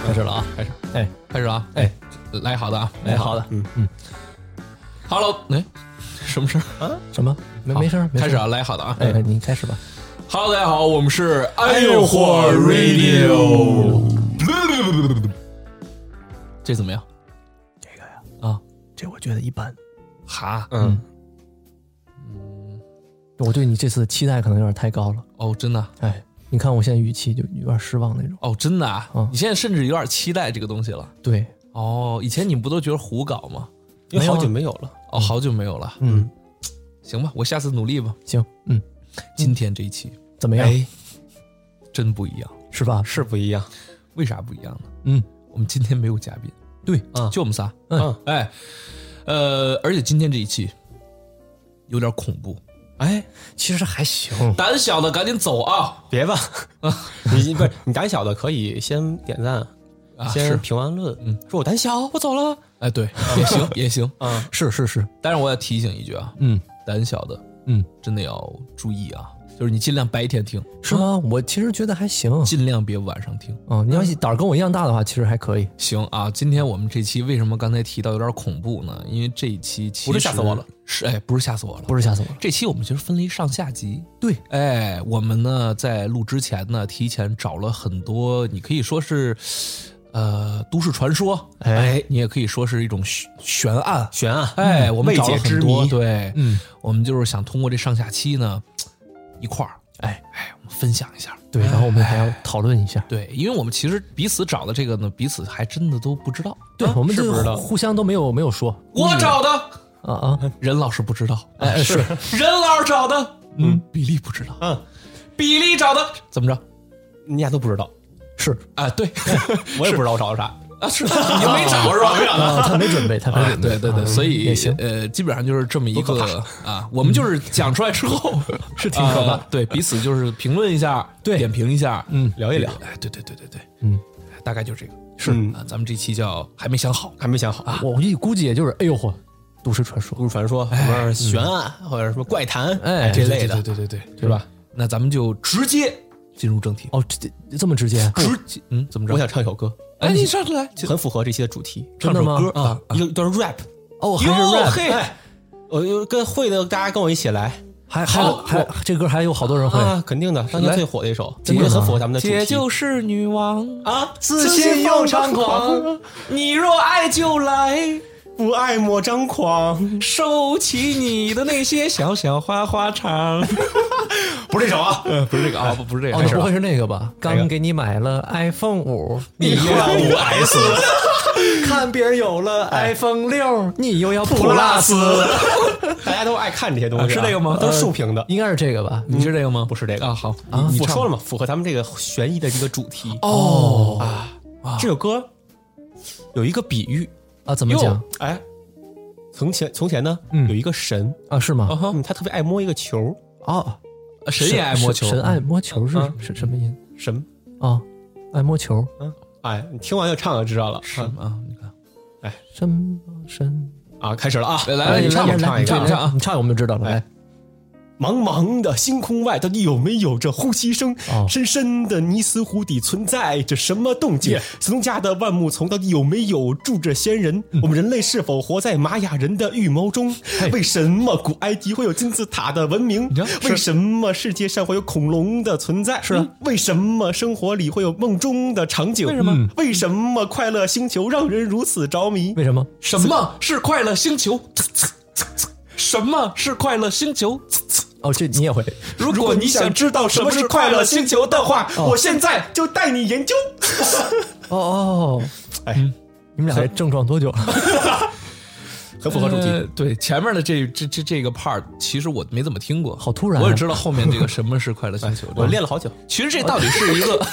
开始了啊， 开始， 开始了啊，来好的啊， 来好的 ，Hello，什么事啊？ 什么？没事， 开始啊，来好的啊， 你开始吧。 Hello，大家好，我们是爱诱惑 Radio， 这怎么样？ 这个呀， 啊， 这我觉得一般。 哈， 我对你这次期待可能有点太高了。 哦，真的， 你看我现在语气就有点失望那种。 哦，真的啊，你现在甚至有点期待这个东西了。 对， 哦，以前你不都觉得胡搞吗？ 因为好久没有了。 哦，好久没有了。行吧，我下次努力吧。 行， 今天这一期怎么样？ 真不一样， 是吧？ 是不一样。 为啥不一样呢？我们今天没有嘉宾， 对， 就我们仨。而且今天这一期有点恐怖。 其实还行。 胆小的赶紧走啊！ 别吧，你胆小的可以先点赞，先评完论，说我胆小，我走了。 对，也行，也行。 是。 但是我要提醒一句啊，胆小的，真的要注意啊，就是你尽量白天听， 是吗？我其实觉得还行， 尽量别晚上听。 你要胆儿跟我一样大的话，其实还可以。 行啊，今天我们这期为什么刚才提到有点恐怖呢？因为这一期其实不是吓死我了， 不是吓死我了， 不是吓死我了。 这期我们其实分了一上下集。 对， 我们呢在录之前呢，提前找了很多，你可以说是都市传说，你也可以说是一种悬案，我们找了很多，对，我们就是想通过这上下期呢一块儿，我们分享一下， 对，然后我们还要讨论一下， 对，因为我们其实彼此找的这个呢，彼此还真的都不知道， 对，我们是不知道， 互相都没有说， 我找的，任老师不知道， 是任老师找的，比利不知道，比利找的，怎么着？ 你俩都不知道。 是对， 我也不知道我找的啥是你没找是吧？没找到， 他没准备， 对，所以也行， 基本上就是这么一个我们就是讲出来之后是挺可怕， 对，彼此就是评论一下，对，点评一下， 聊一聊， 对，大概就是这个， 是咱们这期叫还没想好， 我估计也就是哎呦嚯，都市传说， 什么悬案或者什么怪谈，这类的， 对， 是吧？ 那咱们就直接进入正题。 这么直接？ 怎么着？ 我想唱一首歌。 你唱出来， 很符合这期的主题。 真的吗？ 一段 rap。 还是 rap。 嘿， 我跟会的，大家跟我一起来。 还这歌还有好多人会啊，肯定的，当年最火的一首，也很符合咱们的主题。 姐就是女王啊， 自信又猖狂， 你若爱就来。 不爱莫张狂， 收起你的那些小小花花肠。 不是这首啊， 不是这个啊，不是这个， 不会是那个吧？刚给你买了 iPhone 5， 你又要5S， 看别人有了 iPhone 6，你又要 Plus。 大家都爱看这些东西， 是这个吗？ 都是竖屏的， 应该是这个吧？ 你是这个吗？ 不是这个啊。好， 我说了嘛，符合咱们这个悬疑的这个主题。这首歌有一个比喻。 怎么讲？ 从前呢，有一个神是吗？ 他特别爱摸一个球神也爱摸球， 神爱摸球是什么音？ 神爱摸球。 你听完就唱就知道了。 是吗？你看， 神开始了啊！ 来，你唱一个， 你唱我们就知道了。来。 茫茫的星空外，到底有没有这呼吸声？深深的尼斯湖底存在着什么动静？斯农加的万木丛到底有没有住着仙人？我们人类是否活在玛雅人的预谋中？为什么古埃及会有金字塔的文明？为什么世界上会有恐龙的存在？为什么生活里会有梦中的场景？为什么快乐星球让人如此着迷？ 为什么？ 什么是快乐星球？什么是快乐星球？ 这你也会。 如果你想知道什么是快乐星球的话，我现在就带你研究。 你们俩症状多久了？ 很符合主题。 对，前面的这个 part， 其实我没怎么听过， 好突然。 我也知道后面这个什么是快乐星球， 我练了好久。 其实这到底是一个。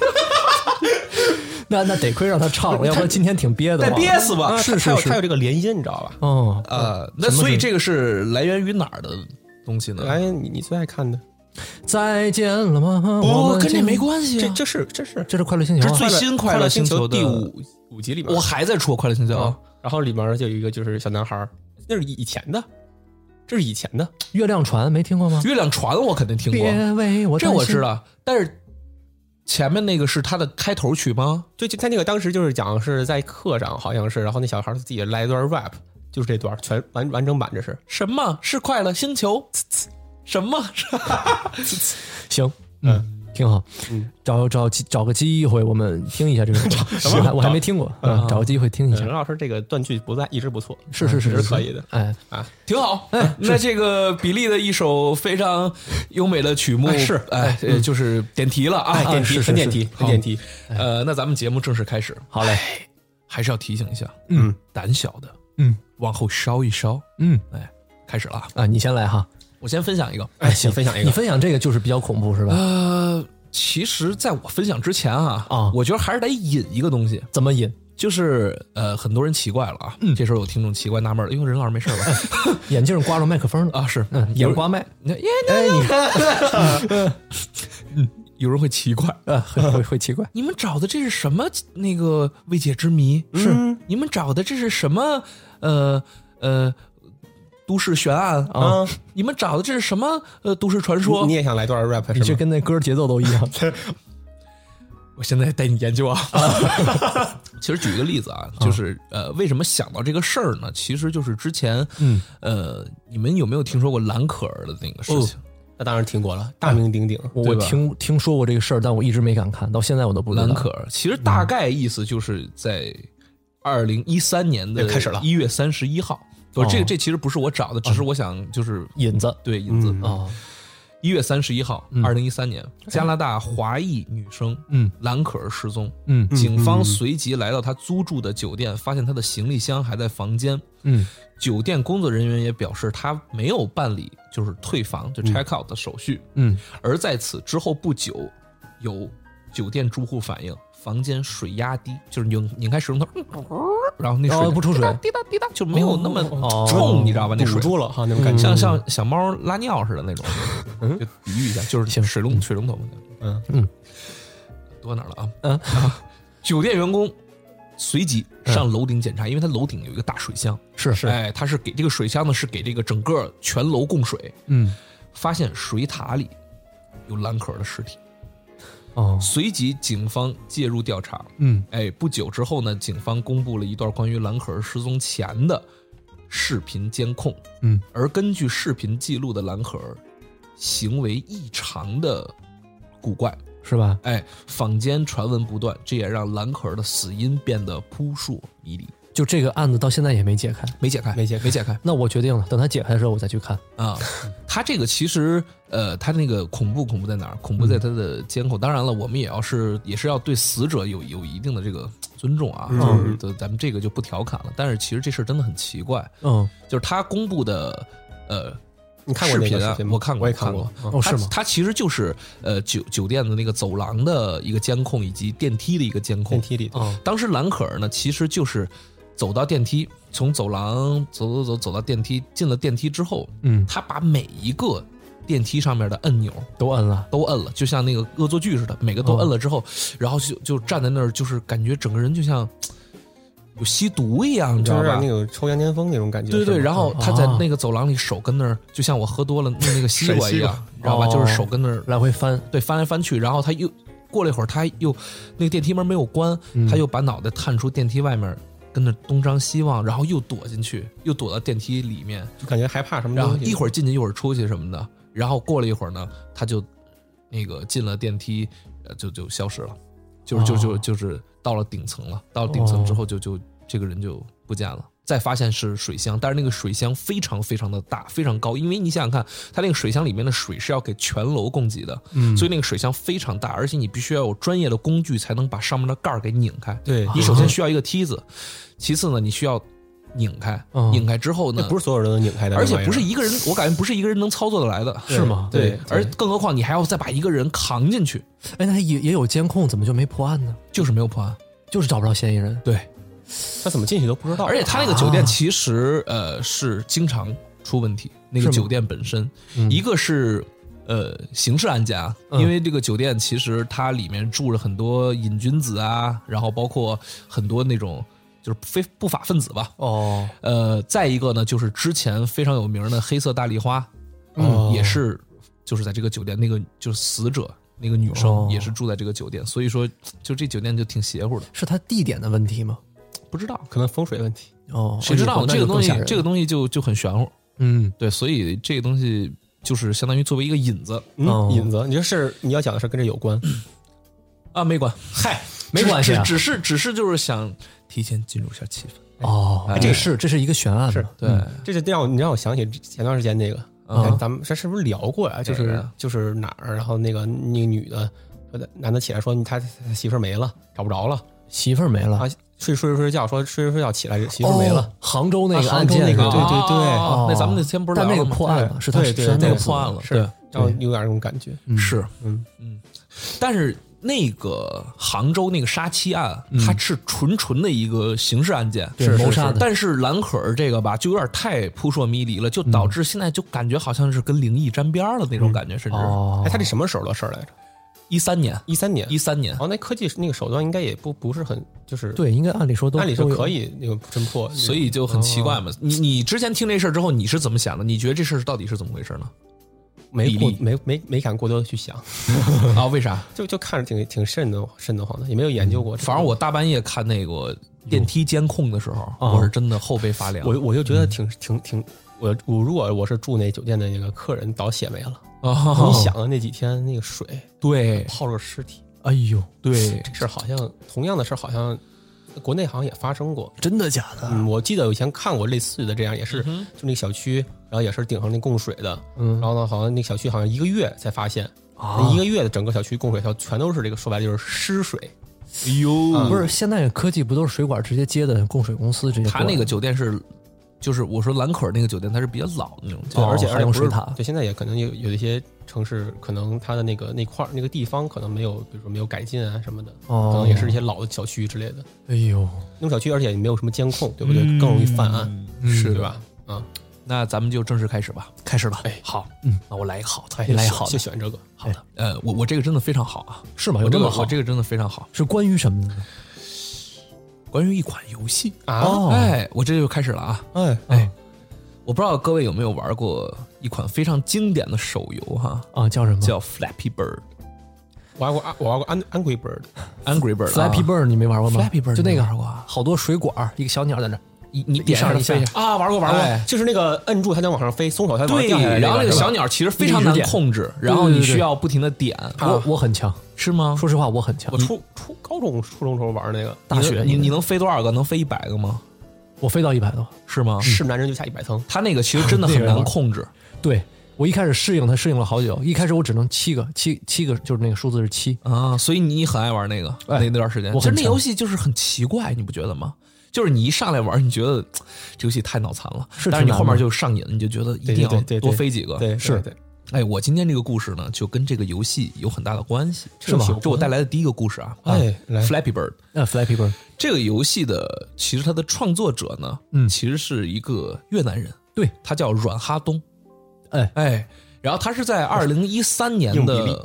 那得亏让他唱了，要不然今天挺憋的。 得憋死吧！ 是， 他有这个连音，你知道吧？那所以这个是来源于哪儿的东西呢？ 来源你最爱看的。 再见了吗？ 跟这没关系。 这是快乐星球， 这是最新快乐星球第五集里面， 我还在出快乐星球。 然后里面就有一个就是小男孩，那是以前的，这是以前的。 月亮船没听过吗？ 月亮船我肯定听过， 别为我这我知道，但是前面那个是他的开头曲吗？ 对，就他那个当时就是讲是在课上好像是，然后那小孩自己来一段 rap， 就是这段全完整版，这是什么是快乐星球？什么？ 行，挺好。找个机会我们听一下这个歌，我还没听过，找个机会听一下。 任老师这个断句不在，一直不错， 是可以的。 哎啊， 挺好。那这个比利的一首非常优美的曲目是就是点题了啊， 点题，很点题，很点题。 那咱们节目正式开始。 好嘞， 还是要提醒一下，胆小的，往后稍一稍，开始了啊，你先来哈。 我先分享一个， 行，分享一个。 你分享这个就是比较恐怖是吧？ 其实在我分享之前我觉得还是得引一个东西。 怎么引？ 就是很多人奇怪了啊，这时候有听众奇怪纳闷了，因为任老师没事吧？ 眼镜刮着麦克风了啊，是， 眼刮麦。 你看，有人会奇怪， 会奇怪， 你们找的这是什么那个未解之谜？ 是， 你们找的这是什么？都市悬案啊！你们找的这是什么？都市传说？ 你也想来段 rap？ 你这跟那歌节奏都一样。 我现在带你研究啊。其实举一个例子啊，就是为什么想到这个事儿呢？其实就是之前你们有没有听说过蓝可儿的那个事情？ 那当然听过了，大名鼎鼎。 我听说过这个事儿，但我一直没敢看，到现在我都不知道。 蓝可儿其实大概意思就是在2013年的开始了 1月31号。这其实不是我找的，只是我想就是引子， 对引子啊。1月31号，2013年，加拿大华裔女生蓝可儿失踪。警方随即来到她租住的酒店，发现她的行李箱还在房间。酒店工作人员也表示，她没有办理就是退房就 check out 的手续。而在此之后不久，有酒店住户反映房间水压低，就是拧开水龙头，然后那水不出水， 滴答滴答，就没有那么冲，你知道吧？那水堵住了哈，那种感觉像小猫拉尿似的那种。就比喻一下，就是水龙头。多哪了啊？酒店员工随即上楼顶检查，因为它楼顶有一个大水箱， 是， 哎，它是给这个水箱呢，是给这个整个全楼供水。发现水塔里有蓝可儿的尸体。随即警方介入调查。不久之后呢，警方公布了一段关于蓝可儿失踪前的视频监控。而根据视频记录的蓝可儿行为异常的古怪， 是吧？ 坊间传闻不断，这也让蓝可儿的死因变得扑朔迷离。 就这个案子到现在也没解开， 没解开。 那我决定了，等他解开的时候我再去看啊。他这个其实他那个恐怖在哪儿？恐怖在他的监控。当然了，我们也是要对死者有一定的这个尊重啊。就是咱们这个就不调侃了。但是其实这事真的很奇怪。就是他公布的你看过那个视频吗？ 我看过， 我也看过。 是吗？它其实就是酒店的那个走廊的一个监控，以及电梯的一个监控。 电梯里， 当时蓝可儿呢，其实就是走到电梯，从走廊走到电梯，进了电梯之后，他把每一个电梯上面的按钮都摁了， 就像那个恶作剧似的，每个都摁了之后，然后就站在那儿，就是感觉整个人就像有吸毒一样，你知道吧？ 那种抽羊癫疯那种感觉。 对，然后他在那个走廊里手跟那儿，就像我喝多了那个西瓜一样，你知道吧？就是手跟那儿来回翻， 对，翻来翻去，然后他又过了一会儿，他又那个电梯门没有关，他又把脑袋探出电梯外面。跟那东张西望，然后又躲进去，又躲到电梯里面， 就感觉害怕什么东西。然后一会儿进去，一会儿出去什么的。然后过了一会儿呢，他就那个进了电梯，就消失了，就是到了顶层了。到了顶层之后，就这个人就不见了。再发现是水箱，但是那个水箱非常非常的大，非常高，因为你想想看，它那个水箱里面的水是要给全楼供给的，所以那个水箱非常大，而且你必须要有专业的工具才能把上面的盖儿给拧开。 对， 你首先需要一个梯子，其次呢，你需要拧开，拧开之后呢， 不是所有人都拧开的， 而且不是一个人，我感觉不是一个人能操作得来的， 是吗？ 对，而更何况你还要再把一个人扛进去。 那也有监控，怎么就没破案呢？ 就是没有破案， 就是找不着嫌疑人。 对。 他怎么进去都不知道， 而且他那个酒店其实是经常出问题。那个酒店本身，一个是刑事案件啊，因为这个酒店其实它里面住着很多瘾君子啊，然后包括很多那种就是不法分子吧。再一个呢，就是之前非常有名的黑色大丽花，也是就是在这个酒店那个就是死者那个女生也是住在这个酒店，所以说就这酒店就挺邪乎的。 是它地点的问题吗？ 不知道， 可能风水问题。 谁知道这个东西就很玄乎。对，所以这个东西就是相当于作为一个引子。 引子，你这是你要讲的事跟这有关啊？没关， 嗨， 没关系， 只是就是想提前进入一下气氛。这是一个悬案， 是对， 这就让我想起前段时间那个，咱们这是不是聊过呀？就是哪儿，然后那个女的，男的起来说他媳妇儿没了，找不着了， 媳妇儿没了啊，睡觉说睡觉起来媳妇儿没了， 杭州那个案件， 对， 那咱们那天不是但那个破案了，是他那个破案了， 对，然后有点那种感觉， 是，但是那个杭州那个杀妻案，它是纯的一个刑事案件， 是谋杀的。 但是蓝可儿这个吧，就有点太扑朔迷离了，就导致现在就感觉好像是跟灵异沾边了那种感觉，甚至。 他这什么时候的事儿来着 ？13年。 那科技那个手段应该也不是很就是对，应该按理说可以那个侦破， 所以就很奇怪嘛。你之前听这事儿之后，你是怎么想的？你觉得这事儿到底是怎么回事呢？ 没敢过多的去想啊？为啥？ 就看着挺瘆得慌的，也没有研究过。 反正我大半夜看那个电梯监控的时候，我是真的后背发凉。 我就觉得挺我如果我是住那酒店的那个客人，倒血没了。你想啊，那几天那个水对泡了尸体， 哎呦， 对， 这事好像同样的事好像国内好像也发生过， 真的假的？ 我记得我以前看过类似的，这样也是就那个小区，然后也是顶上那供水的，然后呢，好像那小区好像1个月才发现，那1个月的整个小区供水条全都是这个，说白了就是湿水。 哎呦， 不是，现在科技不都是水管直接接的供水公司直接？ 他那个酒店是。就是我说兰可儿那个酒店，它是比较老的那种酒店，而且用水塔。 对，现在也可能有一些城市，可能它的那块那个地方可能没有，比如说没有改进啊什么的，可能也是一些老的小区之类的。 哎呦， 那种小区而且也没有什么监控，对不对？更容易犯案， 是对吧？ 那咱们就正式开始吧。 开始吧。 哎，好，那我来一个好的， 你来一个好的， 就选这个。 好的，我这个真的非常好啊， 是吗？有这么好？ 我这个真的非常好， 是关于什么呢？ 关于一款游戏啊！ 哎，我这就开始了啊！哎。我不知道各位有没有玩过一款非常经典的手游哈叫什么？ 叫 Flappy Bird。 我玩过 Angry Bird。Angry Bird。Flappy Bird 你没玩过吗 ？Flappy Bird 就那个玩过， 好多水管，一个小鸟在那， 你点上一飞啊，玩过，就是那个摁住它能往上飞，松手它往上掉下来。 然后那个小鸟其实非常难控制，然后你需要不停的点。 我很强， 是吗？ 说实话，我很强。 我高中、初中时候玩那个。 大学你能飞多少个？能飞100个吗？ 我飞到100多， 是吗？ 是男人就下100层。 他那个其实真的很难控制。 对，我一开始适应了好久，一开始我只能7个，就是那个数字是7 啊，所以你很爱玩那个那段时间。其实那游戏就是很奇怪，你不觉得吗？就是你一上来玩，你觉得这游戏太脑残了，但是你后面就上瘾，你就觉得一定要多飞几个。 对，是。 哎，我今天这个故事呢，就跟这个游戏有很大的关系， 是吗？ 这我带来的第一个故事啊， 来 ，Flappy Bird， Flappy Bird 这个游戏的，其实它的创作者呢，其实是一个越南人， 对， 他叫阮哈东，然后他是在2013年的，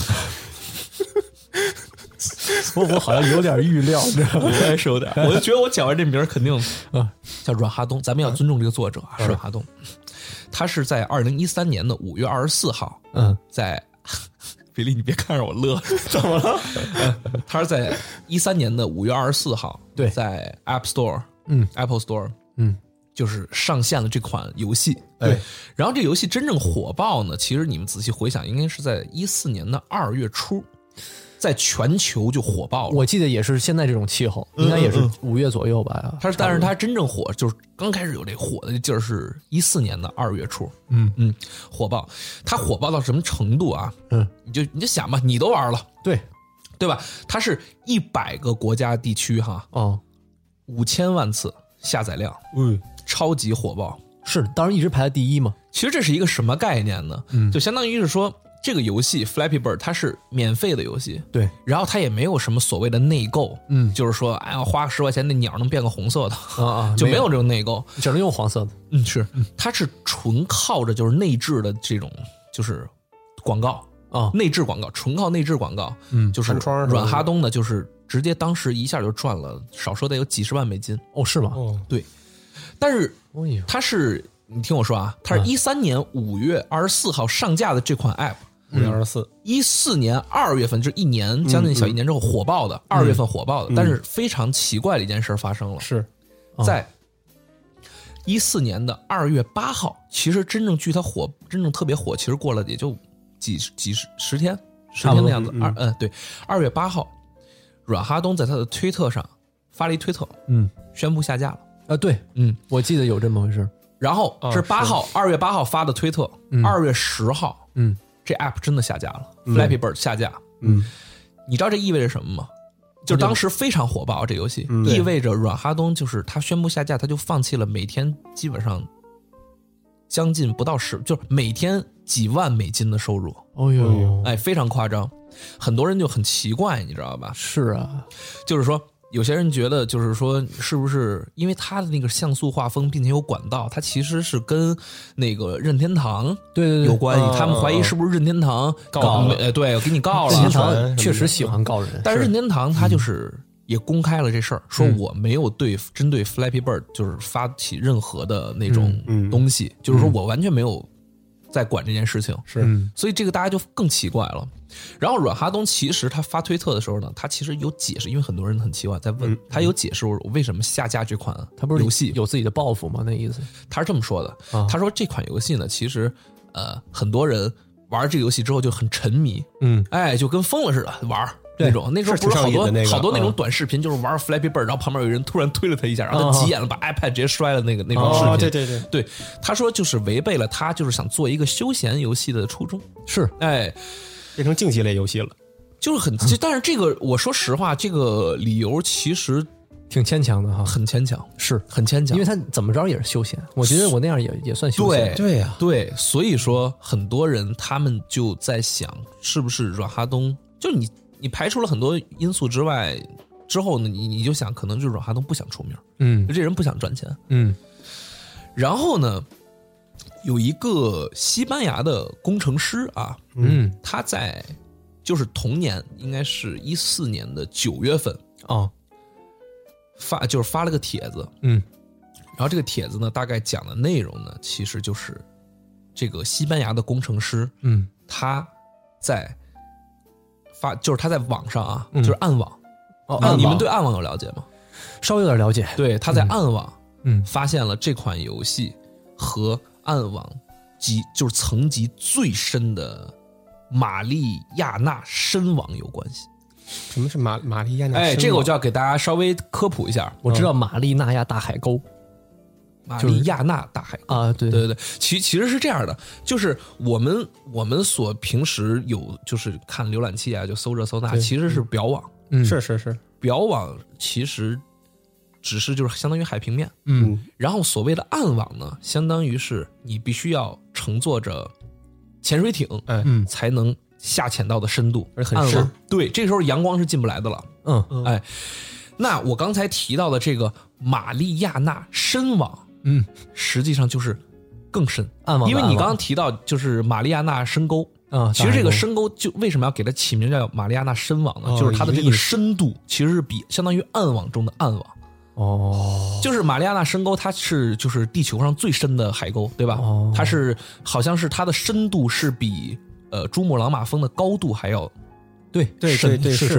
我好像有点预料， 我也是有点，我就觉得我讲完这名肯定叫阮哈东，咱们要尊重这个作者啊，阮哈东。他是在2013年的5月24号，在比利，你别看着我乐， 怎么了？ 他是在13年的5月24号， 对， 在 App Store， Apple Store， 就是上线了这款游戏。 对， 然后这游戏真正火爆呢，其实你们仔细回想，应该是在14年的2月初。在全球就火爆了， 我记得也是现在这种气候，应该也是5月左右吧。 但是它真正火，就是刚开始有这火的劲儿是14年的2月初，火爆。它火爆到什么程度啊？你就想吧，你都玩了，对吧？它是100个国家地区哈，5000万次下载量，超级火爆。 是，当时一直排在第1嘛。 其实这是一个什么概念呢？就相当于是说。这个游戏 Flappy Bird 它是免费的游戏， 对， 然后它也没有什么所谓的内购，就是说，哎呀，花10块钱那鸟能变个红色的就没有这种内购， 只能用黄色的。 是，它是纯靠着就是内置的这种就是广告内置广告，纯靠内置广告，就是阮哈东呢，就是直接当时一下就赚了，少说得有几10万美金。 哦，是吗？ 对，但是它是。你听我说啊，它是13年5月24号上架的这款 App， 5月 24，14年2月份，就一年将近小一年之后火爆的，2月份火爆的，但是非常奇怪的一件事发生了， 是在14年的2月8号，其实真正距它火，真正特别火，其实过了也就十天的样子。对，2月8号，阮哈东在他的推特上发了一推特，宣布下架了。 对，我记得有这么回事。 然后这是8号，2月8号发的推特，2月10号，这 app 真的下架了，Flappy Bird 下架。你知道这意味着什么吗？就当时非常火爆这游戏，意味着阮哈东就是他宣布下架，他就放弃了每天基本上将近不到就是每天几万美金的收入。 哦呦， 哎，非常夸张，很多人就很奇怪，你知道吧？ 是啊， 就是说。有些人觉得，就是说，是不是因为他的那个像素画风，并且有管道，它其实是跟那个任天堂对有关系？他们怀疑是不是任天堂告了？对，我给你告了。 任天堂确实喜欢告人， 但是任天堂他就是也公开了这事儿，说我没有针对 Flappy Bird 就是发起任何的那种东西，就是说我完全没有在管这件事情。 是， 所以这个大家就更奇怪了。然后阮哈东其实他发推特的时候呢，他其实有解释，因为很多人很奇怪在问，他有解释我为什么下架这款他不是游戏， 有自己的抱负吗？那意思他是这么说的，他说这款游戏呢，其实很多人玩这个游戏之后就很沉迷，哎，就跟疯了似的玩。那种那时候不是好多那种短视频，就是玩 Flappy Bird，然后旁边有人突然推了他一下，然后他急眼了，把 iPad 直接摔了那种视频。对，他说就是违背了他就是想做一个休闲游戏的初衷。 是， 哎， 变成竞技类游戏了， 就是但是这个我说实话，这个理由其实挺牵强的哈， 很牵强， 是很牵强， 因为他怎么着也是休闲，我觉得我那样也算休闲。 对呀， 对，所以说很多人他们就在想，是不是阮哈东就你排除了很多因素之外，之后呢，你就想，可能就是阮哈东不想出名，就这人不想赚钱，然后呢，有一个西班牙的工程师啊，他在就是同年，应该是14年的9月份发了个帖子，然后这个帖子呢，大概讲的内容呢，其实就是这个西班牙的工程师，他在。就是他在网上啊，就是暗网，你们对暗网有了解吗？ 稍微有点了解。 对，他在暗网，发现了这款游戏和暗网就是层级最深的玛丽亚纳深网有关系。 什么是玛丽亚纳深网？ 哎，这个我就要给大家稍微科普一下。 我知道玛丽纳亚大海沟。 玛丽亚纳大海啊，对， 其实是这样的，就是我们所平时有就是看浏览器啊，就搜这搜那，其实是表网， 是表网其实只是就是相当于海平面，然后所谓的暗网呢，相当于是你必须要乘坐着潜水艇，才能下潜到的深度， 而很深， 对，这时候阳光是进不来的了，哎，那我刚才提到的这个玛丽亚纳深网。实际上就是更深， 暗网， 因为你刚刚提到就是玛丽亚纳深沟啊，其实这个深沟就为什么要给它起名叫玛丽亚纳深网呢？就是它的这个深度其实是比相当于暗网中的暗网，就是玛丽亚纳深沟，它是就是地球上最深的海沟，对吧？它是好像是它的深度是比珠穆朗玛峰的高度还要对，是，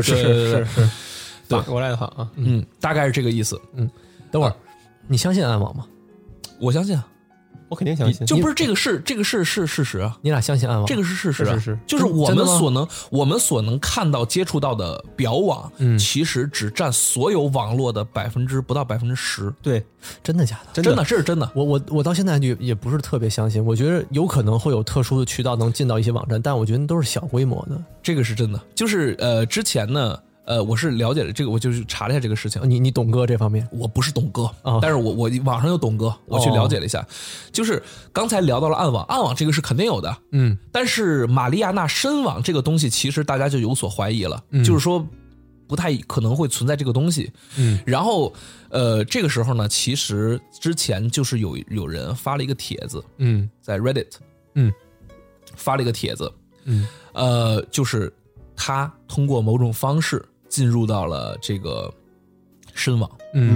反过来的话啊， 大概是这个意思。 等会儿你相信暗网吗？ 我相信啊， 我肯定相信。 就不是这个是事实啊！ 你俩相信暗网？ 这个是事实啊， 是， 就是我们所能看到接触到的表网，其实只占所有网络的不到10%。 对， 真的假的？ 真的，这是真的。 我到现在也不是特别相信，我觉得有可能会有特殊的渠道能进到一些网站，但我觉得都是小规模的。 这个是真的，就是之前呢。我是了解了这个，我就是查了一下这个事情。 你懂哥这方面？ 我不是懂哥，但是我网上有懂哥，我去了解了一下。就是刚才聊到了暗网，暗网这个是肯定有的，但是玛丽亚纳深网这个东西，其实大家就有所怀疑了，就是说不太可能会存在这个东西。然后这个时候呢，其实之前就是有人发了一个帖子，在 Reddit，发了一个帖子，就是他通过某种方式。进入到了这个深网，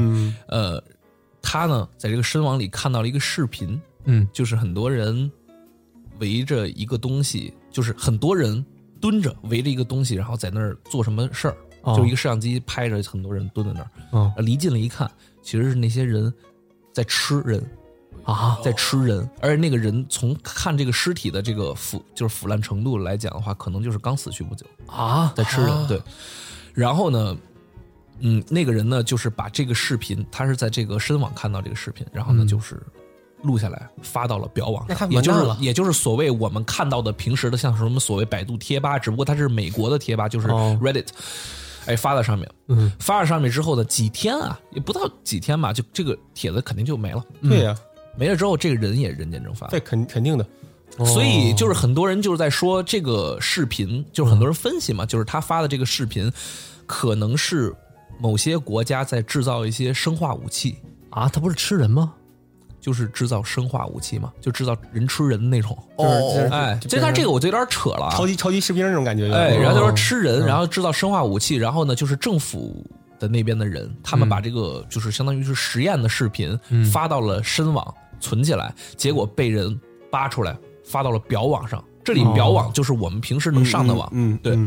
他呢在这个深网里看到了一个视频，就是很多人围着一个东西， 就是很多人蹲着围着一个东西，然后在那儿做什么事儿，就一个摄像机拍着很多人蹲在那儿，离近了一看，其实是那些人在吃人啊，在吃人，而且那个人从看这个尸体的这个腐烂程度来讲的话，可能就是刚死去不久啊，在吃人。对，然后呢，那个人呢，就是把这个视频，他是在这个深网看到这个视频，然后呢，就是录下来发到了表网上，也就是所谓我们看到的平时的像什么所谓百度贴吧，只不过它是美国的贴吧，就是 Reddit。发在上面，发在上面之后呢，几天啊，也不到几天吧，就这个帖子肯定就没了。 对呀， 没了之后，这个人也人间蒸发。 对，肯定的。 所以就是很多人就是在说这个视频，就是很多人分析嘛，就是他发的这个视频，可能是某些国家在制造一些生化武器啊。他不是吃人吗？ 就是制造生化武器嘛，就制造人吃人的那种。这个我就有点扯了， 超级士兵那种感觉。 然后就说吃人，然后制造生化武器，然后呢，就是政府的那边的人，他们把这个就是相当于是实验的视频发到了深网存起来，结果被人扒出来发到了表网上。这里表网就是我们平时能上的网。对。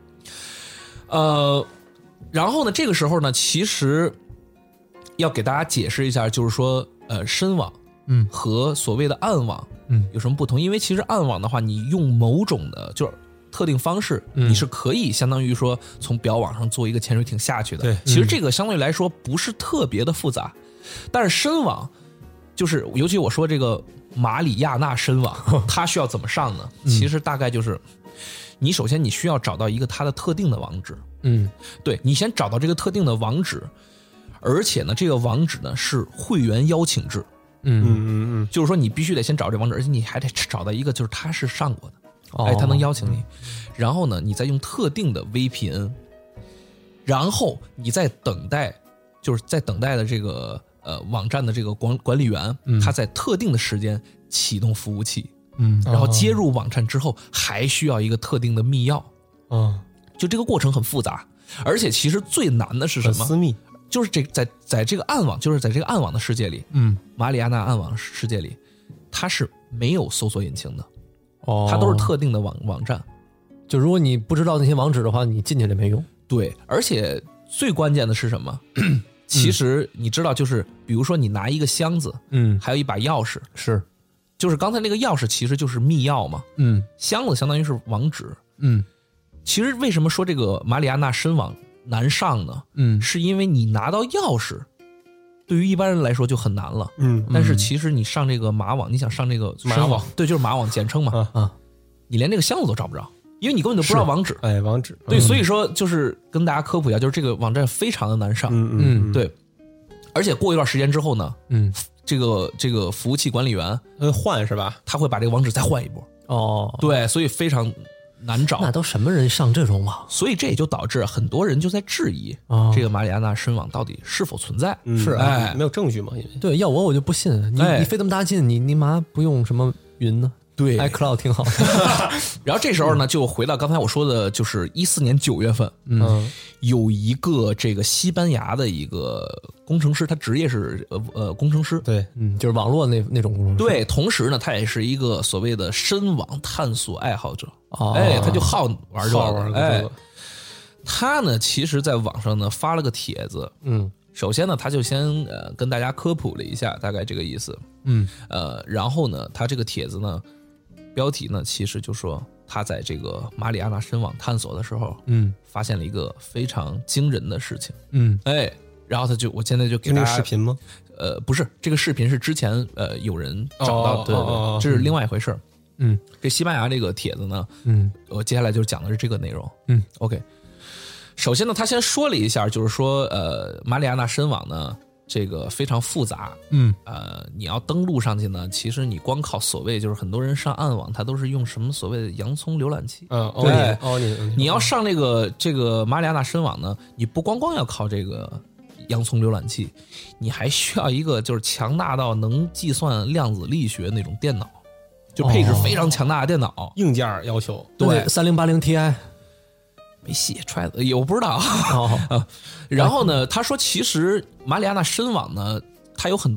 然后呢，这个时候呢，其实要给大家解释一下，就是说。深网，和所谓的暗网，有什么不同？因为其实暗网的话，你用某种的，就是特定方式，你是可以相当于说从表网上做一个潜水艇下去的。对，其实这个相对来说不是特别的复杂，但是深网，就是尤其我说这个马里亚纳深网，它需要怎么上呢？其实大概就是，你首先你需要找到一个它的特定的网址，对，你先找到这个特定的网址。而且呢，这个网址呢是会员邀请制，就是说你必须得先找这网址，而且你还得找到一个就是他是上过的，他能邀请你，然后呢，你再用特定的 VPN， 然后你再等待，就是在等待的这个网站的这个管理员，他在特定的时间启动服务器，然后接入网站之后，还需要一个特定的密钥，就这个过程很复杂，而且其实最难的是什么？ 私密。 就是在这个暗网，就是在这个暗网的世界里，马里亚纳暗网世界里，它是没有搜索引擎的，它都是特定的网站。 就如果你不知道那些网址的话，你进去也没用。 对，而且最关键的是什么？其实你知道，就是比如说你拿一个箱子，还有一把钥匙， 是， 就是刚才那个钥匙其实就是密钥嘛，箱子相当于是网址，其实为什么说这个马里亚纳深网难上呢？是因为你拿到钥匙，对于一般人来说就很难了。但是其实你上这个马网，你想上这个马网， 对，就是马网简称嘛。你连这个箱子都找不着，因为你根本就不知道网址。 网址。 对，所以说就是跟大家科普一下，就是这个网站非常的难上。对。而且过一段时间之后呢，这个服务器管理员换是吧？ 他会把这个网址再换一波。对，所以非常难找。 那都什么人上这种网？ 所以这也就导致很多人就在质疑这个马里亚纳深网到底是否存在。 是没有证据嘛？ 对，要我就不信。你费这么大劲，你妈不用什么云呢？ 对 ，iCloud 挺好。 然后这时候呢，就回到刚才我说的，就是2014年9月份，有一个这个西班牙的一个工程师，他职业是工程师， 对，就是网络那种工程师。 对，同时呢，他也是一个所谓的深网探索爱好者。他就好玩这个。他呢，其实在网上呢发了个帖子，首先呢，他就先跟大家科普了一下，大概这个意思，然后呢，他这个帖子呢。标题呢，其实就说他在这个马里亚纳深网探索的时候，发现了一个非常惊人的事情，然后我现在就给大家视频吗？ 不是，这个视频是之前有人找到的，这是另外一回事。这西班牙这个帖子呢，我接下来就讲的是这个内容。OK， 首先呢，他先说了一下，就是说马里亚纳深网呢。这个非常复杂，你要登录上去呢，其实你光靠所谓就是很多人上暗网，他都是用什么所谓的洋葱浏览器，你要上这个马里亚纳深网呢，你不光要靠这个洋葱浏览器，你还需要一个就是强大到能计算量子力学那种电脑，就配置非常强大的电脑， 硬件要求， 对，3080 Ti。 没戏，揣子我不知道然后呢，他说其实马里亚纳深网呢，它有很多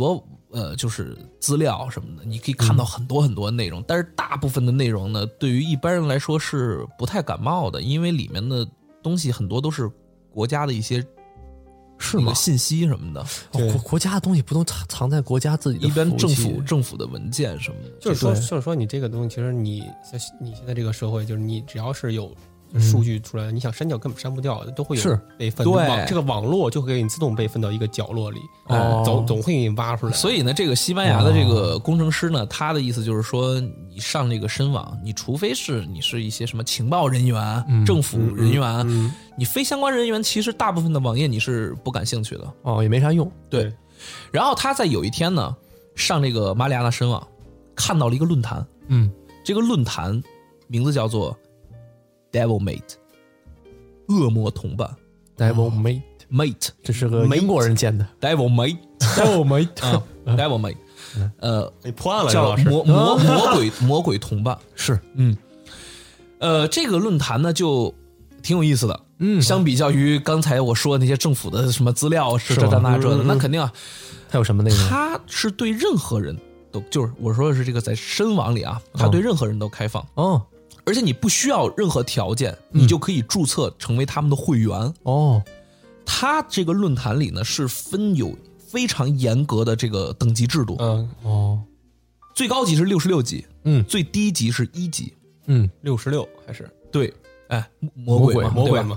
就是资料什么的，你可以看到很多很多内容，但是大部分的内容呢，对于一般人来说是不太感冒的，因为里面的东西很多都是国家的一些信息什么的。 国家的东西不都藏在国家自己的一般政府的文件什么的。 就是说你这个东西，其实你现在这个社会，就是你只要是有数据出来，你想删掉根本删不掉的，都会有备份。 对， 这个网络就会给你自动备份到一个角落里，总会给你挖出来。 所以呢，这个西班牙的这个工程师呢，他的意思就是说，你上这个深网，你除非是你是一些什么情报人员、政府人员，你非相关人员，其实大部分的网页你是不感兴趣的。 也没啥用。 对。然后他在有一天呢，上这个马里亚纳深网，看到了一个论坛。这个论坛名字叫做 Devil Mate， 恶魔同伴。 Devil Mate， 这是个英国人建的。 Devil Mate，Devil Mate，Devil Mate， 你破案了， 叫魔鬼同伴。 是， 这个论坛呢就挺有意思的。相比较于刚才我说的那些政府的什么资料是这那这的，那肯定啊， 它有什么内容？ 它是对任何人都，就是我说的是这个在深网里啊，它对任何人都开放。而且你不需要任何条件，你就可以注册成为他们的会员。它这个论坛里呢是分有非常严格的这个等级制度。最高级是66级，最低级是1级。 66还是对，魔鬼嘛，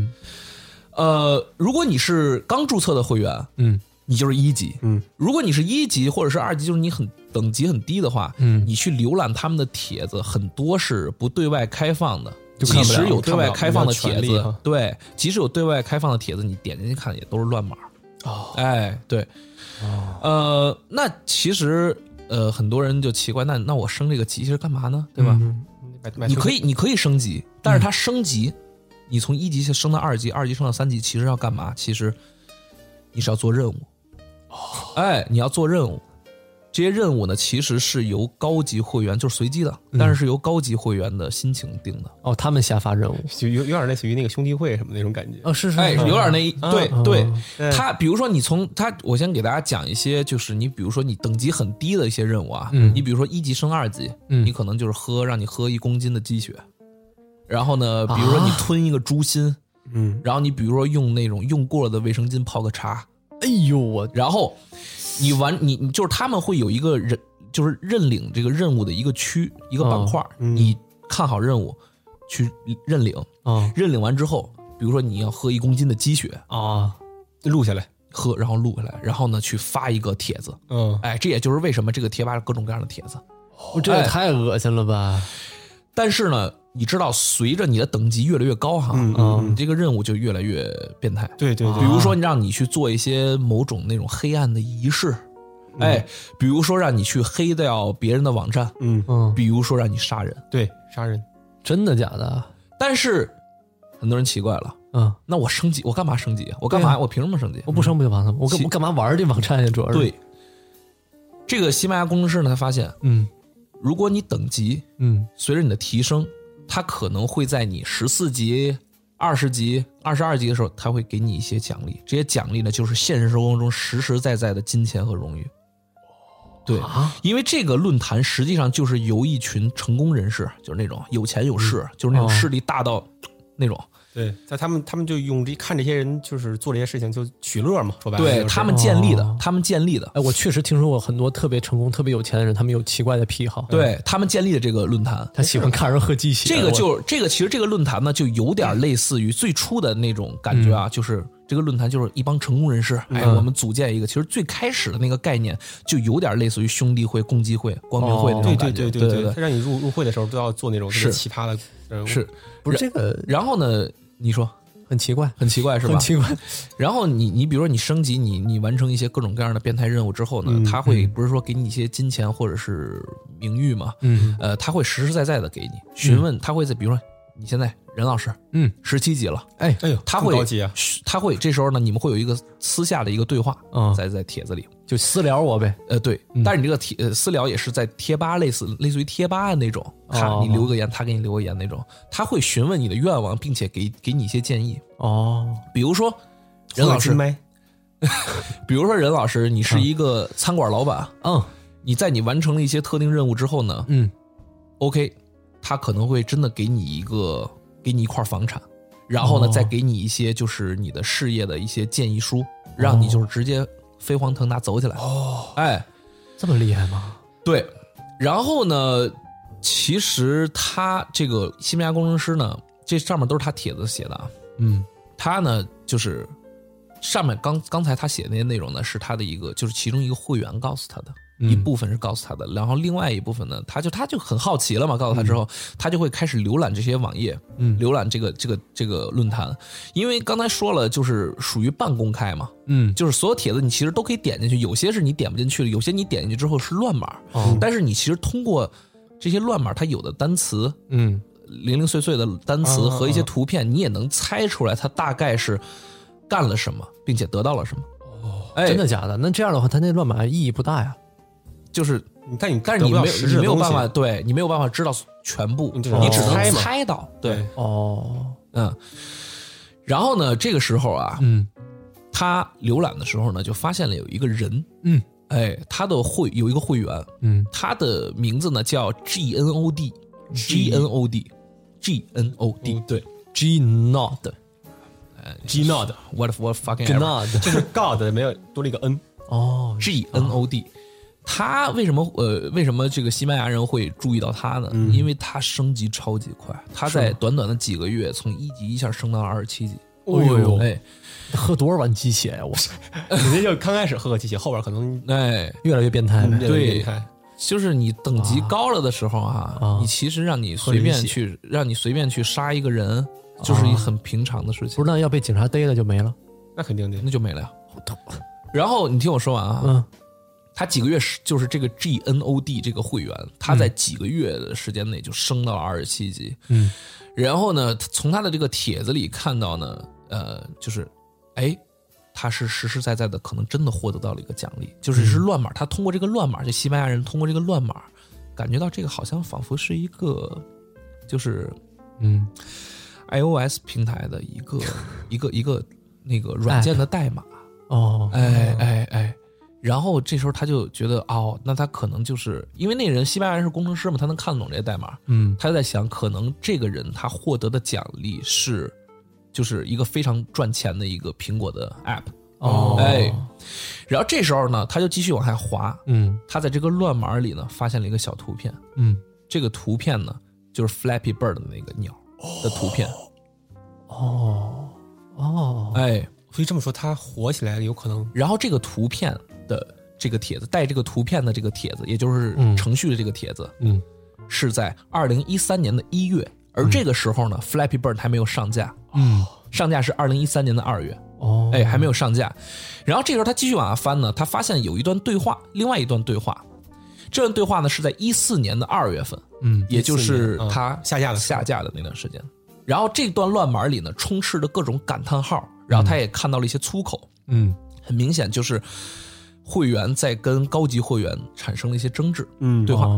如果你是刚注册的会员，你就是1级。如果你是1级或者是2级，就是你等级很低的话，你去浏览他们的帖子，很多是不对外开放的。即使有对外开放的帖子，对，即使有对外开放的帖子，你点进去看也都是乱码。对，那其实很多人就奇怪，那我升这个级是干嘛呢？对吧？你可以升级，但是它升级，你从1级升到2级，2级升到3级，其实要干嘛？其实你是要做任务。你要做任务。这些任务呢，其实是由高级会员，就是随机的，但是由高级会员的心情定的。 他们下发任务， 就有点类似于那个兄弟会什么那种感觉。 是， 有点对。他比如说我先给大家讲一些，就是你比如说你等级很低的一些任务啊，你比如说1级升2级，你可能就是让你喝1公斤的鸡血，然后呢，比如说你吞一个猪心，然后你比如说用那种用过了的卫生巾泡个茶，然后你就是他们会有一个就是认领这个任务的一个一个板块，你看好任务去认领，认领完之后，比如说你要喝1公斤的鸡血录下来喝，然后录下来，然后呢去发一个帖子。这也就是为什么这个贴吧有各种各样的帖子。 这也太恶心了吧！ 但是呢，你知道，随着你的等级越来越高你这个任务就越来越变态。 对，比如说让你去做一些某种那种黑暗的仪式，比如说让你去黑掉别人的网站，比如说让你杀人。 对，杀人， 真的假的？ 但是很多人奇怪了，那我升级，我干嘛升级？我干嘛？我凭什么升级？ 我不升不就完了吗？我干嘛玩这网站呀？主要是对。这个西班牙工程师呢，他发现，如果你等级，随着你的提升，它可能会在你14级、20级、22级的时候，它会给你一些奖励。这些奖励呢，就是现实生活中实实在在的金钱和荣誉。对，因为这个论坛实际上就是由一群成功人士，就是那种有钱有势，就是那种势力大到那种。 对，在他们就看这些人就是做这些事情就取乐嘛，说白了， 对他们建立的， 我确实听说过很多特别成功、特别有钱的人，他们有奇怪的癖好。 对他们建立的这个论坛， 他喜欢看人喝鸡血。 其实这个论坛呢，就有点类似于最初的那种感觉啊，就是这个论坛就是一帮成功人士，我们组建一个。其实最开始的那个概念就有点类似于兄弟会、共济会、光明会那种感觉。 对，他让你入会的时候都要做那种特别奇葩的任务。 是不是这个？ 然后呢？你说很奇怪是吧？ 很奇怪。然后你比如说你升级，你完成一些各种各样的变态任务之后呢，他会不是说给你一些金钱或者是名誉嘛？他会实实在在的给你询问，他会在比如说你现在任老师，17级了， 哎呦， 他会高级啊， 他会这时候呢，你们会有一个私下的一个对话，在帖子里就私聊我呗， 对，但是你这个私聊也是在贴吧类似于贴吧那种，你留个言，他给你留个言那种，他会询问你的愿望，并且给你一些建议。比如说任老师， 比如说任老师，你是一个餐馆老板，你在你完成了一些特定任务之后呢，OK， 他可能会真的给你一块房产，然后呢，再给你一些就是你的事业的一些建议书，让你就是直接飞黄腾达走起来。 这么厉害吗？ 对，然后呢，其实他这个西班牙工程师呢，这上面都是他帖子写的啊。他呢就是上面刚才他写的那些内容呢，是他的一个就是其中一个会员告诉他的。一部分是告诉他的，然后另外一部分呢，他就很好奇了嘛，告诉他之后，他就会开始浏览这些网页，浏览这个论坛，因为刚才说了，就是属于半公开嘛，就是所有帖子你其实都可以点进去，有些是你点不进去的，有些你点进去之后是乱码，但是你其实通过这些乱码，它有的单词，零零碎碎的单词和一些图片，你也能猜出来它大概是干了什么，并且得到了什么。 真的假的？那这样的话，它那乱码意义不大呀。 就是但是你没有办法，对你没有办法知道全部，你只能猜到。对，然后呢，这个时候啊，他浏览的时候呢，就发现了有一个人，他的有一个会员，他的名字呢叫 GNOD， 对 GNOD，what fucking GNOD 就是 God 没有多了一个 N。 GNOD， 他为什么这个西班牙人会注意到他呢？因为他升级超级快，他在短短的几个月从1级一下升到了27级。 喝多少碗鸡血呀！我， 你这就刚开始喝个鸡血，后边可能越来越变态了。 对，就是你等级高了的时候你其实让你随便去杀一个人，就是一很平常的事情。 不是，那要被警察逮了就没了？ 那肯定的， 那就没了呀。好疼。然后你听我说完啊，他几个月就是这个 GNOD 这个会员，他在几个月的时间内就升到了27级。然后呢，从他的这个帖子里看到呢，就是他是实实在在的可能真的获得到了一个奖励，就是乱码。他通过这个乱码，这西班牙人通过这个乱码，感觉到这个好像仿佛是一个就是iOS 平台的一个那个软件的代码。然后这时候他就觉得那他可能就是因为那人西班牙人是工程师嘛，他能看得懂这些代码，他就在想，可能这个人他获得的奖励是就是一个非常赚钱的一个苹果的 app。然后这时候呢，他就继续往下滑，他在这个乱码里呢发现了一个小图片，这个图片呢就是 Flappy Bird 的那个鸟的图片。 所以这么说，他火起来了有可能。 然后这个图片的这个帖子，带这个图片的这个帖子，也就是程序的这个帖子，是在2013年的1月，而这个时候呢，Flappy Bird 还没有上架，上架是2013年的2月，还没有上架。然后这个时候他继续往下翻呢，他发现有一段对话，另外一段对话，这段对话呢是在14年的2月份，也就是他下架的那段时间。然后这段乱码里呢，充斥着各种感叹号。然后他也看到了一些粗口，很明显就是会员在跟高级会员产生了一些争执，对话。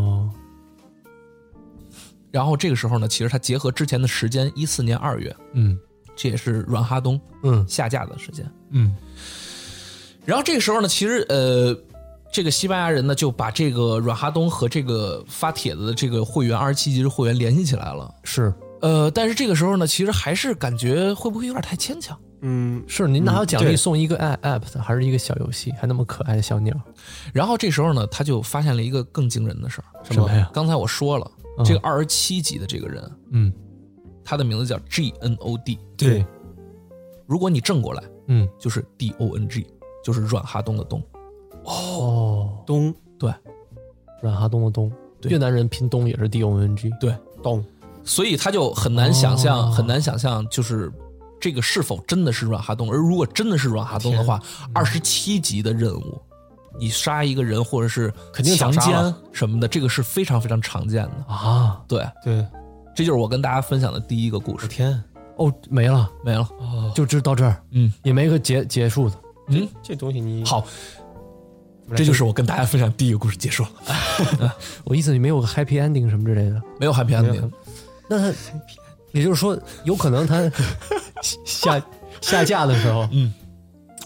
然后这个时候呢，其实他结合之前的时间，14年2月，这也是阮哈东下架的时间，然后这个时候呢，其实这个西班牙人呢就把这个阮哈东和这个发帖子的这个会员27级的会员联系起来了， 是， 但是这个时候呢，其实还是感觉会不会有点太牵强？ 是，您哪有奖励送一个 app 的，还是一个小游戏，还那么可爱的小鸟？ 然后这时候呢，他就发现了一个更惊人的事儿， 什么呀？ 刚才我说了，这个27级的这个人，他的名字叫 GNOD， 对， 如果你正过来，就是 DONG， 就是阮哈东的东。 东， 对， 阮哈东的东，越南人拼东也是 DONG， 对， 东， 所以他就很难想象，就是这个是否真的是阮哈东。而如果真的是阮哈东的话，27级的任务，你杀一个人或者是肯定强奸什么的，这个是非常非常常见的啊。 对，这就是我跟大家分享的第一个故事。 天， 没了，就到这儿，也没个结束的。 这东西你好，这就是我跟大家分享第一个故事结束了。 我意思你没有个 happy ending 什么之类的？ 没有 happy ending。 那他，也就是说，有可能他下架的时候，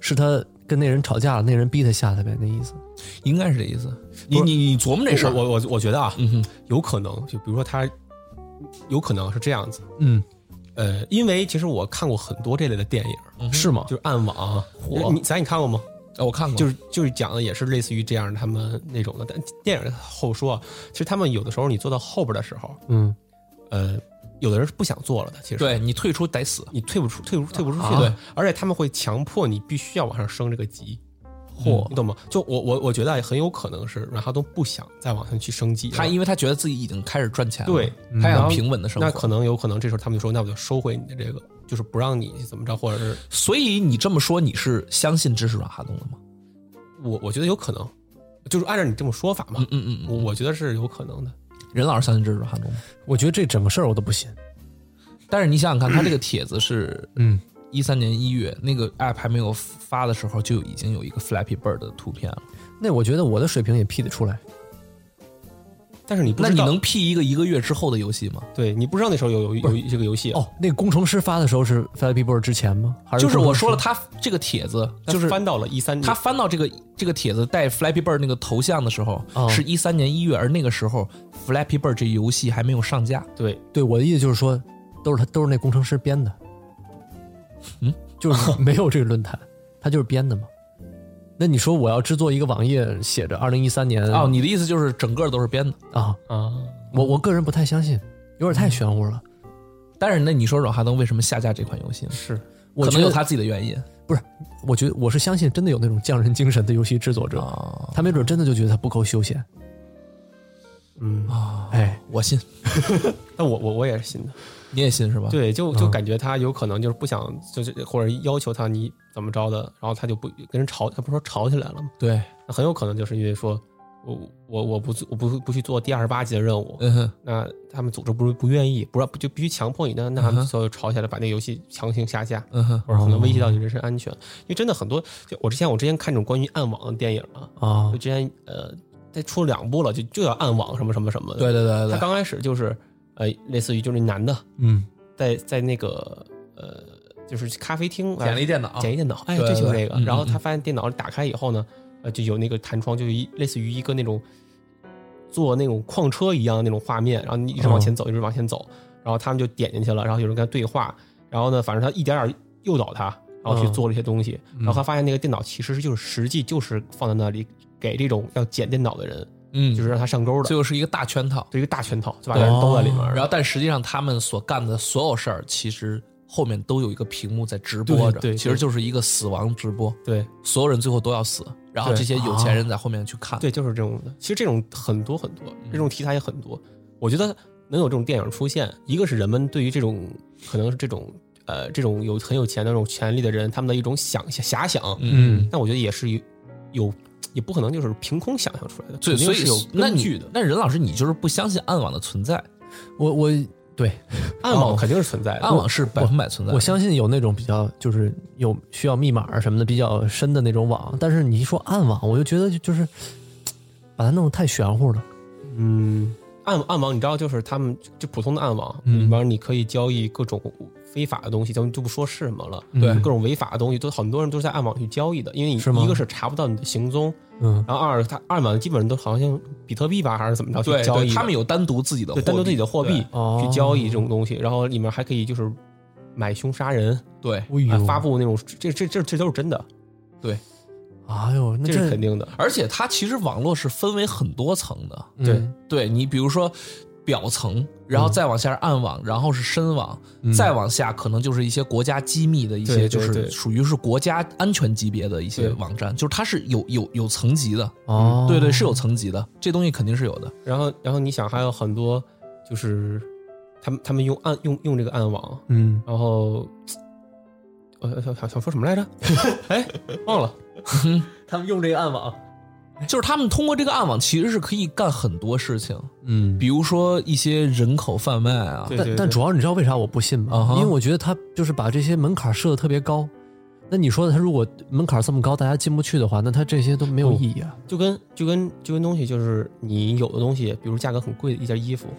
是他跟那人吵架了，那人逼他下的呗，那意思。 应该是这意思。你琢磨这事儿， 我觉得啊，有可能，就比如说他有可能是这样子，因为其实我看过很多这类的电影， 是吗？ 就是暗网，你看过吗？ 我看过， 就是讲的也是类似于这样他们那种的，但电影后说，其实他们有的时候你做到后边的时候，有的人是不想做了的，其实对你退出得死， 你退不出去，对，而且他们会强迫你必须要往上升这个级。你懂吗？就我觉得很有可能是阮哈东不想再往上去升级， 因为他觉得自己已经开始赚钱了， 对， 他想平稳的生活。 那有可能这时候他们就说，那我就收回你的这个，就是不让你怎么着，或者是。 所以你这么说，你是相信支持阮哈东的吗？ 我觉得有可能，就是按照你这么说法嘛，我觉得是有可能的。 任老师相信支持阮哈东吗？ 我觉得这整个事儿我都不信。 但是你想想看，他这个帖子是13年1月，那个 app 还没有发的时候，就已经有一个 Flappy Bird 的图片了。 那我觉得我的水平也 P 得出来。 但是你不知道， 那你能 P 一个月之后的游戏吗？ 对，你不知道那时候有这个游戏哦。那个工程师发的时候是 Flappy Bird 之前吗？还是就是我说了，他这个帖子就是翻到了13年， 他翻到这个帖子带 Flappy Bird 那个头像的时候，是13年1月，而那个时候 Flappy Bird 这游戏还没有上架。 对， 我的意思就是说，都是那工程师编的。就是没有这个论坛，他就是编的嘛。那你说我要制作一个网页，写着2013年你的意思就是整个都是编的啊？我个人不太相信，有点太玄乎了。 但是那你说阮哈东为什么下架这款游戏呢？ 是可能有他自己的原因。 不是，我觉得我是相信真的有那种匠人精神的游戏制作者，他没准真的就觉得他不够休闲。我信。 那我也是信的。 你也信是吧？ 对，就感觉他有可能就是不想，就是或者要求他你怎么着的，然后他就不跟人吵，他不说吵起来了吗？ 对， 那很有可能就是因为说，我不去做第28级的任务，那他们组织不愿意，就必须强迫你呢，那他们所有吵起来，把那个游戏强行下架，或者可能威胁到你人身安全。因为真的很多，就我之前看这种关于暗网的电影就之前再出了2部了，就要暗网什么什么什么的。 对， 他刚开始就是类似于就是那男的，在那个就是咖啡厅捡了一电脑， 哎，这就是这个。然后他发现电脑打开以后呢，就有那个弹窗，就类似于一个那种坐那种矿车一样的那种画面，然后你一直往前走，一直往前走，然后他们就点进去了，然后有人跟他对话，然后呢，反正他一点点诱导他，然后去做了一些东西，然后他发现那个电脑其实实际就是放在那里给这种要捡电脑的人。就是让他上钩的， 最后是一个大圈套， 对，一个大圈套，就把人兜在里面。 然后，但实际上他们所干的所有事儿，其实后面都有一个屏幕在直播着， 对， 其实就是一个死亡直播。 对， 所有人最后都要死，然后这些有钱人在后面去看。 对，就是这种的。其实这种很多很多，这种题材也很多。我觉得能有这种电影出现，一个是人们对于这种可能是这种很有钱的这种权利的人，他们的一种遐想。但我觉得也是有。也不可能就是凭空想象出来的， 所以是有根据的。 那任老师，你就是不相信暗网的存在？ 我对暗网肯定是存在的， 暗网是100%存在的。 我相信有那种比较就是有需要密码什么的比较深的那种网，但是你一说暗网，我就觉得就是把它弄得太玄乎了。 暗网你知道，就是他们就普通的暗网里边，你可以交易各种非法的东西，就不说是什么了。 对， 各种违法的东西，都很多人都是在暗网去交易的，因为你一个是查不到你的行踪，然后暗网基本上都好像比特币吧，还是怎么着去交易？ 他们有单独自己的货币， 单独自己的货币去交易这种东西，然后里面还可以就是买凶杀人， 对， 发布那种这都是真的， 对。 哎呦，那这是肯定的。 而且它其实网络是分为很多层的，对，你比如说表层，然后再往下是暗网，然后是深网，再往下可能就是一些国家机密的一些，就是属于是国家安全级别的一些网站，就是它是有层级的。对，是有层级的，这东西肯定是有的。 然后你想还有很多就是他们用这个暗网，然后想说什么来着？哎，忘了。 他们用这个暗网， 就是他们通过这个暗网其实是可以干很多事情，比如说一些人口贩卖啊。 但主要你知道为啥我不信吗？因为我觉得他就是把这些门槛设得特别高。那你说他如果门槛这么高，大家进不去的话，那他这些都没有意义啊。 就跟东西，就是你有的东西，比如价格很贵的一件衣服，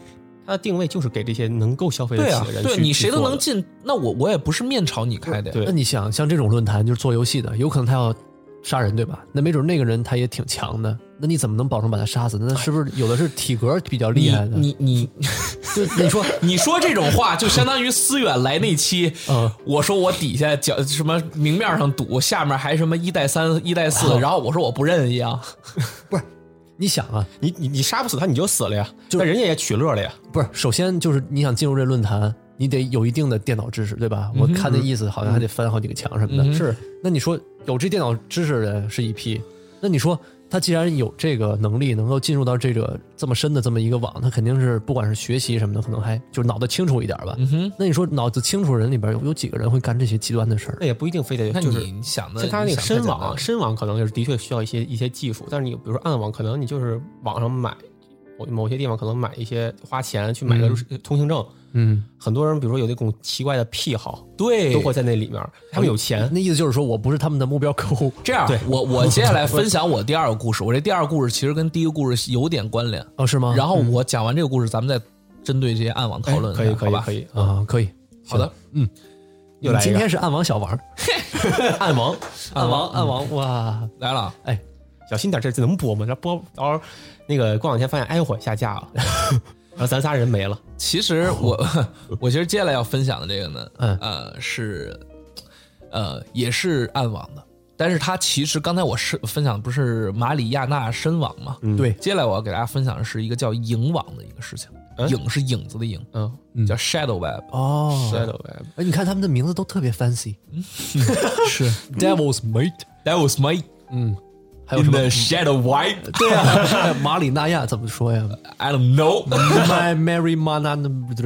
它的定位就是给这些能够消费得起的人。 对你谁都能进，那我也不是面朝你开的。 那你想，像这种论坛就是做游戏的，有可能他要杀人，对吧？那没准那个人他也挺强的，那你怎么能保证把他杀死？那是不是有的是体格比较厉害的？ 你你说这种话，就相当于思远来那期，我说我底下脚什么明面上赌，下面还什么1带3、1带4，然后我说我不认一样， 不是。你想啊， 你杀不死他，你就死了呀，那人家也取乐了呀。 不是，首先就是你想进入这论坛，你得有一定的电脑知识，对吧？我看那意思好像还得翻好几个墙什么的。 是， 那你说有这电脑知识的人是一批，那你说他既然有这个能力，能够进入到这个这么深的这么一个网，他肯定是不管是学习什么的，可能还就是脑子清楚一点吧。那你说脑子清楚人里边有几个人会干这些极端的事儿？ 那也不一定非得就是你想的， 像他那个深网可能就是的确需要一些技术，但是你比如说暗网，可能你就是网上买某些地方可能买一些花钱去买个通行证。很多人比如说有那种奇怪的癖好， 对， 都会在那里面，他们有钱。 那意思就是说我不是他们的目标客户。 这样，我接下来分享我第二个故事。我这第二个故事其实跟第一个故事有点关联。 哦，是吗？ 然后我讲完这个故事，咱们再针对这些暗网讨论。 可以啊，可以。 好的， 又来一个。 今天是暗网小王， 暗王，哇， 来了！ 哎，小心点，这能播吗？这播到时候那个过两天发现iHo下架了。然后咱仨人没了。 其实我其实接下来要分享的这个呢，是也是暗网的，但是它其实刚才我分享不是马里亚纳深网嘛？ 对。 接下来我要给大家分享的是一个叫影网的一个事情，影是影子的影，叫 Shadow Web。 哦 ，Shadow Web。 哎，你看他们的名字都特别 fancy， 是 Devil's Mate，Devil's Mate， 还有什么 Shadow Web？ 对啊，马里纳亚怎么说呀 ？I don't know。My Mary Mana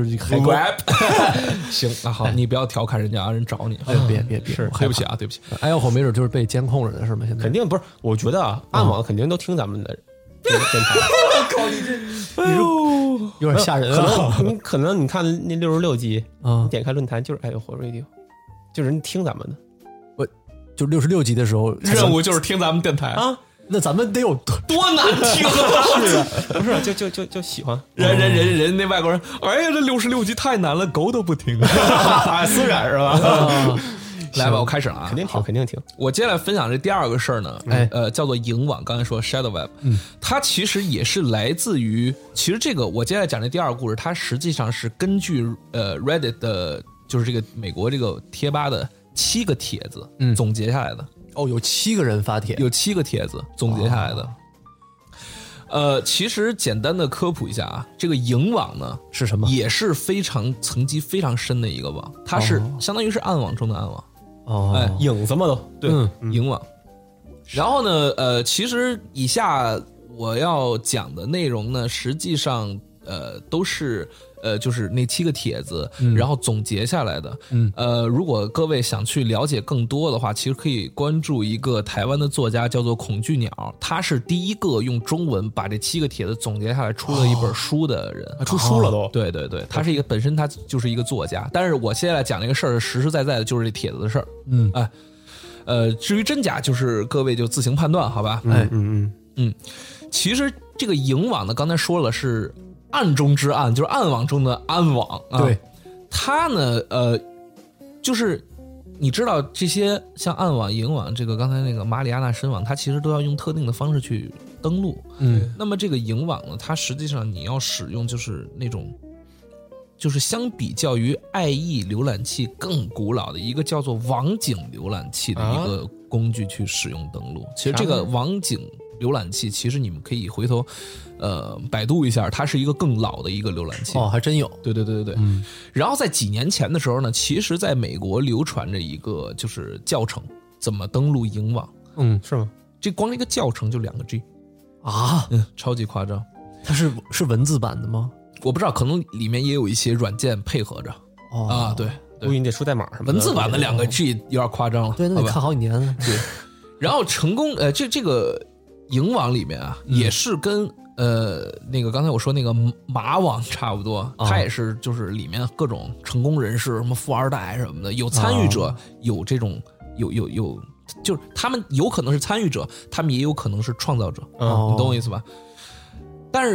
Web。行，那好，你不要调侃人家，人找你。 哎，别，是， 对不起啊，对不起。 哎呦，没准就是被监控着的是吗？现在肯定不是，我觉得啊，暗网肯定都听咱们的电台。 我靠，你有点吓人啊！ 可能你看那66集你点开论坛就是哎呦火 radio， 就是人听咱们的。 就66集的时候， 任务就是听咱们电台啊， 那咱们得有多难听啊！ 是啊，不是就喜欢人那外国人，哎呀，这66集太难了，狗都不听， 思远是吧？ 来吧，我开始了啊， 肯定听。 我接下来分享这第二个事儿呢，叫做影网，刚才说 Shadow Web，它其实也是来自于，其实这个我接下来讲这第二个故事，它实际上是根据Reddit 的，就是这个美国这个贴吧的7个帖子总结下来的。 哦，有7个人发帖， 有7个帖子总结下来的。其实简单的科普一下啊，这个影网呢是什么？ 也是非常层级非常深的一个网，它是相当于是暗网中的暗网。 哎，影子嘛都对，影网。然后呢，其实以下我要讲的内容呢，实际上都是就是那7个帖子，然后总结下来的。如果各位想去了解更多的话，其实可以关注一个台湾的作家，叫做恐惧鸟，他是第一个用中文把这7个帖子总结下来出了一本书的人。 出书了都？ 对，他是一个本身他就是一个作家，但是我现在讲这个事儿实实在在的就是这帖子的事儿。至于真假，就是各位就自行判断，好吧？其实这个影网呢，刚才说了是暗中之暗，就是暗网中的暗网啊。 对， 它呢，就是你知道这些像暗网、影网，这个刚才那个马里亚纳深网，它其实都要用特定的方式去登录。那么这个影网呢，它实际上你要使用就是那种，就是相比较于IE 浏览器更古老的一个叫做网景浏览器的一个工具去使用登录。其实这个网景浏览器，其实你们可以回头百度一下，它是一个更老的一个浏览器。 还真有。 对。然后在几年前的时候呢，其实在美国流传着一个就是教程，怎么登录影网。 是吗？ 这光一个教程就2个 G 啊， 超级夸张。 它是文字版的吗？ 我不知道，可能里面也有一些软件配合着。对， 估计你得输代码什么的。 文字版的2个 G 有点夸张了。 对，那你看好几年了。 对，然后成功这个影网里面啊，也是跟那个刚才我说那个马网差不多，它也是就是里面各种成功人士，什么富二代什么的，有参与者，有这种有，就是他们有可能是参与者，他们也有可能是创造者。你懂我意思吧？但是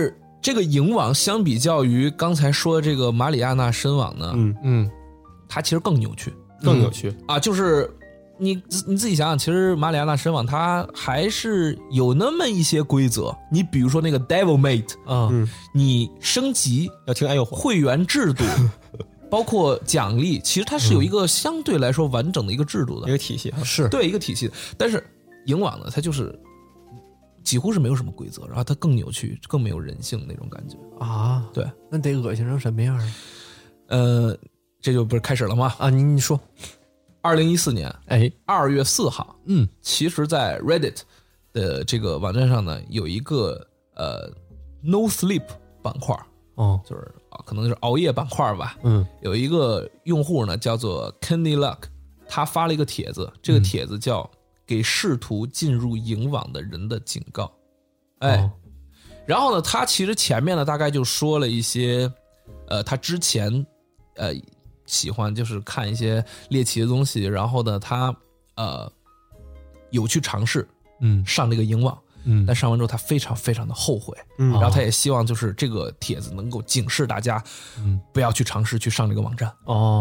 这个影网相比较于刚才说的这个马里亚纳深网呢，它其实更扭曲，啊，就是你自己想想，其实马里亚纳深网它还是有那么一些规则。你比如说那个 Devilmate 啊，你升级要听爱乐会员制度，包括奖励，其实它是有一个相对来说完整的一个制度的， 一个体系哈， 是对一个体系。但是影网呢，它就是几乎是没有什么规则，然后它更扭曲，更没有人性那种感觉啊。 对， 那得恶心成什么样啊？ 这就不是开始了吗？ 啊，你说 ，2014年2月4号，其实，在 Reddit 的这个网站上呢，有一个No Sleep 板块，就是可能就是熬夜板块吧，有一个用户呢叫做 Kenny Luck， 他发了一个帖子，这个帖子叫给试图进入影网的人的警告，然后呢，他其实前面呢大概就说了一些，他之前喜欢就是看一些猎奇的东西，然后呢，他有去尝试，上这个影网，但上完之后他非常非常的后悔，然后他也希望就是这个帖子能够警示大家，不要去尝试去上这个网站。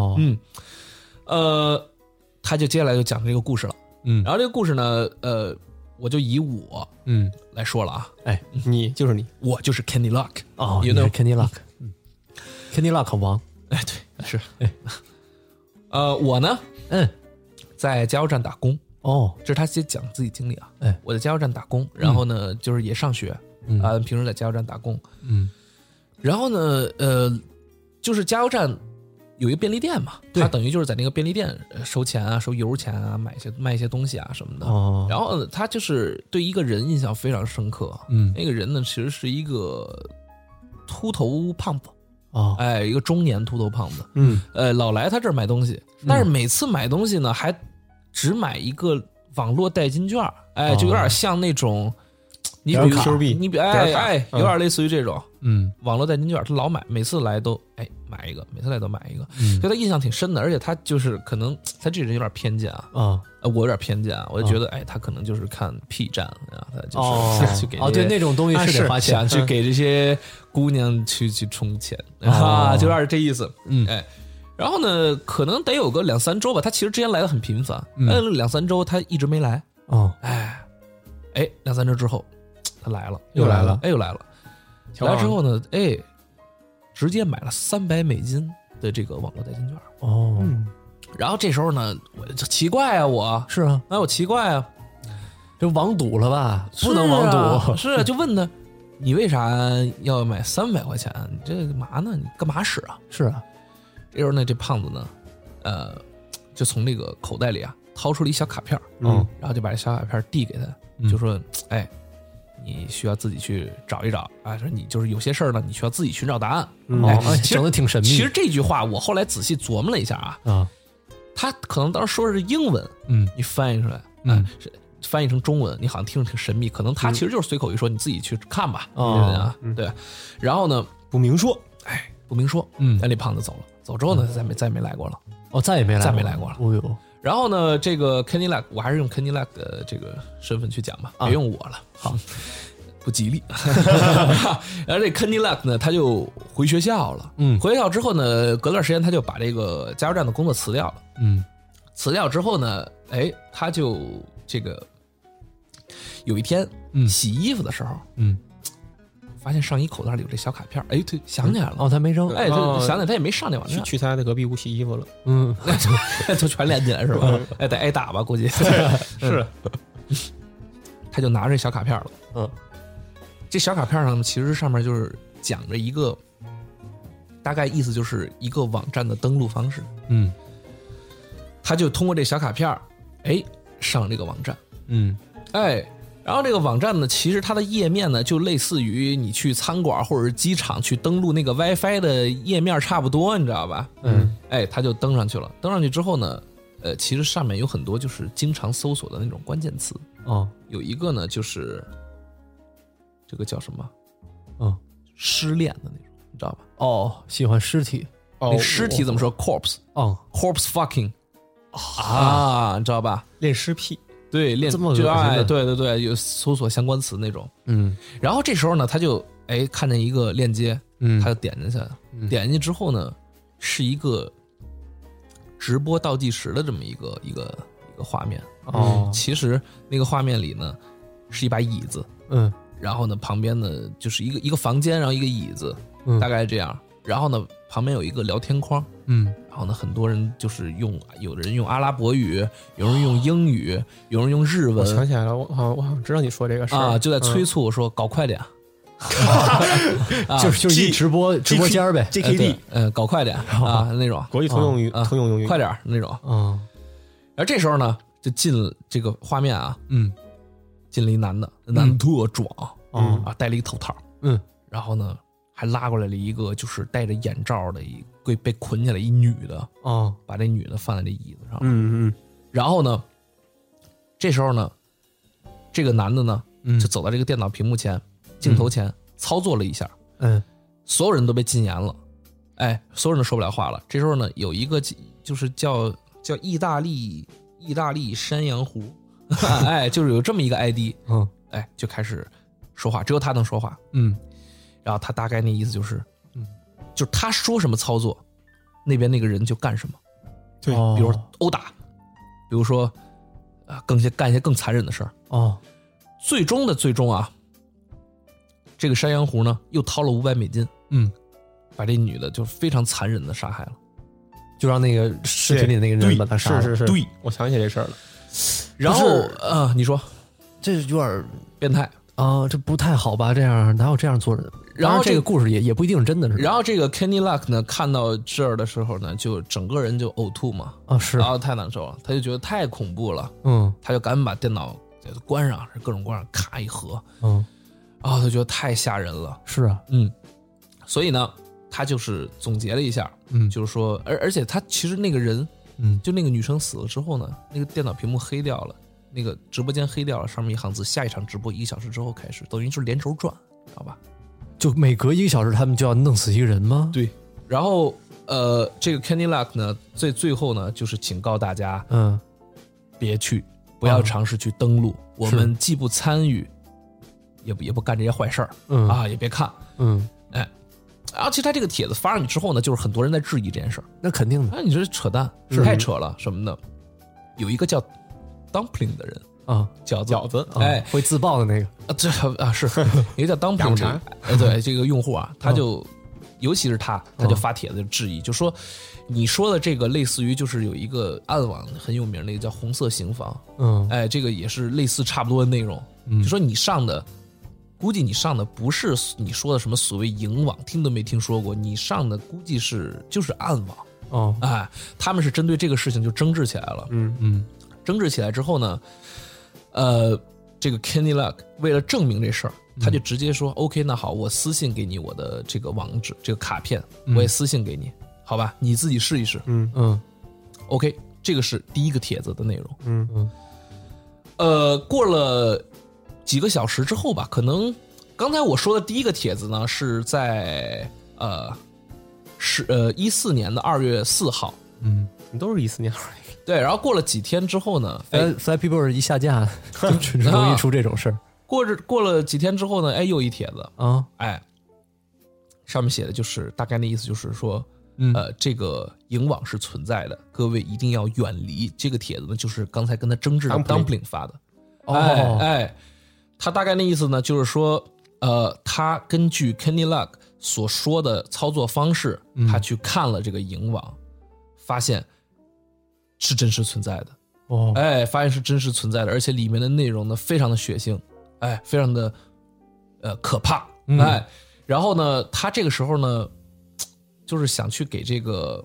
他就接下来就讲这个故事了，然后这个故事呢，我就以我来说了啊， 你就是你， 我就是 Kenny Luck 哦，你是 Kenny Luck，Kenny Luck 王。 对，是，我呢，在加油站打工，这是他自己讲自己经历啊，我在加油站打工，然后呢，就是也上学，平时在加油站打工，然后呢，就是加油站有一个便利店嘛，他等于就是在那个便利店收钱啊，收油钱啊，卖一些东西啊什么的，然后他就是对一个人印象非常深刻，那个人呢，其实是一个秃头胖子。一个中年秃头胖子，老来他这儿买东西，但是每次买东西呢，还只买一个网络代金券，就有点像那种，你比如你比有点类似于这种，网络代金券，他老买，每次来都买一个，每次来都买一个，所以他印象挺深的，而且他就是可能他这人有点偏见啊，我有点偏见啊，我就觉得他可能就是看 P 站啊，他就是去给对那种东西是得花钱， 想去给这些姑娘去充钱就有点这意思，然后呢，可能得有个2-3周吧，他其实之前来的很频繁，2-3周他一直没来，2-3周之后他来了， 又来了， 来之后呢，直接买了$300的这个网络代金券，然后这时候呢，我就奇怪啊，我奇怪啊， 这网赌了吧？不能网赌， 是啊，就问他，你为啥要买300块钱？你这干嘛呢？你干嘛使啊？ 是啊， 这时候呢，这胖子呢，就从那个口袋里啊掏出了一小卡片，然后就把这小卡片递给他，就说，你需要自己去找一找啊，说你就是有些事儿呢，你需要自己寻找答案。 整的挺神秘。 其实这句话我后来仔细琢磨了一下啊，他可能当时说的是英文，你翻译出来，是翻译成中文，你好像听着挺神秘，可能他其实就是随口一说，你自己去看吧，对。然后呢， 不明说， 不明说，那胖子走了，走之后呢，再没来过了， 再也没来过了， 哦呦。然后呢，这个 Kenny Luck， 我还是用 Kenny Luck 的这个身份去讲吧，别用我了，好，不吉利。然后这 Kenny Luck 呢，他就回学校了，回学校之后呢，隔段时间他就把这个加油站的工作辞掉了，辞掉之后呢，他就这个有一天洗衣服的时候，发现上衣口袋里有这小卡片，对，想起来了， 他没扔， 就想起来他也没上那网站， 去他的隔壁屋洗衣服了， 就全连起来是吧？得挨打吧，估计是。他就拿着小卡片了，这小卡片上其实上面就是讲着一个大概意思，就是一个网站的登录方式，他就通过这小卡片，上这个网站，然后这个网站呢，其实它的页面呢，就类似于你去餐馆或者是机场去登录那个 WiFi 的页面差不多，你知道吧？他就登上去了。登上去之后呢，其实上面有很多就是经常搜索的那种关键词。有一个呢，就是这个叫什么？失恋的那种，你知道吧？ 喜欢尸体。 那尸体怎么说 ？corpse。corpse fucking。你知道吧？ 恋尸癖。 对，练这么就对，有搜索相关词那种。然后这时候呢，他就哎，看见一个链接，他就点进去了，点进去之后呢，是一个直播倒计时的这么一个画面。其实那个画面里呢是一把椅子，然后呢旁边呢就是一个房间，然后一个椅子，大概这样。然后呢旁边有一个聊天框，然后呢很多人就是有的人用阿拉伯语，有人用英语，有人用日文。 我想起来了，我好像知道你说这个事啊，就在催促说搞快点。 就是一直播间呗 ，JKD， 搞快点啊那种国际通用语，通用用语， 快点那种。而这时候呢，就进了这个画面啊，进了一男的，男的特壮啊，戴了一个头套，然后呢还拉过来了一个就是戴着眼罩的被捆起来一女的，把这女的放在这椅子上，然后呢，这时候呢，这个男的呢就走到这个电脑屏幕前。镜头前操作了一下，所有人都被禁言了，哎，所有人都说不了话了。这时候呢，有一个就是叫意大利山羊湖，哎，就是有这么一个 ID，哎，就开始说话，只有他能说话，然后他大概那意思就是，就是他说什么操作，那边那个人就干什么， 对， 比如说殴打，比如说干一些更残忍的事儿，最终啊。这个山羊湖呢，又掏了500美金，把这女的就非常残忍的杀害了， 就让那个视频里那个人把他杀了。 是，对，我想起这事儿了。 然后你说这有点变态啊，这不太好吧？这样哪有这样做人？然后这个故事也不一定是真的，是吧？ 然后这个 Kenny Luck 呢，看到这儿的时候呢，就整个人就呕吐嘛， 是， 然后太难受了，他就觉得太恐怖了，他就赶紧把电脑关上，各种关上，咔一合，他觉得太吓人了。 是啊， 所以呢，他就是总结了一下，就是说，而且他其实那个人，就那个女生死了之后呢，那个电脑屏幕黑掉了，那个直播间黑掉了，上面一行字：下一场直播1个小时之后开始，等于就是连轴转，知道吧？ 就每隔1个小时，他们就要弄死一个人吗？ 对。然后这个 Kenny Luck 呢，最后呢，就是警告大家，别去，不要尝试去登录，我们既不参与。也不干这些坏事儿，也别看，哎，然后其实他这个帖子发上去之后呢，就是很多人在质疑这件事儿， 那肯定的， 你这扯淡，太扯了什么的。有一个叫 Dumpling 的人饺子，哎， 会自爆的那个，是一个叫 Dumpling 的，对这个用户啊，他就，尤其是他就发帖子就质疑，就说你说的这个类似于就是有一个暗网很有名，那个叫红色刑房，哎，这个也是类似差不多的内容，就说你上的。估计你上的不是你说的什么所谓营网，听都没听说过。你上的估计就是暗网，哎，他们是针对这个事情就争执起来了，争执起来之后呢，这个 Kenny Luck 为了证明这事儿，他就直接说，OK， 那好，我私信给你我的这个网址，这个卡片，我也私信给你，好吧，你自己试一试，OK， 这个是第一个帖子的内容，过了。几个小时之后吧，可能刚才我说的第一个帖子呢是在14年的2月4号， 都是14年2月。 对，然后过了几天之后呢 ，Flappy Bird 一下架，就容易出这种事儿。 过了几天之后呢，哎，又一帖子哎，上面写的就是大概的意思就是说，这个营网是存在的，各位一定要远离。这个帖子呢，就是刚才跟他争执的 Dumpling 发的，哎。他大概那意思呢，就是说，他根据 Kenny Luck 所说的操作方式，他去看了这个营网，发现是真实存在的。哎，发现是真实存在的，而且里面的内容呢，非常的血腥，哎，非常的可怕，哎。然后呢，他这个时候呢，就是想去给这个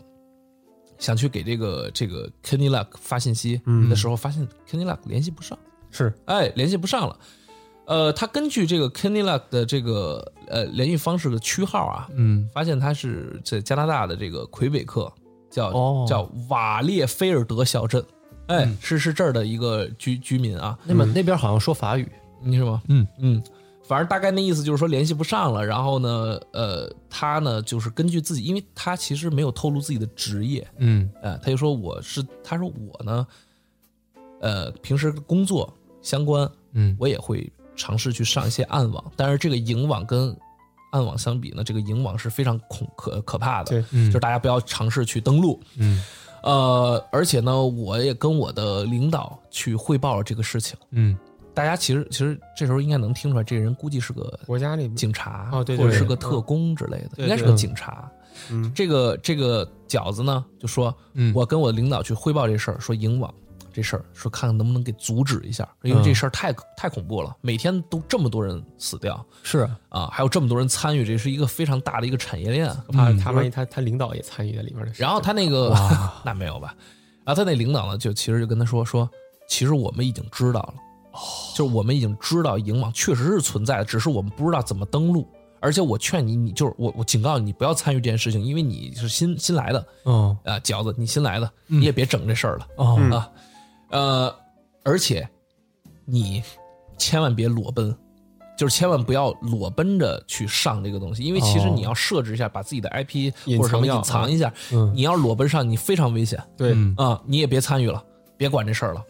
Kenny Luck 发信息的时候，发现 Kenny Luck 联系不上， 是， 哎，联系不上了。他根据这个 Kenny Luck 的这个联系方式的区号啊，发现他是在加拿大的这个魁北克，叫瓦列菲尔德小镇，哎，是这儿的一个居民啊。 那边好像说法语， 你是吗？反正大概那意思就是说联系不上了，然后呢，他呢就是根据自己，因为他其实没有透露自己的职业，他就说他说我呢，平时工作相关，我也会尝试去上一些暗网，但是这个营网跟暗网相比呢，这个明网是非常可怕的， 对， 就是大家不要尝试去登录。而且呢，我也跟我的领导去汇报了这个事情。大家其实这时候应该能听出来，这人估计是个国家里警察， 哦，对， 或者是个特工之类的，应该是个警察。这个饺子呢就说，我跟我领导去汇报这事儿，说影网这事儿，说看看能不能给阻止一下，因为这事儿太恐怖了，每天都这么多人死掉， 是啊，还有这么多人参与，这是一个非常大的一个产业链。 怕他万一他领导也参与在里面的事。 然后他那个那没有吧？然后他那领导呢，其实就跟他说，其实我们已经知道了，就是我们已经知道影网确实是存在的，只是我们不知道怎么登录。而且我劝你就是我警告你不要参与这件事情，因为你是新来的，饺子，你新来的，你也别整这事儿了，而且你千万别裸奔，就是千万不要裸奔着去上这个东西，因为其实你要设置一下，把自己的 IP 或者什么隐藏一下，你要裸奔上，你非常危险， 对你也别参与了，别管这事儿了。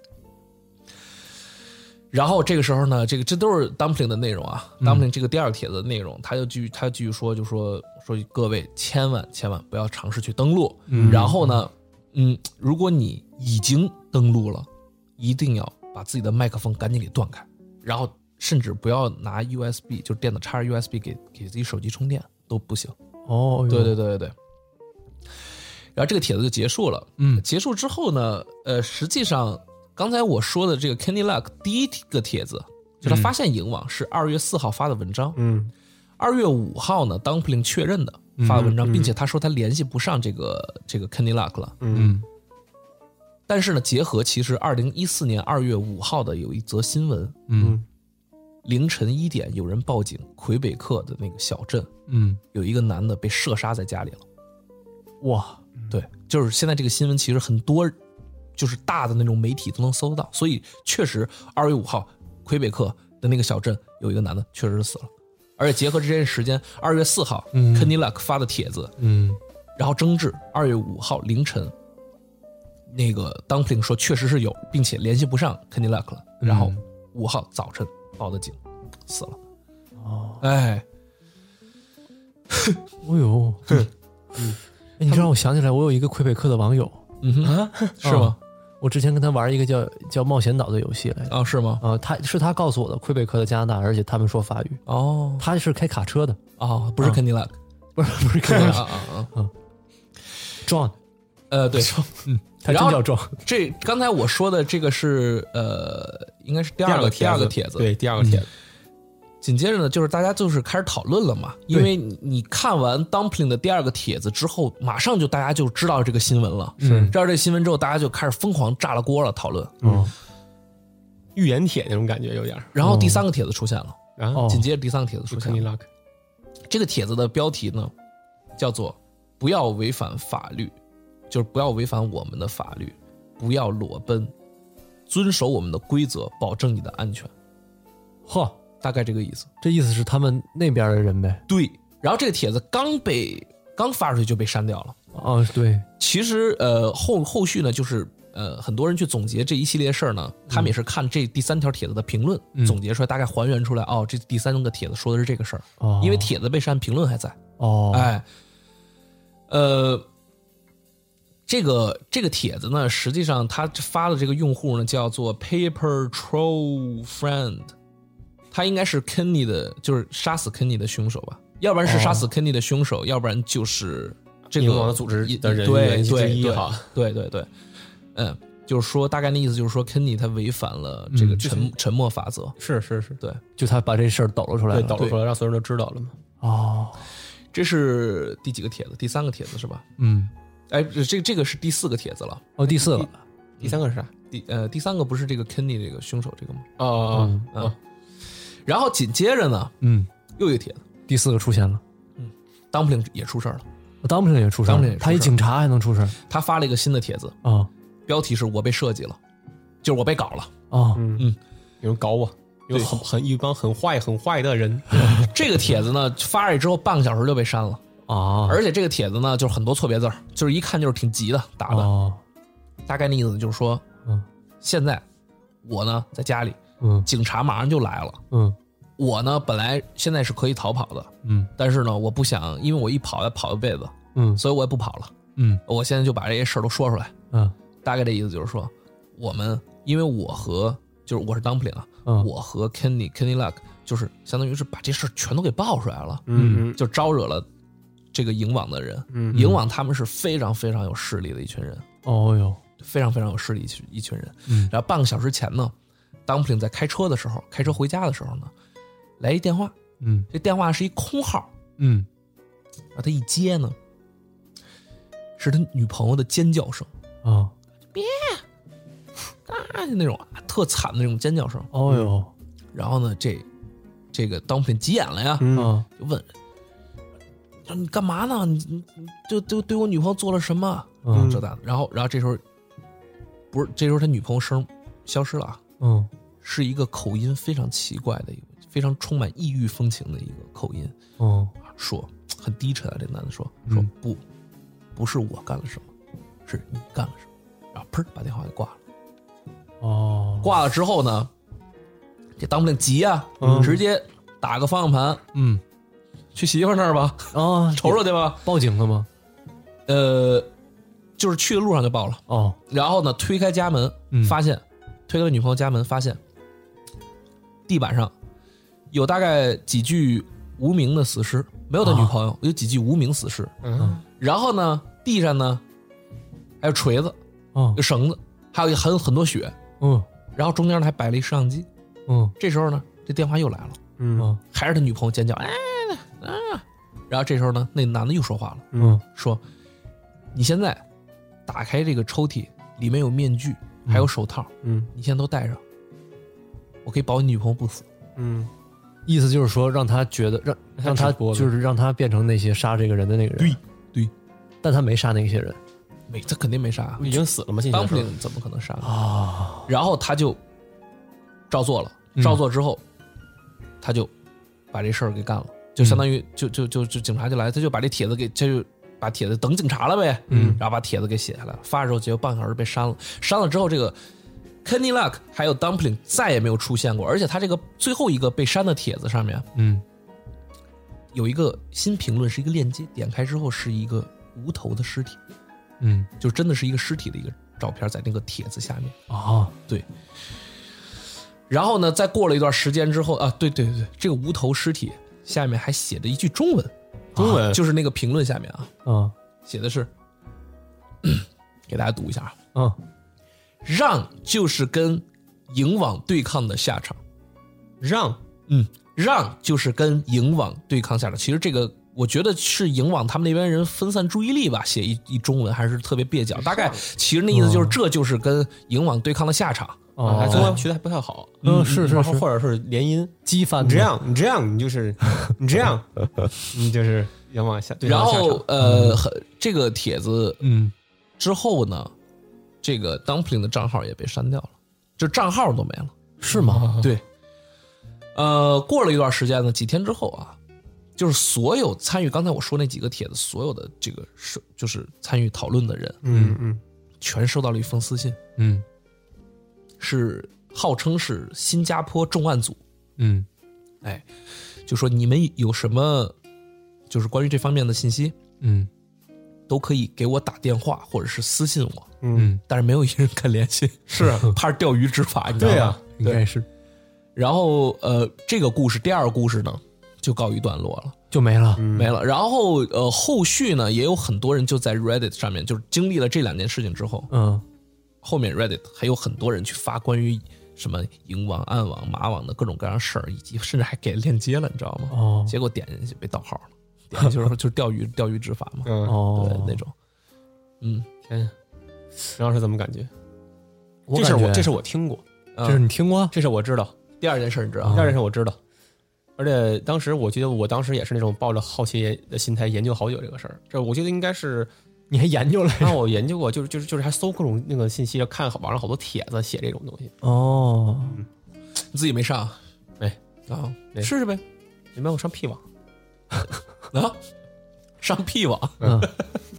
然后这个时候呢，这都是 Dumpling 的内容啊，Dumpling 这个第二个帖子的内容，他继续说，就说各位千万不要尝试去登录，然后呢，如果你已经登录了，一定要把自己的麦克风赶紧给断开，然后甚至不要拿 USB， 就是电脑插着 USB 给自己手机充电都不行。对。然后这个帖子就结束了，结束之后呢，实际上。刚才我说的这个 Kenny Luck 第一个帖子，就他发现影网是2月4号发的文章。2月5号呢 ，Dumpling 确认的发的文章，并且他说他联系不上这个 Kenny Luck 了。但是呢，结合其实2014年2月5号的有一则新闻，凌晨1点有人报警，魁北克的那个小镇，有一个男的被射杀在家里了。 哇， 对，就是现在这个新闻其实很多。就是大的那种媒体都能搜得到，所以确实2月5号魁北克的那个小镇有一个男的确实是死了，而且结合这件时间，2月4号Kenny Luck 发的帖子，然后争执2月5号凌晨，那个 Dumpling 说确实是有，并且联系不上 Kenny Luck 了，然后5号早晨报的警，死了。哎， 呦，你让我想起来，我有一个魁北克的网友， 是吗？ 我之前跟他玩一个叫冒险岛的游戏来着。 是吗？ 他告诉我的，魁北克的加拿大，而且他们说法语。他是开卡车的。 不是 Kenny Luck， 不是 Kenny Luck。John， 对， 他真叫 John。 这刚才我说的这个是应该是第二个帖子， 对，第二个帖子。 紧接着呢，就是大家就是开始讨论了嘛，因为你看完 Dumpling 的第二个帖子之后，马上大家就知道这个新闻了。知道这个新闻之后，大家就开始疯狂炸了锅了，讨论。 预言帖那种感觉有点。 然后第三个帖子出现了， 然后紧接着第三个帖子出现了。这个帖子的标题呢，叫做“不要违反法律”，就是不要违反我们的法律，不要裸奔，遵守我们的规则，保证你的安全。大概这个意思， 这意思是他们那边的人呗。 对，然后这个帖子刚发出去就被删掉了。 对。 其实后续呢，就是很多人去总结这一系列事儿呢，他们也是看这第三条帖子的评论，总结出来，大概还原出来，这第三个帖子说的是这个事儿。因为帖子被删，评论还在。这个帖子呢，实际上他发的这个用户呢叫做 Paper Troll Friend。他应该是 Kenny 的，就是杀死 Kenny 的凶手吧？要不然是杀死 Kenny 的凶手，要不然就是这个组织的人员之一哈。 对，就是说大概的意思就是说 Kenny 他违反了这个沉默法则。 是， 对， 就他把这事儿抖了出来， 抖了出来，让所有人都知道了嘛。 这是第几个帖子？第三个帖子是吧？这个是第四个帖子了。 第四个， 第三个是啥？ 第三个不是这个 Kenny 这个凶手这个吗？然后紧接着呢，又一个帖子， 第四个出现了 ，Dumpling 也出事了 ，Dumpling 也出事了，他一警察还能出事？ 他发了一个新的帖子标题是我被设计了，就是我被搞了有人搞我，有一帮很坏的人。 这个帖子呢发出去之后半个小时就被删了而且这个帖子呢就是很多错别字，就是一看就是挺急的打的大概的意思就是说，现在我呢在家里。警察马上就来了， 我呢本来现在是可以逃跑的，但是呢我不想，因为我一跑要跑一辈子，所以我也不跑了，我现在就把这些事儿都说出来，大概这意思就是说，我们因为我是 Dumpling 啊，我和 Kenny Luck 就是相当于是把这事儿全都给爆出来了，就招惹了这个影网的人，影网他们是非常非常有势力的一群人， 哦哟， 非常非常有势力一群人，然后半个小时前呢 ，Dumpling 在开车回家的时候呢，来一电话，这电话是一空号，然后他一接呢，是他女朋友的尖叫声啊，别。那种特惨的那种尖叫声， 哦哟， 然后呢，这个 Dumpling 急眼了呀，就问，说你干嘛呢？你就对我女朋友做了什么？这的，然后这时候不是，这时候他女朋友声消失了啊，是一个口音非常奇怪的一个，非常充满异域风情的一个口音，说很低沉啊，这男的说不是我干了什么，是你干了什么，然后砰把电话给挂了。挂了之后呢，这Dumpling急啊，直接打个方向盘，去媳妇那儿吧，瞅瞅去吧。 报警了吗？ 就是去的路上就报了。然后呢，推开家门，推开女朋友家门，发现地板上有大概几具无名的死尸，没有他女朋友，有几具无名死尸。然后呢，地上呢还有锤子，有绳子，还有很多血。然后中间呢还摆了一摄像机，这时候呢，这电话又来了，还是他女朋友尖叫，然后这时候呢，那男的又说话了，说你现在打开这个抽屉，里面有面具，还有手套，你现在都戴上，我可以保你女朋友不死， 意思就是说让他觉得让他就是让他变成那些杀这个人的那个人， 对， 但他没杀那些人。 他肯定没杀， 已经死了吗 ？Dumpling怎么可能杀啊？然后他就照做了，照做之后，他就把这事儿给干了，就相当于就警察就来，他就把这帖子就把帖子等警察了呗，然后把帖子给写下来，发的时候结果半个小时被删了，删了之后这个 Kenny Luck 还有 Dumpling 再也没有出现过，而且他这个最后一个被删的帖子上面，有一个新评论是一个链接，点开之后是一个无头的尸体。就真的是一个尸体的一个照片在那个帖子下面啊，对。然后呢，再过了一段时间之后啊，对，这个无头尸体下面还写着一句中文，就是那个评论下面啊，写的是，给大家读一下啊，让就是跟影网对抗的下场，让就是跟影网对抗下场。其实这个我觉得是影网他们那边人分散注意力吧，写一中文还是特别蹩脚。大概其实那意思就是这就是跟影网对抗的下场。 中文学的还不太好。 是， 或者是连音激翻。 你这样，你就是影网下。 然后这个帖子之后呢，这个 Dumpling 的账号也被删掉了，就账号都没了。 是吗？ 对。过了一段时间呢，几天之后啊，就是所有参与刚才我说那几个帖子，所有的这个就是参与讨论的人，全收到了一封私信，是号称是新加坡重案组，就说你们有什么就是关于这方面的信息，都可以给我打电话或者是私信我，但是没有一人敢联系， 是怕是钓鱼执法，你知道吗？ 对啊， 应该是。 然后这个故事第二个故事呢就告一段落了， 就没了。 然后后续呢也有很多人就在 Reddit 上面，就是经历了这2件事情之后，后面 Reddit 还有很多人去发关于什么影网、暗网、马网的各种各样的事儿，以及甚至还给链接了，你知道吗？结果点进去被盗号了，点进去就是钓鱼执法嘛，对那种。 天，然后是怎么感觉？这是我听过， 这是你听过？ 这是我知道。 第二件事你知道？ 第二件事我知道，而且当时我觉得我当时也是那种抱着好奇的心态研究好久这个事儿。这我觉得应该是你还研究了？ 啊，我研究过，就是还搜各种那个信息，看网上好多帖子写这种东西。 你自己没上？ 没啊，试试呗。 你没有上屁网啊？上屁网？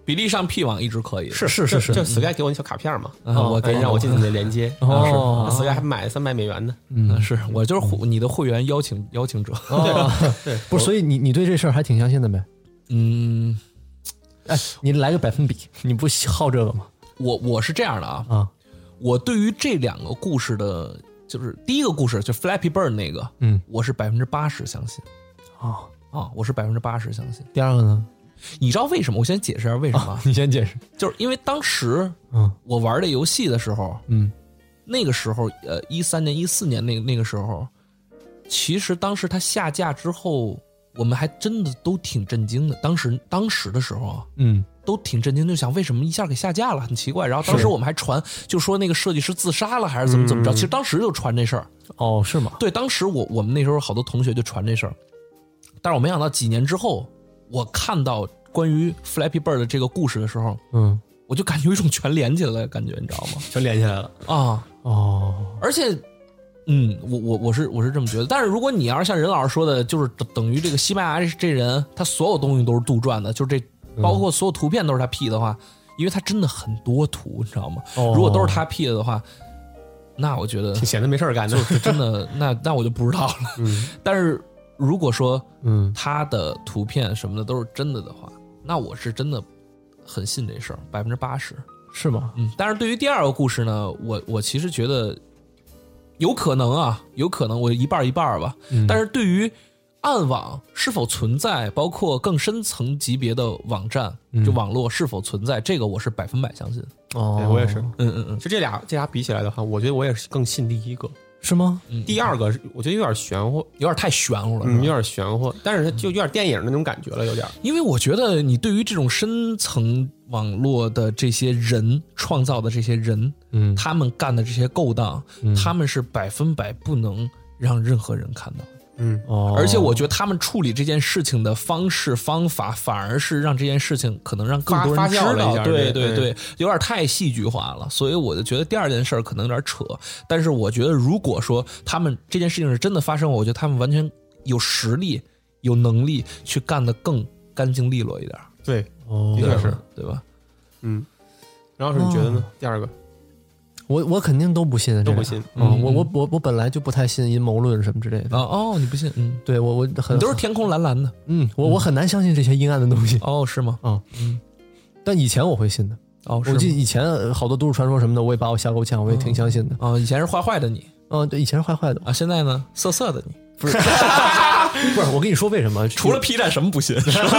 比例上 P 网一直可以， 是，就 Sky 给我那小卡片嘛， 我给让我进去的连接，Sky 还买$300呢， 是我就是你的会员邀请者， 对，不是，所以你对这事儿还挺相信的呗？哎，你来个百分比，你不好这个吗？ 我是这样的啊，我对于这2个故事的，就是第一个故事就 Flappy Bird 那个，我是80%相信，我是80%相信。 第二个呢？ 你知道为什么？我先解释一下为什么。 你先解释。 就是因为当时，我玩这游戏的时候，那个时候，13年、14年那个时候，其实当时它下架之后，我们还真的都挺震惊的。当时的时候啊，都挺震惊，就想为什么一下给下架了，很奇怪。然后当时我们还传，就说那个设计师自杀了，还是怎么着。其实当时就传这事儿。 哦，是吗？ 对，当时我们那时候好多同学就传这事儿，但是我没想到几年之后。我看到关于 Flappy Bird 的这个故事的时候，我就感觉有一种全连起来的感觉，你知道吗？ 全连起来了啊！而且，我是这么觉得。但是如果你要是像任老师说的，就是等于这个西班牙这人，他所有东西都是杜撰的，就是包括所有图片都是他 P 的话，因为他真的很多图，你知道吗？如果都是他 P 的话，那我觉得闲的没事干的， 就真的那我就不知道了。但是。如果说，他的图片什么的都是真的的话，那我是真的很信这事儿，80% 是吗？ 但是对于第2个故事呢，我其实觉得有可能我一半一半吧。但是对于暗网是否存在，包括更深层级别的网站，就网络是否存在，这个我是100%相信。 我也是。就这俩比起来的话，我觉得我也是更信第一个。 是吗？ 第2个我觉得有点玄乎， 有点太玄乎了， 有点玄乎，但是它就有点电影那种感觉了，有点。 因为我觉得你对于这种深层网络的这些人创造的这些人，他们干的这些勾当，他们是100%不能让任何人看到。而且我觉得他们处理这件事情的方式方法，反而是让这件事情可能让更多人知道。对，有点太戏剧化了。所以我就觉得第2件事可能有点扯。但是我觉得，如果说他们这件事情是真的发生，我觉得他们完全有实力、有能力去干得更干净利落一点。 对，的确是， 对吧？ 然后是你觉得呢？第2个？ 我肯定都不信， 都不信。 我本来就不太信阴谋论什么之类的。 你不信？ 对我很你都是天空蓝蓝的。 我很难相信这些阴暗的东西。 是吗？ 但以前我会信的。我记得以前好多都市传说什么的，我也把我吓够呛，我也挺相信的。 以前是坏坏的你。 对，以前是坏坏的啊。现在呢，色色的你。 不是，不是，我跟你说为什么？ 除了 P 站什么不信？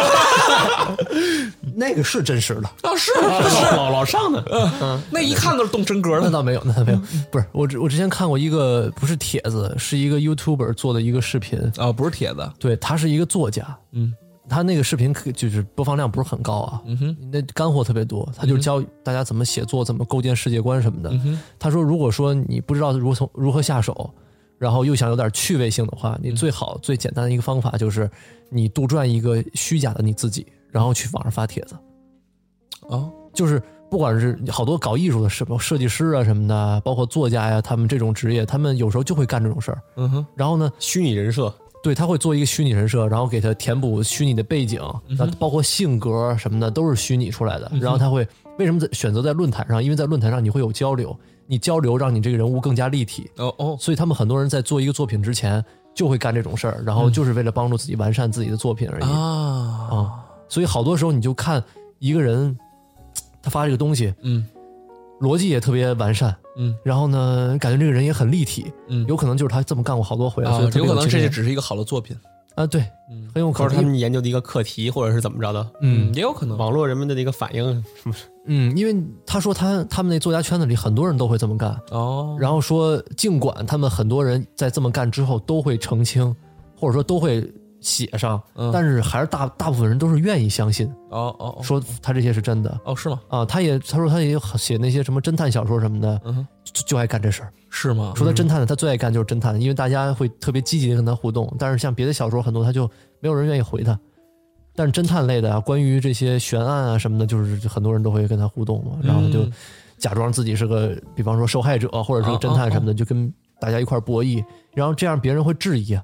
那个是真实的是老上的， 那一看都是动真格的。 那倒没有，不是我之前看过一个，不是帖子，是一个 YouTuber 做的一个视频不是帖子， 对，他是一个作家，他那个视频就是播放量不是很高啊，那干货特别多，他就教大家怎么写作，怎么构建世界观什么的。他说，如果说你不知道如何下手，然后又想有点趣味性的话，你最好最简单的一个方法就是你杜撰一个虚假的你自己，然后去网上发帖子。就是不管是好多搞艺术的设计师啊什么的，包括作家呀，他们这种职业，他们有时候就会干这种事儿。然后呢， 虚拟人设， 对，他会做一个虚拟人设，然后给他填补虚拟的背景，包括性格什么的都是虚拟出来的。然后他会为什么选择在论坛上？因为在论坛上你会有交流。你交流让你这个人物更加立体所以他们很多人在做一个作品之前就会干这种事儿，然后就是为了帮助自己完善自己的作品而已所以好多时候你就看一个人他发这个东西逻辑也特别完善然后呢感觉这个人也很立体有可能就是他这么干过好多回所以有可能这只是一个好的作品对很有可能是他们研究的一个课题或者是怎么着的也有可能网络人们的一个反应因为他说他们那作家圈子里很多人都会这么干然后说尽管他们很多人在这么干之后都会澄清或者说都会写上但是还是大部分人都是愿意相信说他这些是真的是吗他说他也写那些什么侦探小说什么的就爱干这事儿是吗说他侦探的他最爱干就是侦探因为大家会特别积极的跟他互动但是像别的小说很多他就没有人愿意回他但是侦探类的关于这些悬案啊什么的就是很多人都会跟他互动嘛然后就假装自己是个比方说受害者或者是个侦探什么的就跟大家一块博弈然后这样别人会质疑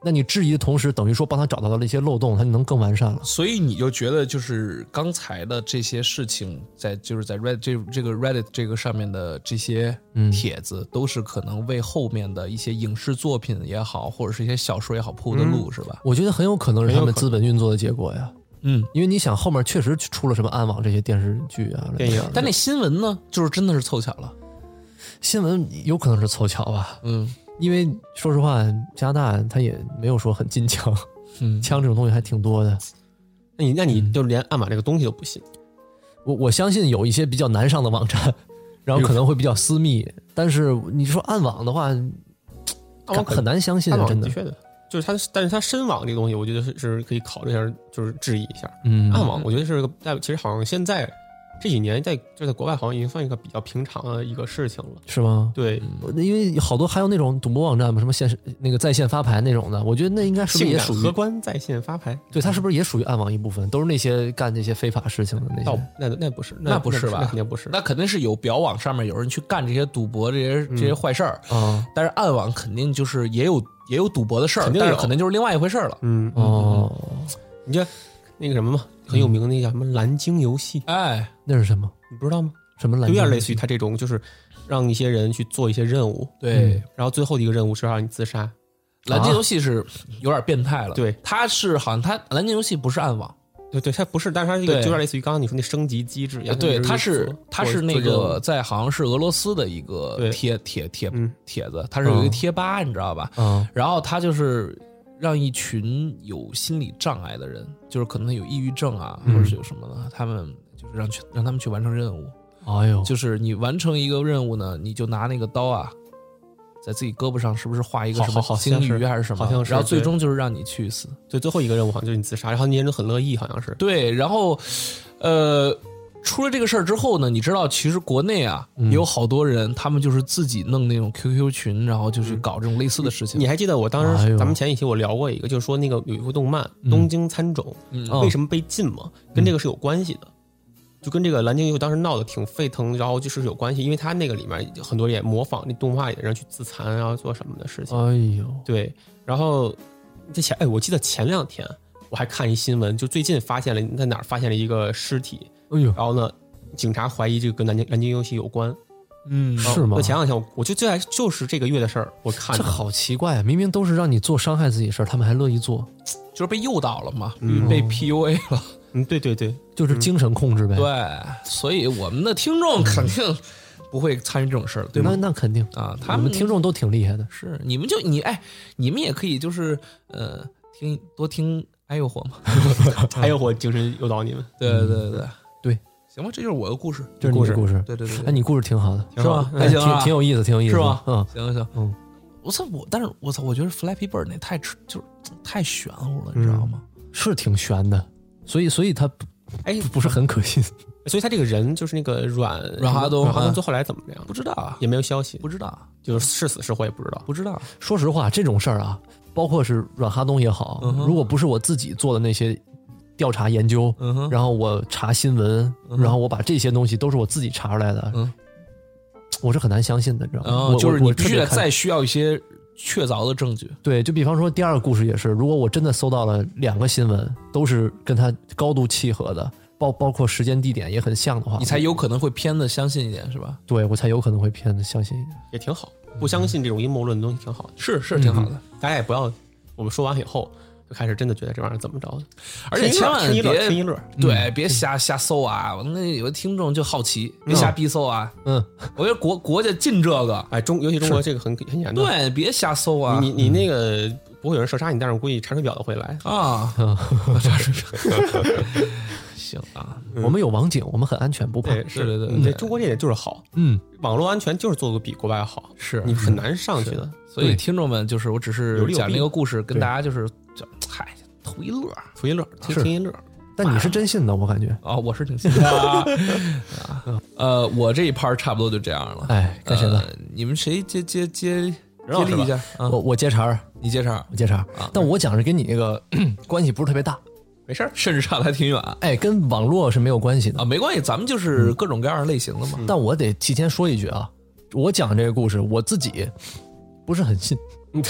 那你质疑的同时，等于说帮他找到了一些漏洞，他就能更完善了。 所以你就觉得，就是刚才的这些事情，在 Reddit 这个 Reddit 这个上面的这些帖子，都是可能为后面的一些影视作品也好，或者是一些小说也好铺的路，是吧？ 我觉得很有可能是他们资本运作的结果呀。因为你想后面确实出了什么暗网这些电视剧啊、电影， 但那新闻呢，就是真的是凑巧了。 新闻有可能是凑巧吧，因为说实话，加拿大它也没有说很禁枪，枪这种东西还挺多的。 那你就连暗网这个东西都不信？ 我相信有一些比较难上的网站，然后可能会比较私密，但是你说暗网的话，暗网很难相信，真的。 的确的，就是它，但是它深网这个东西，我觉得是可以考虑一下，就是质疑一下。暗网我觉得是个，其实好像现在这几年在国外好像已经算一个比较平常的一个事情了， 是吗？ 对， 因为好多还有那种赌博网站嘛，什么那个在线发牌那种的，我觉得那应该是不是也属于荷官在线发牌？ 对，它是不是也属于暗网一部分？都是那些干这些非法事情的那些？ 那不是， 那不是吧？ 那肯定不是， 那肯定是有表网上面有人去干这些赌博这些坏事儿啊。但是暗网肯定就是也有赌博的事儿，但是可能就是另外一回事了。 你这那个什么嘛，很有名的那叫什么蓝鲸游戏？ 哎， 那是什么？ 你不知道吗？ 什么蓝鲸？ 有点类似于他这种，就是让一些人去做一些任务， 对， 然后最后的一个任务是让你自杀。 蓝鲸游戏是有点变态了， 对， 它是好像蓝鲸游戏不是暗网， 对，它不是，但是它这个就有点类似于刚刚你说那升级机制一样。 对，它是那个在好像是俄罗斯的一个帖子，它是有一个贴吧，你知道吧？然后它就是让一群有心理障碍的人，就是可能有抑郁症啊，或者是有什么的，他们就是让他们去完成任务。 哎呦， 就是你完成一个任务呢，你就拿那个刀啊，在自己胳膊上是不是画一个什么鲸鱼还是什么？ 好像是。 然后最终就是让你去死。 对，最后一个任务好像就是你自杀，然后那些人都很乐意，好像是。 对，然后出了这个事儿之后呢，你知道其实国内啊也有好多人，他们就是自己弄那种 QQ 群，然后就去搞这种类似的事情。 你还记得我当时咱们前几期我聊过一个，就是说那个有一部动漫《东京喰种》为什么被禁嘛，跟这个是有关系的。就跟这个蓝鲸游戏当时闹得挺沸腾，然后就是有关系，因为他那个里面很多也模仿那动画里的人去自残，然后做什么的事情。 哎呦， 对，然后我记得前2天我还看一新闻，就最近发现了在哪儿发现了一个尸体， 哎呦， 然后呢，警察怀疑这个跟蓝鲸游戏有关。 是吗？ 那前2天我就是这个月的事儿，我看这好奇怪啊！明明都是让你做伤害自己的事儿，他们还乐意做， 就是被诱导了嘛，被 PUA 了。 对， 就是精神控制呗。 对，所以我们的听众肯定不会参与这种事儿，对吗？ 那肯定啊， 我们听众都挺厉害的。 是，你们也可以就是多听爱诱惑嘛， 爱诱惑精神诱导你们。 对， 行吧，这就是我的故事， 这是你的故事。 对， 哎，你故事挺好的， 是吧？ 还行，挺有意思，挺有意思， 是吧？ 行， 但是我觉得 Flappy Bird 那太玄乎了，你知道吗？ 是挺玄的。所以他不是很可信， 所以他这个人就是那个阮哈东最后来怎么样？ 不知道啊， 也没有消息， 不知道， 就是死是活也不知道。 说实话，这种事儿啊，包括是阮哈东也好，如果不是我自己做的那些调查研究，然后我查新闻，然后我把这些东西都是我自己查出来的，我是很难相信的，你知道吗？ 就是你必须得再需要一些确凿的证据。 对，就比方说第2个故事也是，如果我真的搜到了2个新闻都是跟它高度契合的，包括时间地点也很像的话， 你才有可能会偏的相信一点，是吧？ 对，我才有可能会偏的相信一点， 也挺好。不相信这种阴谋论的东西挺好的， 是挺好的。 大家也不要我们说完以后就开始真的觉得这玩意儿怎么着的， 而且千万别听一乐， 对，别瞎搜啊！那有的听众就好奇，别瞎逼搜啊！我觉得国家禁这个， 哎，尤其中国这个很严重， 对，别瞎搜啊！ 你那个不会有人射杀你，但是我估计查水表的会来啊，查水表。行啊， 我们有网警，我们很安全，不怕。 对，中国这点就是好，网络安全就是做的比国外好， 是你很难上去的。 所以听众们，就是我只是讲那个故事，跟大家就是图一乐， 听一乐。 但你是真信的，我感觉啊，我是挺信的。我这一趴差不多就这样了。 哎，该谁了？ 你们谁接力一下？ 我接茬， 你接茬， 我接茬。但我讲是跟你那个关系不是特别大。 没事， 甚至差的还挺远。 哎，跟网络是没有关系的啊，没关系，咱们就是各种各样的类型的嘛。 但我得提前说一句啊，我讲这个故事，我自己不是很信。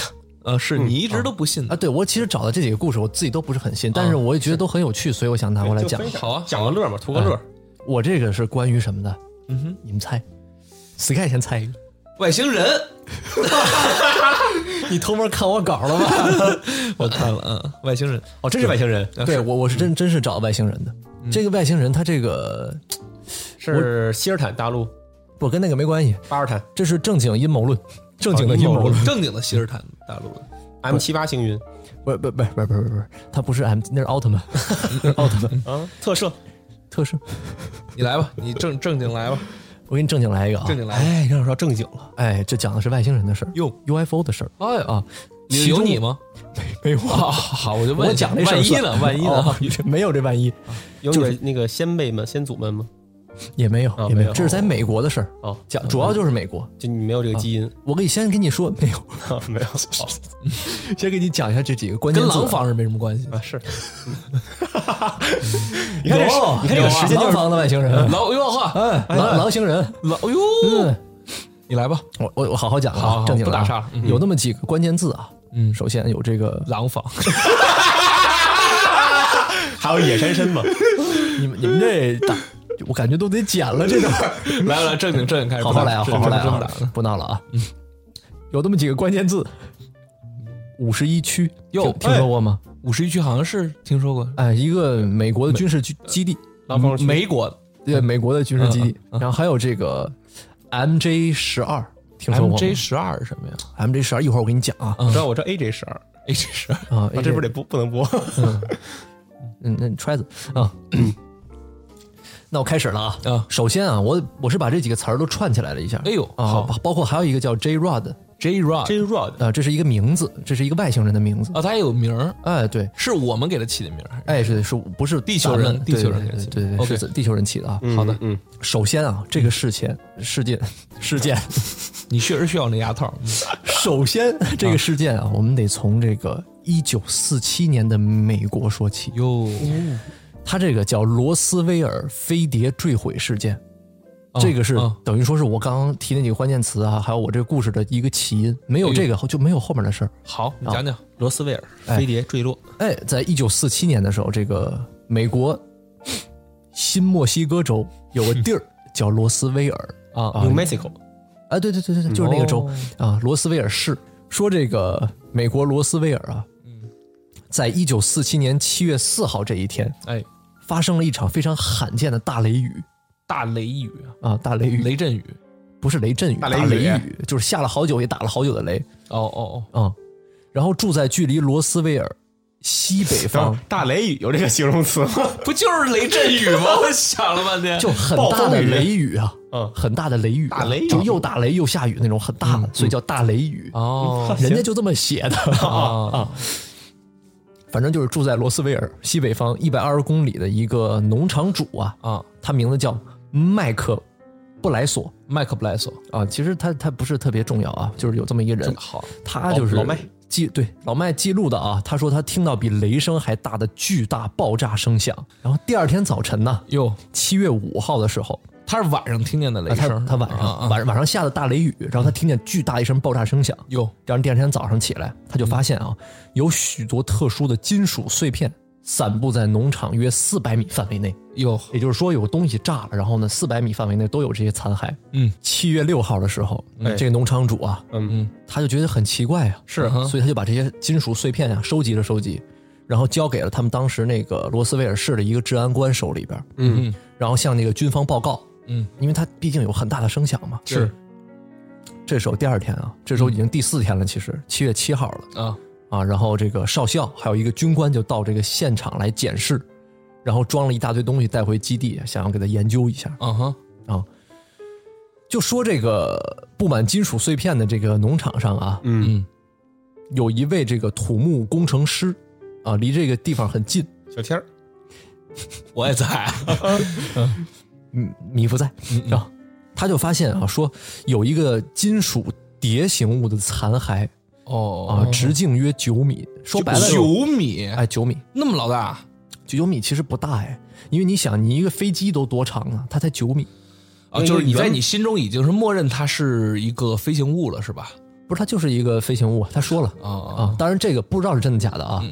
是你一直都不信啊？对，我其实找的这几个故事，我自己都不是很信，但是我也觉得都很有趣，所以我想拿过来讲。 好啊， 讲个乐嘛，图个乐。 我这个是关于什么的？你们猜 ？Sky 先猜一个。 外星人。 你偷摸看我稿了吗？ 我看了，外星人。 哦，这是外星人。 对，我是真是找外星人的。这个外星人，他这个是希尔坦大陆， 不跟那个没关系。 巴尔坦， 这是正经阴谋论，正经的阴谋论， 正经的希尔坦大陆的 M78星云。 不，他不是 M， 那是奥特曼，奥特曼啊，特摄。 你来吧，你正经来吧。 我给你正经来一个啊！ 正经来， 哎，让我说正经了。 哎，这讲的是外星人的事儿， 哟 ，UFO 的事儿。 哎啊，有你吗？ 没有啊。好，我就问， 我讲这事儿万一呢？ 没有这万一。 有你那个先辈们、先祖们吗？ 也没有，也没有。这是在美国的事儿哦， 讲主要就是美国， 就你没有这个基因。 我可以先跟你说，没有， 没有。 先给你讲一下这几个关键字， 跟廊坊是没什么关系啊。是。你看这个时间就是廊坊的外星人，狼星人， 哎呦，你来吧， 我好好讲啊，正经不打岔， 有那么几个关键字啊。首先有这个廊坊， 还有野山参嘛。 你们这我感觉都得剪了这段。 来，正经开始， 好好来啊，好好来啊， 不闹了啊。有那么几个关键字，51区，听说过吗 ？51区好像是听说过， 哎，一个美国的军事基地， 美国对美国的军事基地，然后还有这个 MJ12，听说过吗 ？MJ12是什么呀 ？MJ12一会儿我给你讲啊。 我知道 AJ12 啊， 这不得不能播。 那揣子啊。那我开始了啊！首先啊，我是把这几个词儿都串起来了一下。 哎呦，好， 包括还有一个叫 J-Rod， 这是一个名字，这是一个外星人的名字啊，他也有名儿。 哎，对， 是我们给他起的名儿。 哎，是不是地球人？地球人给他起的， 对，是地球人起的啊。 好的， 首先啊，这个事件， 你确实需要那牙套。 首先，这个事件啊，我们得从这个1947年的美国说起。 哟。 它这个叫罗斯威尔飞碟坠毁事件，这个是等于说是我刚刚提那几个关键词啊，还有我这个故事的一个起因，没有这个就没有后面的事儿。 好，你讲讲罗斯威尔飞碟坠落。 哎，在1947年的时候，这个美国新墨西哥州有个地儿叫罗斯威尔啊 ，New Mexico。 哎，对，就是那个州啊，罗斯威尔市。说这个美国罗斯威尔啊，在1947年7月4号这一天， 哎。 发生了一场非常罕见的大雷雨， 大雷雨雷阵雨，不是雷阵雨，大雷雨就是下了好久也打了好久的雷。然后住在距离罗斯威尔西北方， 大雷雨有这个形容词吗？ 不就是雷阵雨吗？我想了半天， 就很大的雷雨啊，很大的雷雨， 大雷就又打雷又下雨那种很大的，所以叫大雷雨。人家就这么写的啊。反正就是住在罗斯威尔西北方120公里的一个农场主啊，他名字叫麦克布莱索啊，其实他不是特别重要啊，就是有这么一个人， 好， 他就是老麦老麦记录的啊，他说他听到比雷声还大的巨大爆炸声响，然后第二天早晨呢，7月5号的时候。 他是晚上听见的雷声， 他晚上下的大雷雨，然后他听见巨大一声爆炸声响，第二天早上起来，他就发现啊，有许多特殊的金属碎片散布在农场约400米范围内，也就是说有东西炸了，然后呢400米范围内都有这些残骸。7月6号的时候，这个农场主啊，他就觉得很奇怪啊，所以他就把这些金属碎片啊收集，然后交给了他们当时那个罗斯威尔市的一个治安官手里边，然后向那个军方报告。因为它毕竟有很大的声响嘛。 是。 这时候第二天啊，这时候已经第4天了，其实7月7号了然后这个少校还有一个军官就到这个现场来检视，然后装了一大堆东西带回基地，想要给他研究一下。就说这个布满金属碎片的这个农场上啊，有一位这个土木工程师啊，离这个地方很近。 小天儿， 我也在。 米夫在他就发现啊，说有一个金属碟形物的残骸直径约9米，说白了 9米， 哎，9米那么老大 ，9米其实不大哎，因为你想，你一个飞机都多长啊，它才9米啊，就是你在你心中已经是默认它是一个飞行物了，是吧？ 不是，它就是一个飞行物，他说了啊，当然这个不知道是真的假的啊，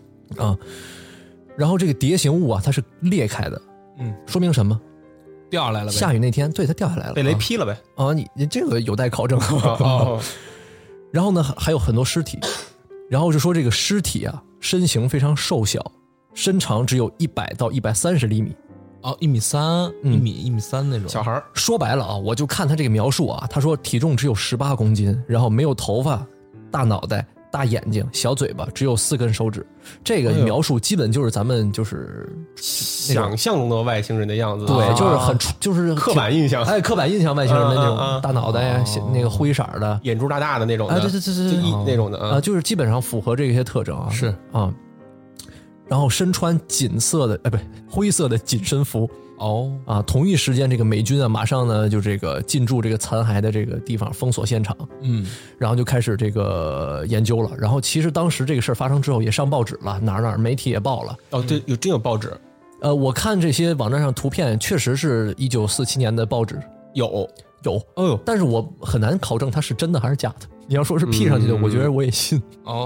然后这个蝶形物啊，它是裂开的，说明什么？ 掉下来了呗。 下雨那天，对，它掉下来了， 被雷劈了呗。 啊，你这个有待考证。然后呢，还有很多尸体，然后就说这个尸体啊，身形非常瘦小，身长只有100到130厘米。 1.3米、1.3米那种小孩。 说白了啊，我就看他这个描述啊，他说体重只有18公斤，然后没有头发，大脑袋。大眼睛，小嘴巴，只有4根手指。这个描述基本就是咱们就是想象中的外星人的样子。 对，就是就是刻板印象。 刻板印象外星人的那种大脑袋，那个灰色的， 眼珠大大的那种的。 对， 那种的啊，就是基本上符合这些特征啊。 是啊，然后身穿锦色的，不是灰色的紧身服。同一时间，这个美军啊，马上呢就这个进驻这个残骸的这个地方，封锁现场，然后就开始这个研究了。然后其实当时这个事儿发生之后，也上报纸了，哪儿媒体也报了。 对，真有报纸。 我看这些网站上图片，确实是1947年的报纸，有，但是我很难考证它是真的还是假的。你要说是 P 上去的，我觉得我也信。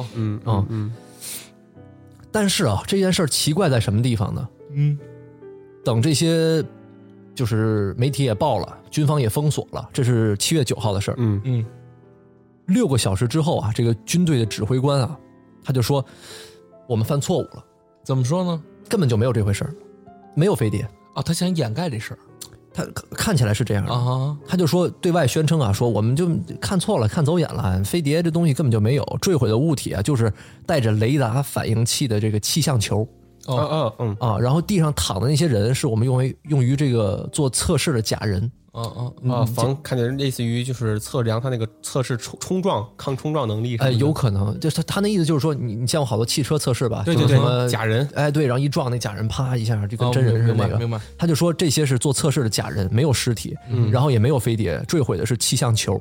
但是啊，这件事儿奇怪在什么地方呢？等这些就是媒体也报了，军方也封锁了，这是7月9号的事儿。6个小时之后啊，这个军队的指挥官啊，他就说我们犯错误了。 怎么说呢？ 根本就没有这回事儿，没有飞碟他想掩盖这事儿。 他看起来是这样的他就说对外宣称啊，说我们就看错了，看走眼了，飞碟这东西根本就没有，坠毁的物体啊，就是带着雷达反应器的这个气象球。然后地上躺的那些人是我们用于这个做测试的假人。 看起来类似于就是测量他那个测试抗冲撞能力。 有可能，就是他那意思就是说，你见过好多汽车测试吧？ 对， 什么假人， 对，然后一撞那假人，啪一下就跟真人似的那个。 明白。 他就说这些是做测试的假人，没有尸体，然后也没有飞碟，坠毁的是气象球。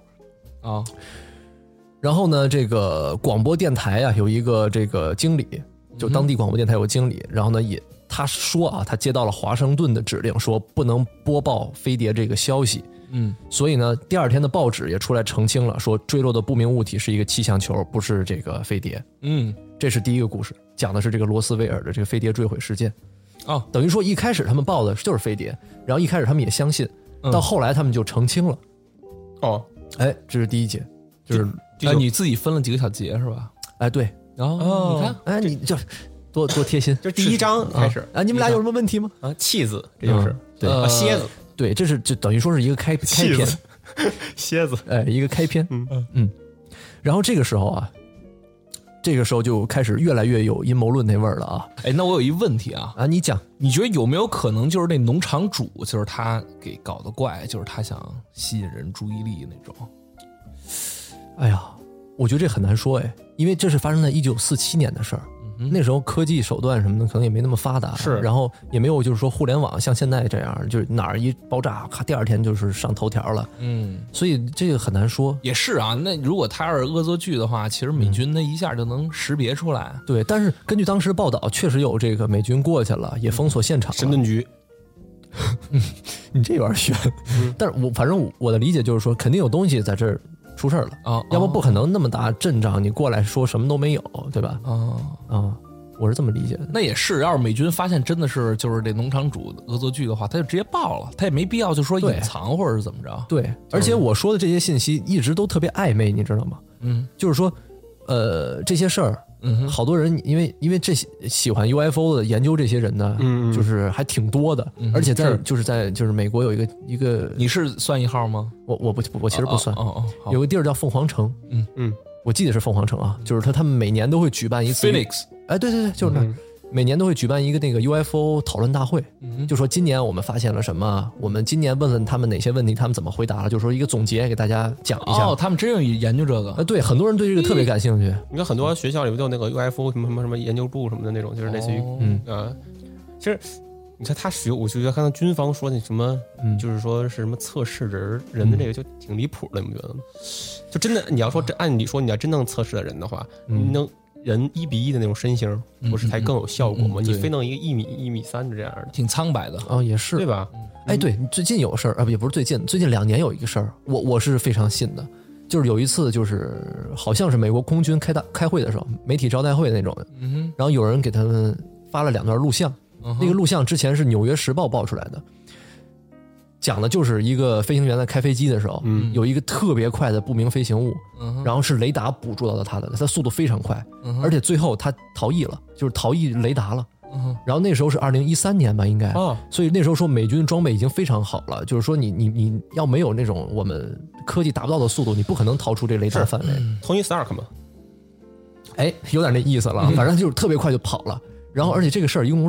然后呢，这个广播电台啊，有一个这个经理。就当地广播电台有经理，然后呢他说啊，他接到了华盛顿的指令，说不能播报飞碟这个消息。所以呢，第二天的报纸也出来澄清了，说坠落的不明物体是一个气象球，不是这个飞碟。这是第一个故事，讲的是这个罗斯威尔的这个飞碟坠毁事件。等于说一开始他们报的就是飞碟，然后一开始他们也相信，到后来他们就澄清了。这是第一节，就是你自己分了几个小节是吧？ 对。 你看，你就多贴心。 这第一章开始你们俩有什么问题吗？ 弃子，这就是对蝎子， 对，这是就等于说是一个开篇， 蝎子， 一个开篇。然后这个时候啊，就开始越来越有阴谋论那味儿了啊。 那我有一问题啊， 你讲， 你觉得有没有可能就是那农场主就是他给搞的怪，就是他想吸引人注意力那种？ 哎呀。我觉得这很难说因为这是发生在1947年的事儿，那时候科技手段什么的可能也没那么发达，然后也没有就是说互联网像现在这样，就是哪儿一爆炸，咔，第二天就是上头条了，所以这个很难说。 也是啊，那如果他要是恶作剧的话，其实美军那一下就能识别出来。 对，但是根据当时报道，确实有这个美军过去了，也封锁现场了。 神盾局， 你这有点悬，但是反正我的理解就是说，肯定有东西在这儿。出事了要不可能那么大阵仗，你过来说什么都没有，对吧？我是这么理解的。 那也是，要是美军发现真的是就是这农场主恶作剧的话，他就直接报了，他也没必要就说隐藏或者是怎么着。 对，而且我说的这些信息一直都特别暧昧，你知道吗？就是说，这些事儿。好多人因为这喜欢 UFO 的研究这些人呢，就是还挺多的，而且在美国有一个， 你是算一号吗？ 我其实不算。有个地儿叫凤凰城，我记得是凤凰城啊，就是他们每年都会举办一次 Phoenix， 对，就是那。每年都会举办一个那个 UFO 讨论大会，就说今年我们发现了什么，我们今年问他们哪些问题，他们怎么回答了，就说一个总结给大家讲一下。 他们真有研究这个？ 对，很多人对这个特别感兴趣。 你看很多学校里都有那个 UFO 什么研究部什么的那种，就是类似于其实你看我就觉得看到军方说那什么，就是说是什么测试人的这个就挺离谱的，你不觉得吗？就真的你要说按理说你要真正测试的人的话，你能。人1比1的那种身形，不是才更有效果吗？你非弄一个1米、1.3米的这样的， 挺苍白的也是， 对吧？ 对，最近有事儿也不是最近2年有一个事儿，我是非常信的， 就是有一次就是好像是美国空军开会的时候，媒体招待会那种的，然后有人给他们发了2段录像，那个录像之前是《纽约时报》爆出来的，讲的就是一个飞行员在开飞机的时候，有一个特别快的不明飞行物，然后是雷达捕捉到了他的，他速度非常快，而且最后他逃逸了，就是逃逸雷达了。然后那时候是2013年吧，应该，所以那时候说美军装备已经非常好了，就是说你要没有那种我们科技达不到的速度，你不可能逃出这雷达范围。 Tony Stark 嘛， 哎，有点那意思了，反正就是特别快就跑了。然后而且这个事儿一共有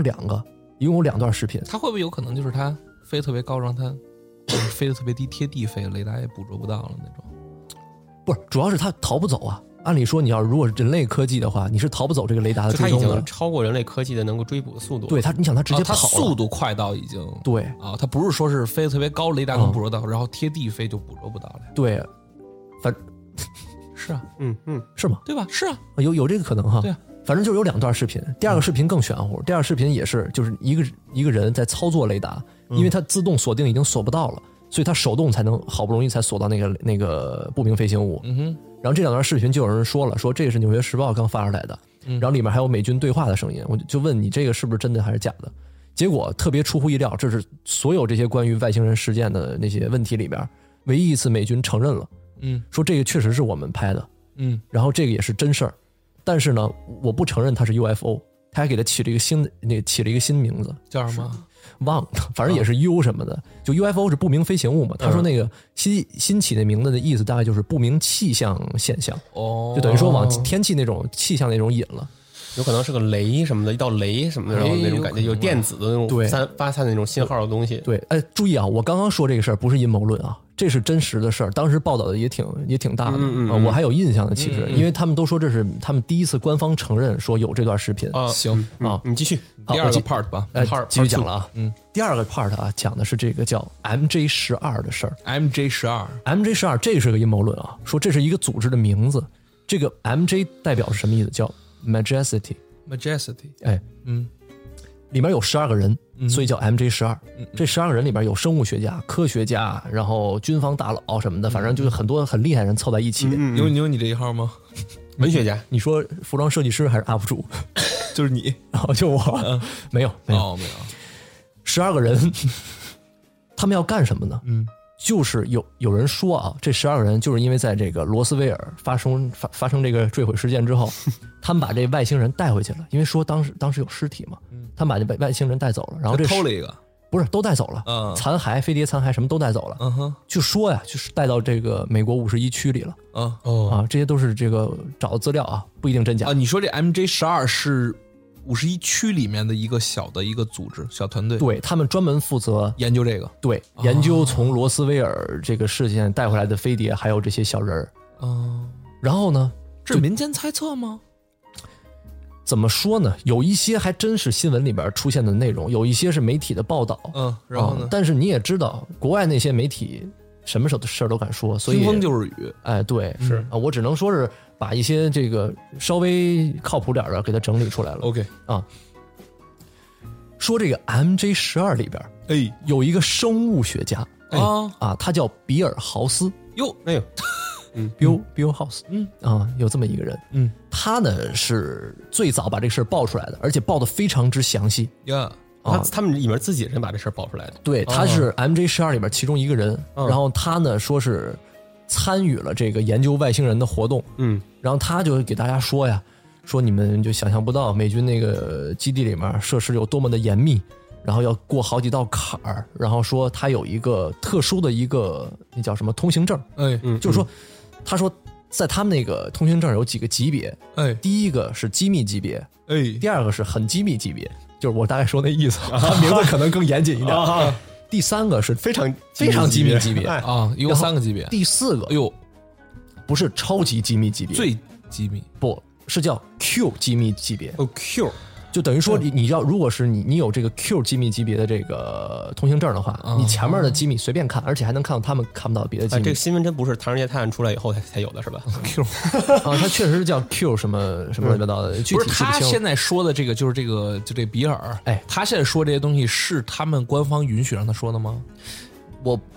2段视频。 他会不会有可能就是他飞得特别高，让他飞得特别低，贴地飞，雷达也捕捉不到了那种？ 不是，主要是他逃不走啊。按理说，你要如果是人类科技的话，你是逃不走这个雷达的追踪的。 他已经超过人类科技的能够追捕的速度。 对他，你想他直接跑了， 他速度快到已经对啊，他不是说是飞得特别高，雷达能捕捉到，然后贴地飞就捕捉不到了。 对，反是啊， 是吗？ 对吧？是啊， 有这个可能哈。 对啊， 反正就有2段视频。第二个视频更玄乎，第二个视频也是就是一个人在操作雷达，因为他自动锁定已经锁不到了，所以他手动才能好不容易才锁到那个不明飞行物。然后这2段视频就有人说了，说这是《纽约时报》刚发出来的，然后里面还有美军对话的声音，我就问你这个是不是真的还是假的？结果特别出乎意料，这是所有这些关于外星人事件的那些问题里边唯一一次美军承认了，说这个确实是我们拍的，然后这个也是真事儿，但是呢，我不承认它是 UFO， 他还给它起了一个新名字， 叫什么？ 忘了，反正也是 U 什么的，就 UFO 是不明飞行物嘛。他说那个新起的名字的意思大概就是不明气象现象，就等于说往天气那种气象那种引了。 有可能是个雷什么的，一道雷什么的，然后那种感觉有电子的那种发散那种信号的东西。 对，哎，注意啊，我刚刚说这个事儿不是阴谋论啊，这是真实的事儿，当时报道的也挺大的，我还有印象的，其实，因为他们都说这是他们第一次官方承认说有这段视频。 行啊， 你继续第二个 part 吧， 继续讲了啊，第二个 part 啊，讲的是这个叫 MJ12的事儿。MJ12 这是个阴谋论啊，说这是一个组织的名字，这个 MJ 代表是什么意思？叫Majesty， 哎，里面有12个人，所以叫 MJ12。这12个人里边有生物学家、科学家，然后军方大佬什么的，反正就是很多很厉害的人凑在一起。 有你这一号吗？ 文学家？ 你说服装设计师还是 UP 主？ 就是你， 然后就我，没有，12个人，他们要干什么呢？就是有人说啊，这12个人就是因为在这个罗斯威尔发生这个坠毁事件之后，他们把这外星人带回去了，因为说当时有尸体嘛，他们把这外星人带走了，然后偷了一个， 不是都带走了，残骸、飞碟残骸什么都带走了，就说呀，就是带到这个美国51区里了，这些都是这个找的资料啊，不一定真假啊。你说这 MJ12是51区里面的一个小组织、小团队， 对，他们专门负责研究这个， 对，研究从罗斯威尔这个事件带回来的飞碟，还有这些小人儿。然后呢， 这是民间猜测吗？ 怎么说呢？有一些还真是新闻里边出现的内容，有一些是媒体的报道。 然后呢？ 但是你也知道，国外那些媒体什么事儿都敢说，所以听风就是雨。 哎，对，是啊，我只能说是把一些这个稍微靠谱点的给它整理出来了。 OK 啊，说这个 MJ12里边，有一个生物学家他叫比尔豪斯。Bill House， 有这么一个人，他呢是最早把这个事儿爆出来的，而且爆得非常之详细。 他们里面自己人把这事儿爆出来的。 对，他是 MJ12里边其中一个人，然后他呢说是参与了这个研究外星人的活动，然后他就给大家说呀，说你们就想象不到美军那个基地里面设施有多么的严密。然后要过好几道坎儿，然后说他有一个特殊的一个那叫什么通行证，就是说，他说在他们那个通行证有几个级别，第一个是机密级别，第二个是很机密级别，就是我大概说那意思，他名字可能更严谨一点，第三个是非常机密级别一共3个级别， 第4个不是超级机密级别， 最机密不是叫 Q 机密级别 Q。 就等于说你要如果是你有这个 Q 机密级别的这个通行证的话，你前面的机密随便看，而且还能看到他们看不到别的机密。 这个新闻真不是《唐人街探案》出来以后才有的是吧 ？Q 它确实是叫 Q 什么什么乱七八糟的，具体不是他现在说的这个就是就这比尔，他现在说这些东西是他们官方允许让他说的吗？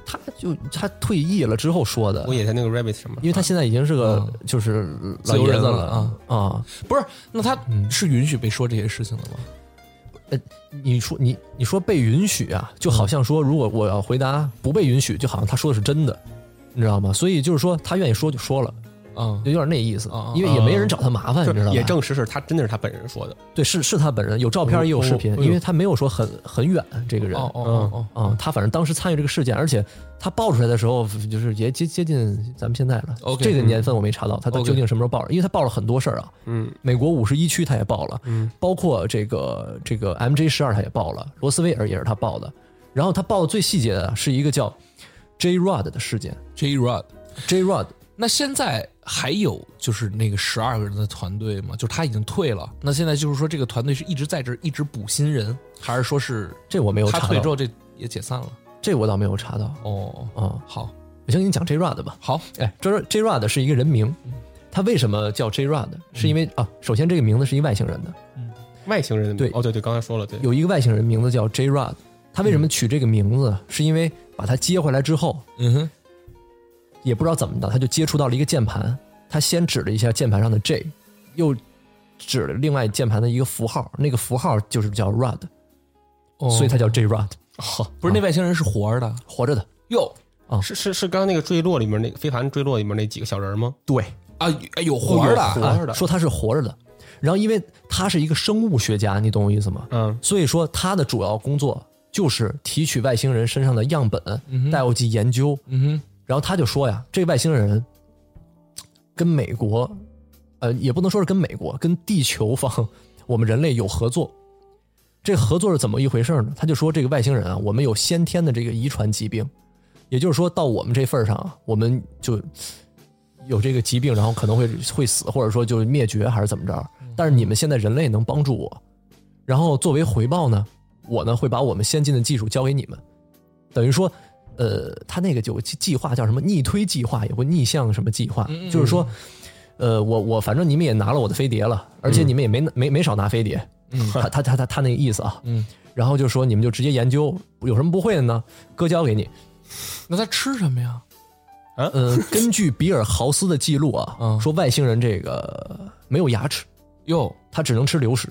他退役了之后说的。 我也在那个 Rabbit 什么， 因为他现在已经是个就是老爷子了啊。 不是，那他是允许被说这些事情的吗？ 你说被允许啊，就好像说如果我要回答不被允许，就好像他说的是真的，你知道吗？所以就是说他愿意说就说了。就有点那意思，因为也没人找他麻烦，你知道吧？ 也证实是他真的是他本人说的， 对，是他本人，有照片也有视频，因为他没有说很远这个人，他反正当时参与这个事件，而且他爆出来的时候，就是也接近咱们现在了。这个年份我没查到他究竟什么时候爆了，因为他爆了很多事儿啊，美国51区他也爆了，包括这个 MJ12他也爆了，罗斯威尔也是他爆的，然后他爆的最细节的是一个叫 J Rod 的事件 ，J Rod。那现在还有就是那个12个人的团队吗？就是他已经退了，那现在就是说这个团队是一直在这一直补新人，还是说是这我没有查到， 他退之后这也解散了？ 这我倒没有查到。 好， 我先给你讲 J Rod 吧。 好， J Rod 是一个人名，他为什么叫 J Rod？是因为首先这个名字是一外星人的， 外星人对， 对，刚才说了，对， 有一个外星人名字叫 J Rod， 他为什么取这个名字？是因为把他接回来之后，也不知道怎么的，他就接触到了一个键盘，他先指了一下键盘上的 J， 又指了另外键盘的一个符号，那个符号就是叫 Rod，所以他叫 J Rod。 不是那外星人是活着的哟。 是刚刚那个坠落里面那个飞盘坠落里面那几个小人吗？ 对啊，有活着的， 说他是活着的。然后因为他是一个生物学家，你懂我意思吗？所以说他的主要工作就是提取外星人身上的样本，带回去研究。然后他就说呀，这个外星人跟美国，也不能说是跟美国，跟地球方，我们人类有合作。这个合作是怎么一回事呢？他就说这个外星人啊，我们有先天的这个遗传疾病，也就是说到我们这份上啊，我们就有这个疾病，然后可能会死，或者说就灭绝还是怎么着。但是你们现在人类能帮助我，然后作为回报呢，我呢会把我们先进的技术交给你们，等于说。他那个有计划叫什么逆推计划，有个逆向什么计划，就是说，我反正你们也拿了我的飞碟了，而且你们也没少拿飞碟，他那个意思啊，然后就说你们就直接研究，有什么不会的呢？哥教给你。 那他吃什么呀？ 根据比尔豪斯的记录啊，说外星人这个没有牙齿，他只能吃流食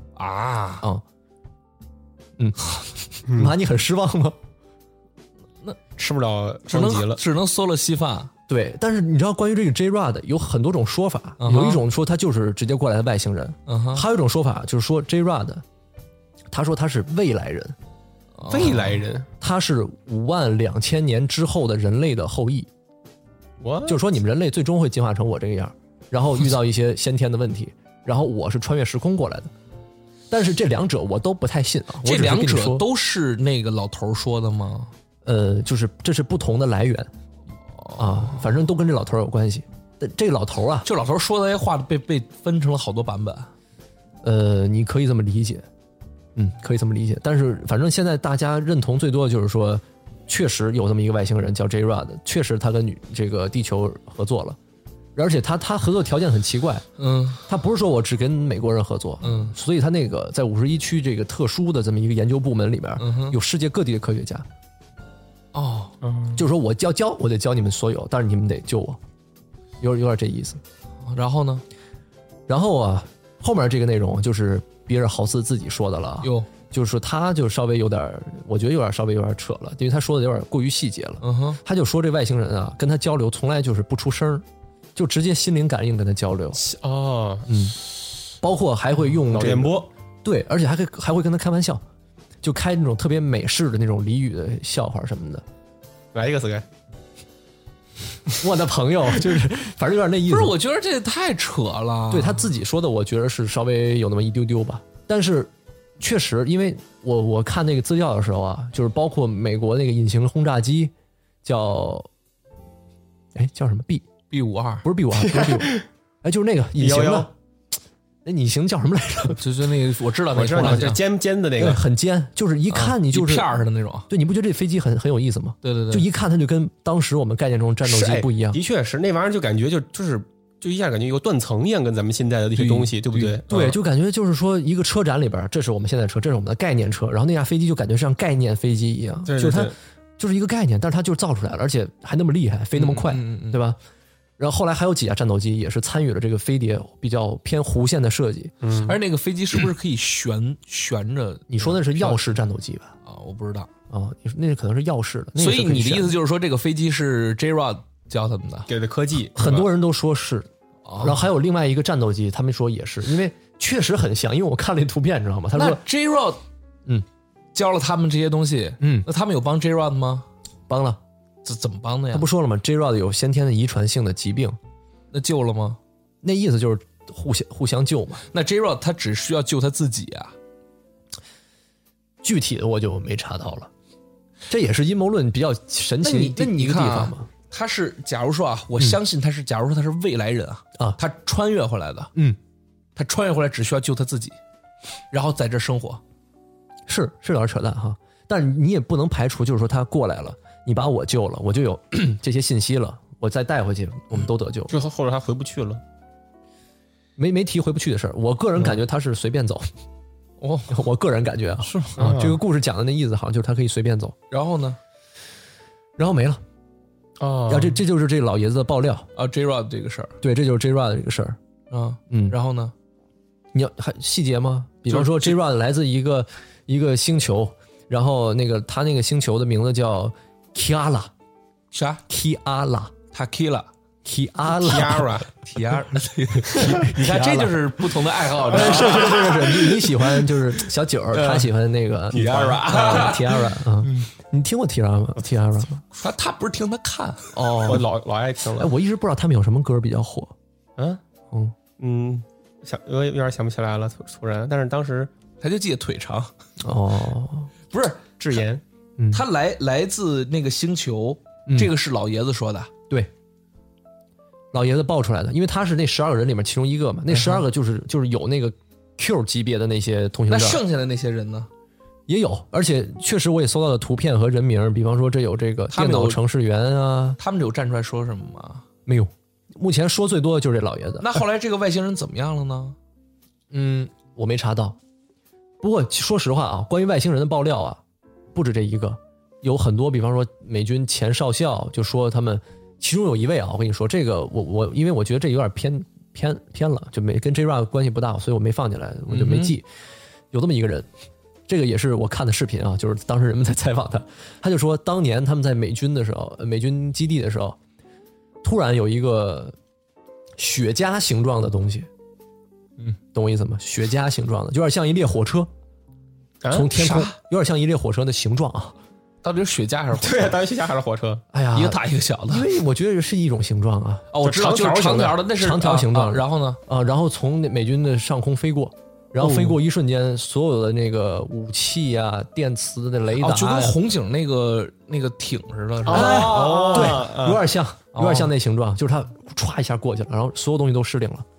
妈，你很失望吗？ 那吃不了升级了， 只能嗦了稀饭。 对，但是你知道关于这个 J Rod 有很多种说法，有一种说他就是直接过来的外星人，还有一种说法就是说 J Rod 他说他是未来人，他是52000年之后的人类的后裔，就是说你们人类最终会进化成我这个样，然后遇到一些先天的问题，然后我是穿越时空过来的。但是这两者我都不太信啊。 这两者都是那个老头说的吗？ 就是这是不同的来源啊，反正都跟这老头有关系。这个老头啊， 这老头说的这些话被分成了好多版本。你可以这么理解，可以这么理解。但是反正现在大家认同最多的就是说，确实有这么一个外星人叫 J Rod， 确实他跟这个地球合作了，而且他合作条件很奇怪，他不是说我只跟美国人合作，所以他那个在51区这个特殊的这么一个研究部门里边，有世界各地的科学家。就是说我我得教你们所有，但是你们得救我，有点这意思。 然后呢？ 然后啊，后面这个内容就是比尔豪斯自己说的了。就是说他就稍微有点，我觉得稍微有点扯了，因为他说的有点过于细节了。他就说这外星人啊，跟他交流从来就是不出声，就直接心灵感应跟他交流。包括还会用脑电波， 对，而且还会跟他开玩笑。就开那种特别美式的那种俚语的笑话什么的， 来一个 Sky， 我的朋友就是反正有点那意思。 不是，我觉得这太扯了。 对他自己说的，我觉得是稍微有那么一丢丢吧。但是确实，因为我看那个资料的时候啊，就是包括美国那个隐形轰炸机叫什么 B52， 不是 B52， 不是 B52， 就是那个隐形的。那隐形叫什么来着？ 就那个我知道， 我知道，就尖的那个， 很尖，就是一看你就是一片似的那种。 对，你不觉得这飞机很有意思吗？ 对， 就一看它就跟当时我们概念中战斗机不一样。 的确是，那玩意儿就感觉就一下感觉有断层一样，跟咱们现在的这些东西，对不对？ 对，就感觉就是说一个车展里边，这是我们现在车，这是我们的概念车，然后那架飞机就感觉像概念飞机一样，就是它就是一个概念，但是它就造出来了，而且还那么厉害，飞那么快，对吧？然后后来还有几架战斗机也是参与了这个飞碟比较偏弧线的设计。 而那个飞机是不是可以悬着？ 你说的是耀式战斗机吧？ 啊，我不知道啊，那可能是耀式的。 所以你的意思就是说，这个飞机是 J-Rod 教他们的给的科技？ 很多人都说是。然后还有另外一个战斗机，他们说也是，因为确实很像，因为我看了那图片，你知道吗？他说 J-Rod 教了他们这些东西，那他们有帮 J-Rod 吗？ 帮了。 这怎么帮的呀？ 他不说了吗 ？J-Rod 有先天的遗传性的疾病， 那救了吗？ 那意思就是互相救嘛。 那 J-Rod 他只需要救他自己啊， 具体的我就没查到了。这也是阴谋论比较神奇的一个地方嘛。 他是假如说啊，我相信他是，假如说他是未来人啊，他穿越回来的，他穿越回来只需要救他自己，然后在这生活， 是有点扯淡哈。但是你也不能排除，就是说他过来了。你把我救了，我就有这些信息了，我再带回去，我们都得救。 最后后来他回不去了， 没提回不去的事儿。我个人感觉他是随便走。我个人感觉是啊，这个故事讲的那意思好像就是他可以随便走。 然后呢？ 然后没了。然后这就是这老爷子的爆料啊 ，J-Rod 这个事儿。 对，这就是 J-Rod 的这个事儿。 然后呢？ 你要还细节吗？比方说 J-Rod 来自一个星球，然后他那个星球的名字叫 Kiara， 啥 ？Kiara， Takila， Kiara， 你看这就是不同的爱好。 是，你喜欢就是小九，他喜欢那个 Tiara， 你听过 Tiara 吗？ 他不是听，他看。 我老爱听了。 我一直不知道他们有什么歌比较火。 我有点想不起来了，突然。但是当时他就记得腿长。不是智妍。 他来自那个星球，这个是老爷子说的。 对，老爷子爆出来的，因为他是那12个人里面其中一个嘛。那12个就是有那个 Q 级别的那些通行证。 那剩下的那些人呢？ 也有，而且确实我也搜到了图片和人名，比方说这有这个电脑程序员啊。 他们有站出来说什么吗？ 没有，目前说最多的就是这老爷子。 那后来这个外星人怎么样了呢？ 我没查到。不过说实话啊，关于外星人的爆料啊，不止这一个，有很多，比方说美军前少校就说他们，其中有一位啊，我跟你说这个我因为我觉得这有点偏了，就跟 J-Rod 关系不大，所以我没放进来，我就没记。有这么一个人，这个也是我看的视频啊，就是当时人们在采访他就说当年他们在美军基地的时候，突然有一个雪茄形状的东西，懂我意思吗？雪茄形状的，有点像一列火车，从天空，有点像一列火车的形状啊。 到底是雪茄还是火车？ 对，到底雪茄还是火车？ 哎呀， 一个大一个小的。 因为我觉得是一种形状啊。 我知道，就是长条的，那是长条形状。 然后呢？ 然后从美军的上空飞过，然后飞过一瞬间，所有的那个武器啊、电磁的雷达， 就跟红警那个艇似的，是吧？对，有点像那形状，就是它歘一下过去了，然后所有东西都失灵了。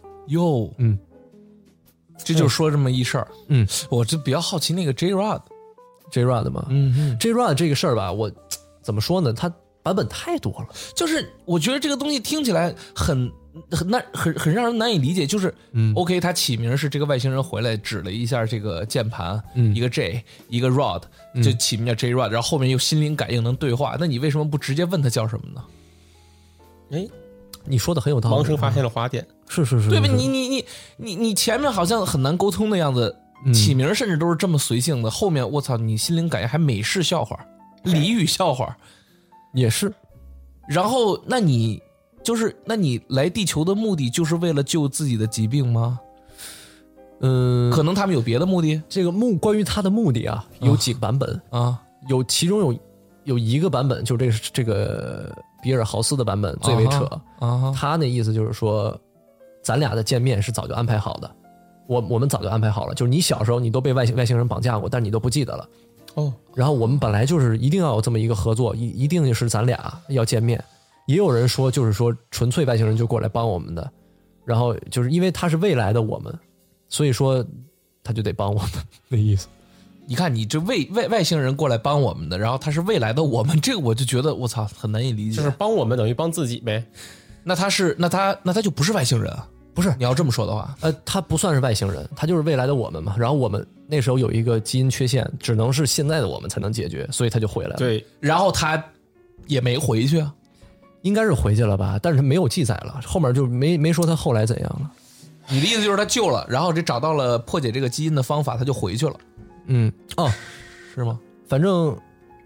这就是说这么一事儿。我就比较好奇那个 J-Rod 嘛，J-Rod 这个事儿吧，我怎么说呢？它版本太多了， 就是我觉得这个东西听起来很让人难以理解。就是OK， 他起名是这个外星人回来指了一下这个键盘，一个 J 一个 Rod，就起名叫 J-Rod，然后后面又心灵感应能对话，那你为什么不直接问他叫什么呢？ 你说的很有道理， 盲生发现了滑点， 是， 对吧？你前面好像很难沟通的样子。起名甚至都是这么随性的，后面我操，你心灵感应还美式笑话、俚语笑话， 也是。 然后，那你来地球的目的就是为了救自己的疾病吗？可能他们有别的目的。 这个关于他的目的啊，有几个版本啊， 其中有一个版本，就是这个比尔豪斯的版本最为扯啊。 他那意思就是说，咱俩的见面是早就安排好的。我们早就安排好了，就是你小时候你都被外星人绑架过，但是你都不记得了。然后我们本来就是一定要有这么一个合作，一定是咱俩要见面。也有人说，就是说纯粹外星人就过来帮我们的，然后就是因为他是未来的我们，所以说他就得帮我们那意思。 你看，你这外星人过来帮我们的，然后他是未来的我们，这个我就觉得我操很难以理解。 就是帮我们等于帮自己呗。 那他就不是外星人啊。 不是你要这么说的话， 他不算是外星人，他就是未来的我们嘛。然后我们那时候有一个基因缺陷，只能是现在的我们才能解决，所以他就回来了。 对， 然后他也没回去啊， 应该是回去了吧，但是他没有记载了，后面就没说他后来怎样了。 你的意思就是他救了，然后这找到了破解这个基因的方法，他就回去了。 哦， 是吗？ 反正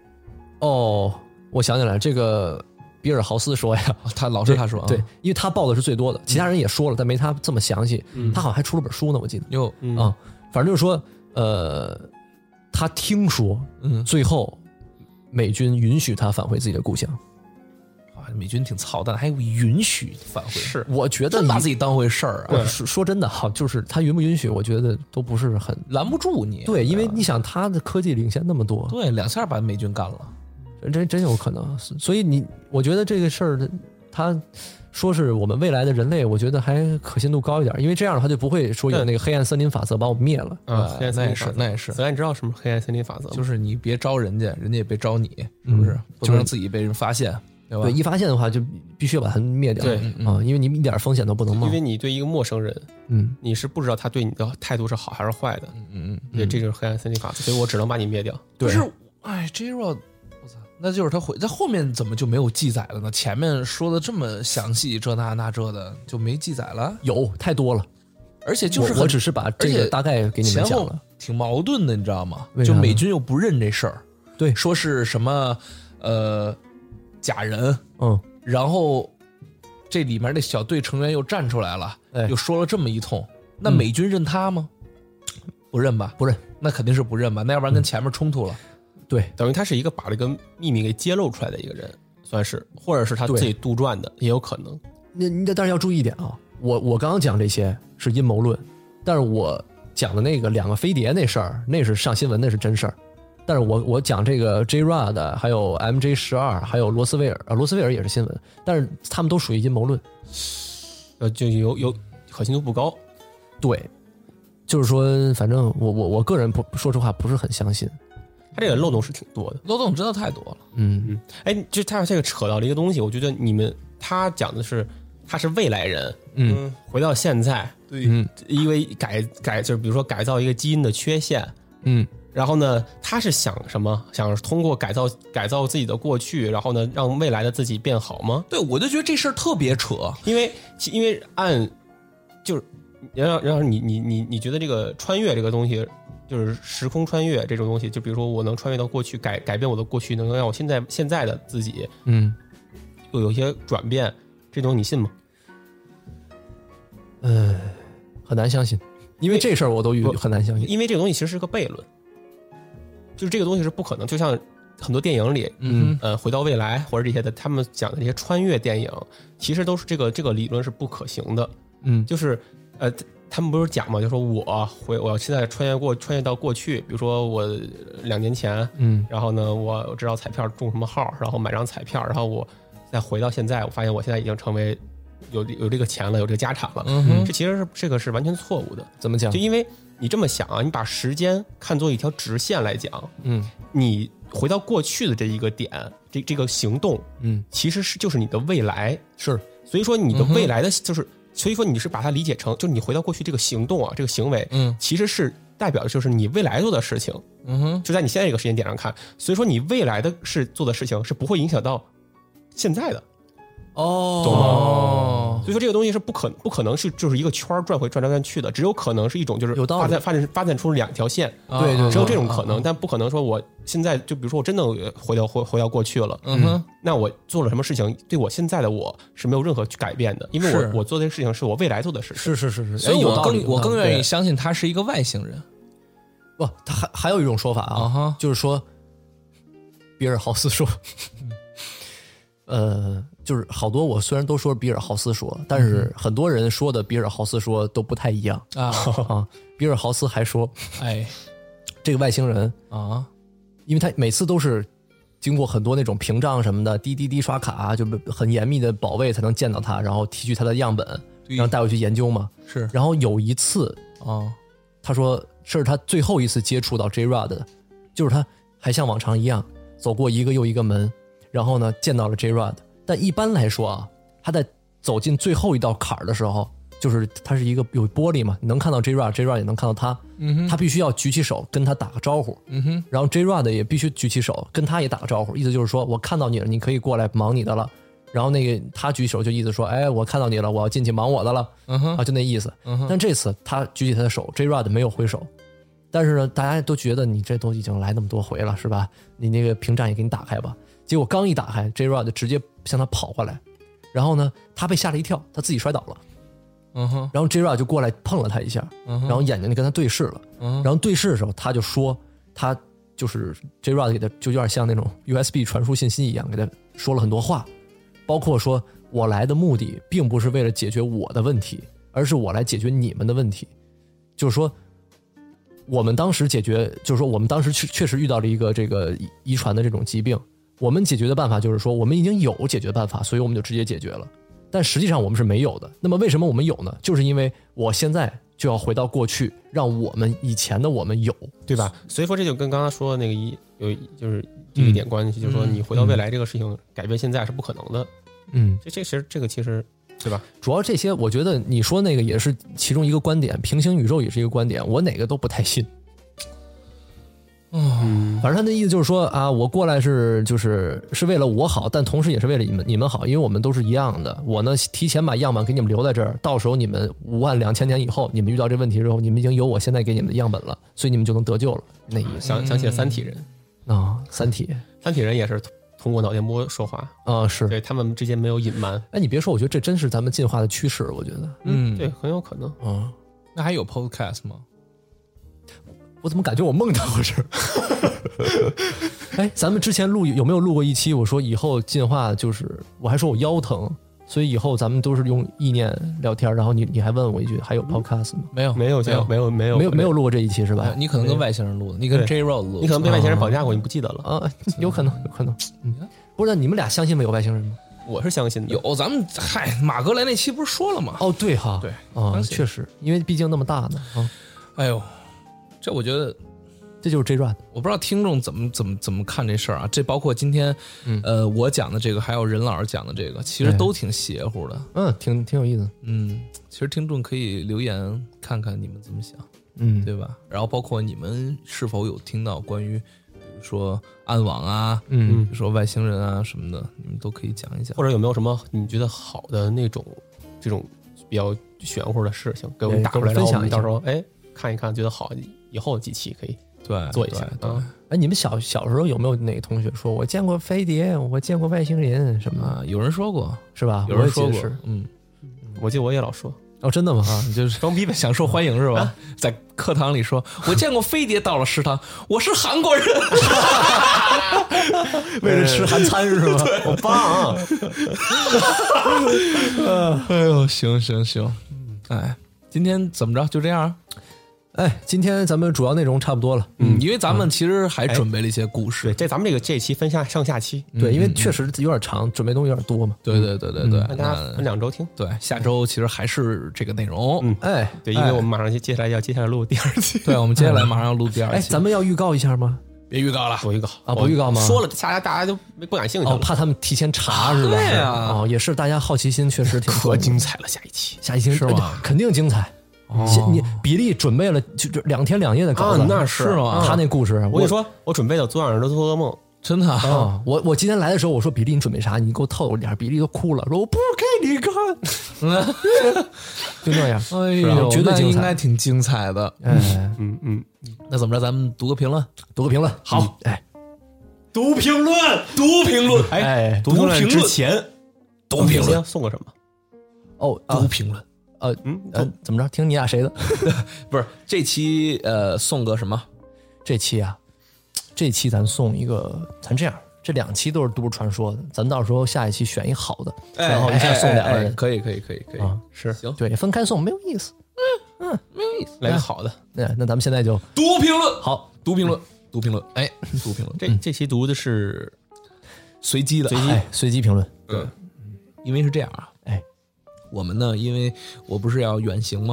我想起来这个比尔豪斯说呀， 他老是他说对，因为他报的是最多的，其他人也说了，但没他这么详细。他好像还出了本书呢，我记得。反正就是说，他听说，最后美军允许他返回自己的故乡。 美军挺操蛋，还允许返回。 是， 我觉得真把自己当回事儿啊。 说真的哈，就是他允不允许，我觉得都不是很拦不住你。 对，因为你想他的科技领先那么多， 对，2下把美军干了， 真有可能。所以我觉得这个事儿，他说是我们未来的人类，我觉得还可信度高一点，因为这样的话就不会说有那个黑暗森林法则把我们灭了。 黑暗森林法则那也是。 咱知道什么黑暗森林法则吗？ 就是你别招人家，人家也别招你，是不是？不能让自己被人发现。 对，一发现的话就必须要把它灭掉。 对因为你一点风险都不能冒。 因为你对一个陌生人，你是不知道他对你的态度是好还是坏的。对，这就是黑暗森林法则，所以我只能把你灭掉。 对，是J-Rod， 我操，那就是他在后面怎么就没有记载了呢？前面说的这么详细，这那这的就没记载了？ 有太多了， 而且就是我只是把这个大概给你们讲了， 挺矛盾的，你知道吗？就美军又不认这事儿， 对， 说是什么假人，然后这里面的小队成员又站出来了，又说了这么一通，那美军认他吗？不认吧？ 不认， 那肯定是不认吧？那要不然跟前面冲突了。 对， 等于他是一个把这个秘密给揭露出来的一个人，算是，或者是他自己杜撰的，也有可能。 但是要注意一点啊，我刚刚讲这些是阴谋论，但是我讲的那个2个飞碟那事儿，那是上新闻，那是真事儿。但是我讲这个 J-Rod 还有 MJ-12还有罗斯威尔，罗斯威尔也是新闻，但是他们都属于阴谋论， 就有可信度不高。 对，就是说，反正我个人说实话不是很相信。 他这个漏洞是挺多的， 漏洞真的太多了。 就他这个扯到了一个东西，我觉得他讲的是他是未来人，回到现在， 对， 因为就是比如说改造一个基因的缺陷，然后呢，他是想什么？想通过改造自己的过去，然后呢，让未来的自己变好吗？ 对，我就觉得这事儿特别扯， 因为就是然后你觉得这个穿越这个东西，就是时空穿越这种东西，就比如说我能穿越到过去，改变我的过去，能让我现在的自己，又有一些转变，这种你信吗？ 很难相信，因为这事儿我都很难相信， 因为这个东西其实是个悖论。就是这个东西是不可能，就像很多电影里，回到未来或者这些的，他们讲的这些穿越电影，其实都是这个理论是不可行的。就是他们不是讲嘛，就说我现在穿越到过去，比如说我2年前，然后呢我知道彩票中什么号，然后买张彩票，然后我再回到现在，我发现我现在已经成为有这个钱了，有这个家产了。这其实这个是完全错误的。 怎么讲？ 就因为你这么想啊，你把时间看作一条直线来讲，你回到过去的这一个点，这个行动，其实就是你的未来， 是， 所以说你的未来的就是，所以说你是把它理解成，就是你回到过去这个行动啊，这个行为，其实是代表的就是你未来做的事情，就在你现在这个时间点上看，所以说你未来的做的事情是不会影响到现在的。懂吗？所以说这个东西是不可能是就是一个圈转去的，只有可能是一种就是发展出2条线， 对， 只有这种可能，但不可能说我现在就比如说我真的回到过去了，那我做了什么事情对我现在的我是没有任何改变的，因为我做的事情是我未来做的事情， 是， 所以我更愿意相信他是一个外星人。 不，他还有一种说法啊，就是说比尔豪斯说。就是好多我虽然都说比尔豪斯说，但是很多人说的比尔豪斯说都不太一样啊。比尔豪斯还说，这个外星人啊，因为他每次都是经过很多那种屏障什么的，滴刷卡，就很严密的保卫才能见到他，然后提取他的样本，然后带回去研究嘛。 是， 然后有一次他说这是他最后一次接触到 J-Rod 的，就是他还像往常一样走过一个又一个门。然后呢，见到了 J-Rod， 但一般来说啊，他在走进最后一道坎儿的时候， 就是它是一个有玻璃嘛，你能看到 J-Rod 也能看到他，他必须要举起手跟他打个招呼，然后 J-Rod 也必须举起手跟他也打个招呼，意思就是说我看到你了，你可以过来忙你的了。然后那个他举手就意思说，哎，我看到你了，我要进去忙我的了，就那意思。但这次他举起他的手 ，J-Rod 没有挥手，但是呢，大家都觉得你这都已经来那么多回了，是吧？你那个屏障也给你打开吧。结果刚一打开 ，J-Rod 直接向他跑过来，然后呢，他被吓了一跳，他自己摔倒了。然后 J-Rod 就过来碰了他一下，然后眼睛就跟他对视了。然后对视的时候，他就说，他就是 J-Rod 给他就有点像那种 USB 传输信息一样，给他说了很多话。包括说我来的目的并不是为了解决我的问题，而是我来解决你们的问题。就是说我们当时就是说我们当时确实遇到了一个这个遗传的这种疾病，我们解决的办法就是说我们已经有解决办法，所以我们就直接解决了。但实际上我们是没有的。那么为什么我们有呢？就是因为我现在就要回到过去，让我们以前的我们有， 对吧？所以说这就跟刚刚说的那个就是这一点关系，就是说你回到未来这个事情改变现在是不可能的。这个其实对吧？ 主要这些我觉得你说那个也是其中一个观点，平行宇宙也是一个观点，我哪个都不太信。反正他的意思就是说啊，我过来是为了我好，但同时也是为了你们好，因为我们都是一样的。我呢提前把样板给你们留在这儿，到时候你们52000年以后，你们遇到这问题之后，你们已经有我现在给你们的样本了，所以你们就能得救了。那意思想起了三体人三体人也是通过脑电波说话是对他们之间没有隐瞒。 哎，你别说，我觉得这真是咱们进化的趋势，我觉得对，很有可能。 那还有 podcast 吗？ 我怎么感觉我梦到过这？哎，咱们之前有没有录过一期？我说以后进化就是我还说我腰疼，所以以后咱们都是用意念聊天。然后你还问我一句，还有 podcast 吗？ 没有录过这一期是吧？ 你可能跟外星人录的，你跟 J-Rod 录的， 你可能被外星人绑架过，你不记得了啊？有可能。不是，那你们俩相信没有外星人吗？ 我是相信的。 有，咱们马格来那期不是说了吗？ 哦，对哈， 对确实，因为毕竟那么大呢哎呦。这我觉得这就是 J-Rod， 我不知道听众怎么看这事儿啊。这包括今天我讲的这个，还有任老师讲的这个，其实都挺邪乎的。 挺有意思。 其实听众可以留言看看你们怎么想，对吧？然后包括你们是否有听到关于比如说暗网啊，比如说外星人啊什么的，你们都可以讲一讲。 或者有没有什么你觉得好的那种这种比较玄乎的事情给我们打出来， 分享一下， 到时候看一看，觉得好，以后几期可以做一下。 哎，你们小时候有没有哪个同学说我见过飞碟，我见过外星人什么？ 有人说过是吧？ 有人说过， 我记得我也老说。 真的吗？ 你就是装逼呗，想受欢迎是吧？在课堂里说，我见过飞碟到了食堂，我是韩国人， 为了吃韩餐是吧？ 好棒啊！哎呦，行，哎，今天怎么着？就这样。 哎，今天咱们主要内容差不多了， 因为咱们其实还准备了一些故事。 对，咱们这一期分上下期， 对，因为确实有点长，准备东西有点多嘛。 对， 大家分2周听。 对，下周其实还是这个内容。 对，因为我们马上接下来录第2期。 对，我们接下来马上要录第2期。 哎，咱们要预告一下吗？ 别预告了， 不预告啊，不预告吗？ 说了，大家就不感兴趣了， 怕他们提前查是吧？ 对啊， 也是，大家好奇心确实挺可精彩了。下一期是吧？肯定精彩。你比利准备了就2天2夜的稿子， 那是吗？ 他那故事， 我跟你说，我准备了昨晚上都做噩梦， 真的啊！我今天来的时候，我说比利你准备啥？你给我透露点。比利都哭了，说我不给你看，就那样。 哎呦， 绝对精彩， 应该挺精彩的。那怎么着？咱们读个评论， 好， 读评论。哎，读评论之前， 读评论送个什么？ 读评论。 怎么着？听你俩谁的？ 不是这期送个什么？ 这期咱送一个，咱这样，这2期都是都市传说的，咱到时候下一期选一好的，然后一下送2个人。 可以， 是行， 对，分开送没有意思。 没有意思。 来个好的， 那咱们现在就读评论。 好， 读评论。哎，读评论。 这期读的是随机的， 随机评论。 因为是这样啊。我们呢，因为我不是要远行嘛，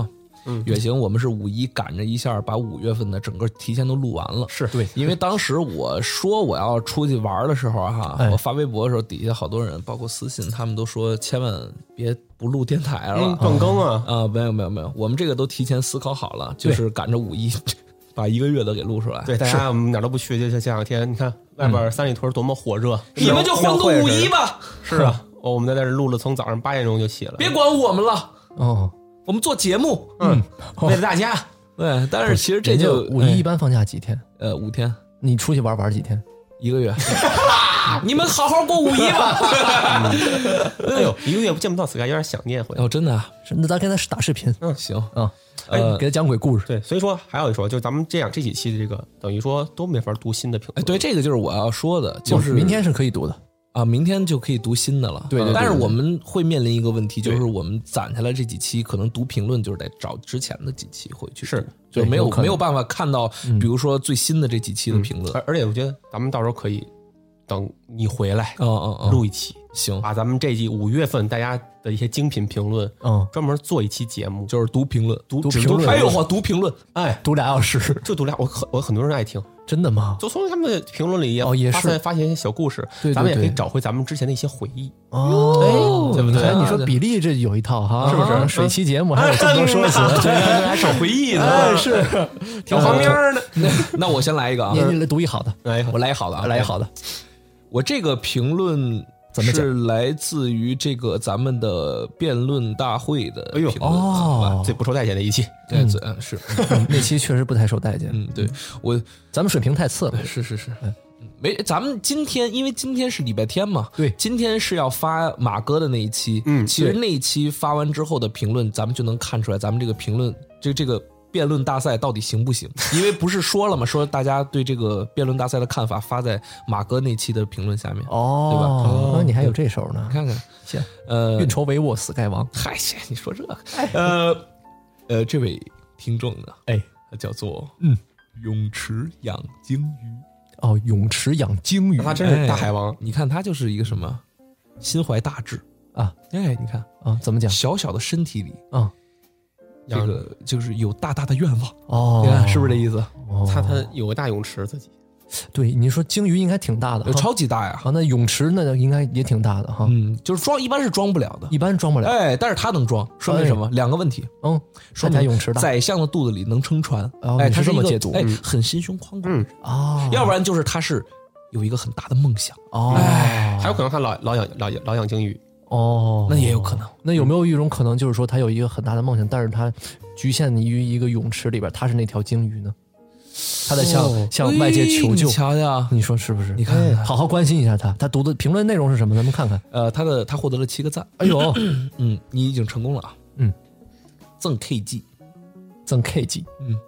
远行我们是5·1赶着一下把5月份的整个提前都录完了。 是对， 因为当时我说我要出去玩的时候哈，我发微博的时候底下好多人包括私信，他们都说千万别不录电台了， 断更啊没有，我们这个都提前思考好了，就是赶着5·1把1个月的给录出来。 对，大家我们哪儿都不去，就这两天你看外边三里屯多么火热， 你们就混个5·1吧。 是啊，我们在这录了，从早上8点钟就起了， 别管我们了哦， 我们做节目， 为了大家。 对，但是其实这就 5·1一般放假几天 ？5天。 你出去玩几天 ？1个月。你们好好过5·1吧。 哎呦，1个月见不到 Sky 有点想念回来。 哦，真的啊？ 那咱跟他打视频。 行啊。给他讲鬼故事。 对，所以说还有一说，就咱们这几期的这个，等于说都没法读新的评论。 对，这个就是我要说的，就是明天是可以读的啊，明天就可以读新的了。 对， 但是我们会面临一个问题，就是我们攒下来这几期，可能读评论就是得找之前的几期回去， 是， 就没有办法看到，比如说最新的这几期的评论。 而且我觉得咱们到时候可以等你回来，录一期。 行， 把咱们这季5月份大家的一些精品评论，专门做一期节目， 就是读评论， 读评论。 哎呦我读评论， 哎， 读2小时， 就读俩，我很多人爱听， 真的吗？ 就从他们的评论里也发现一些小故事， 对， 咱们也可以找回咱们之前的一些回忆， 对不对？ 哎， 你说比利这有一套哈，是不是？水期节目还有这么多说辞， 还找回忆呢， 是挺旁边的。 那我先来一个啊， 你来读一好的， 我来一好的啊， 来一好的。 我这个评论是来自于这个咱们的辩论大会的评论， 最不受待见的一期， 对，是那期确实不太受待见。 对咱们水平太次了， 是，没，咱们因为今天是礼拜天嘛， 对， 今天是要发马哥的那一期，其实那一期发完之后的评论，咱们就能看出来，咱们这个评论这个辩论大赛到底行不行？因为不是说了吗？说大家对这个辩论大赛的看法发在马哥那期的评论下面，对吧？ 你还有这手呢？ 看看， 行，运筹帷幄，Sky王， 嗨，你说这个，这位听众呢，他叫做泳池养鲸鱼， 泳池养鲸鱼， 他真是大海王。 你看他就是一个什么心怀大志啊？ 你看啊，怎么讲？ 小小的身体里这个就是有大大的愿望你看是不是这意思？ 他有个大泳池自己。 对，你说鲸鱼应该挺大的， 超级大呀！ 那泳池那应该也挺大的哈。 就是一般是装不了的， 一般装不了。 但是他能装，说明什么？2个问题。 说明泳池大， 宰相的肚子里能撑船。 他是这么解读。 很心胸宽广。要不然就是他是有一个很大的梦想。 还有可能他老养鲸鱼。 那也有可能。 那有没有一种可能，就是说他有一个很大的梦想，但是他局限于一个泳池里边，他是那条鲸鱼呢？他在向外界求救。 你瞧瞧， 你说是不是？ 你看， 好好关心一下他。他读的评论内容是什么？咱们看看。 他获得了7个赞。 哎呦， 你已经成功了啊。赠 KG， 赠 KG，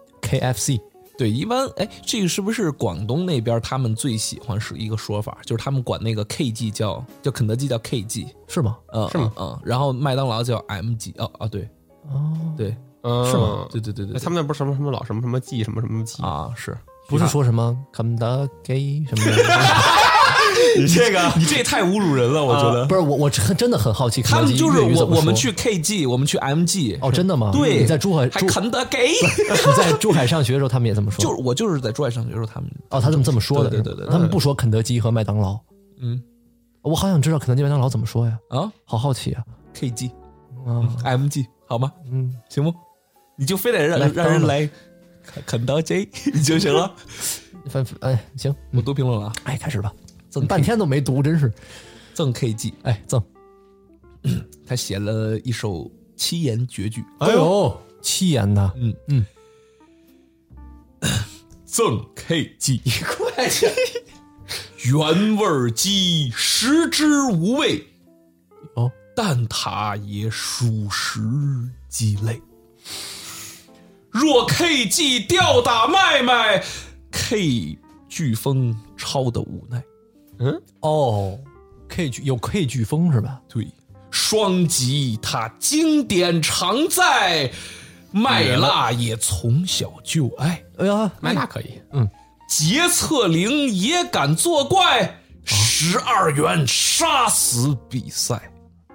KFC。 对，一般这个是不是广东那边他们最喜欢是一个说法，就是他们管那个 KG 叫肯德基叫 KG 是吗？ 是吗？ 然后麦当劳叫 MG。对，对， 是吗？ 对， 他们那不是什么老什么记什么记啊？是不是说什么肯德基什么的？ 你这也太侮辱人了，我觉得。 不是我真的很好奇， 他们就是我们去 KG， 我们去 MG。 真的吗？ 对， 你在珠海还肯德基？ 你在珠海上学的时候，他们也这么说。 我就是在珠海上学的时候，他们他这么说的。 对， 他们不说肯德基和麦当劳。我好想知道肯德基、麦当劳怎么说呀？好好奇啊。 KG， MG 好吗？行不？你就非得让人来肯德基就行了。 行， 我读评论了。 开始吧。半天都没读，真是。 赠 KG， 赠。 他写了一首7言绝句。 哎呦，7言的。 赠 KG， 快点。原味鸡食之无味，但它也属实鸡肋。若 KG 吊打麦麦 ，K 飓风超的无奈。 有 K 飓风是吧？ 对，双击它经典常在，麦辣也从小就爱。 哎呀， 麦辣可以。 劫策灵也敢作怪，12元杀死比赛。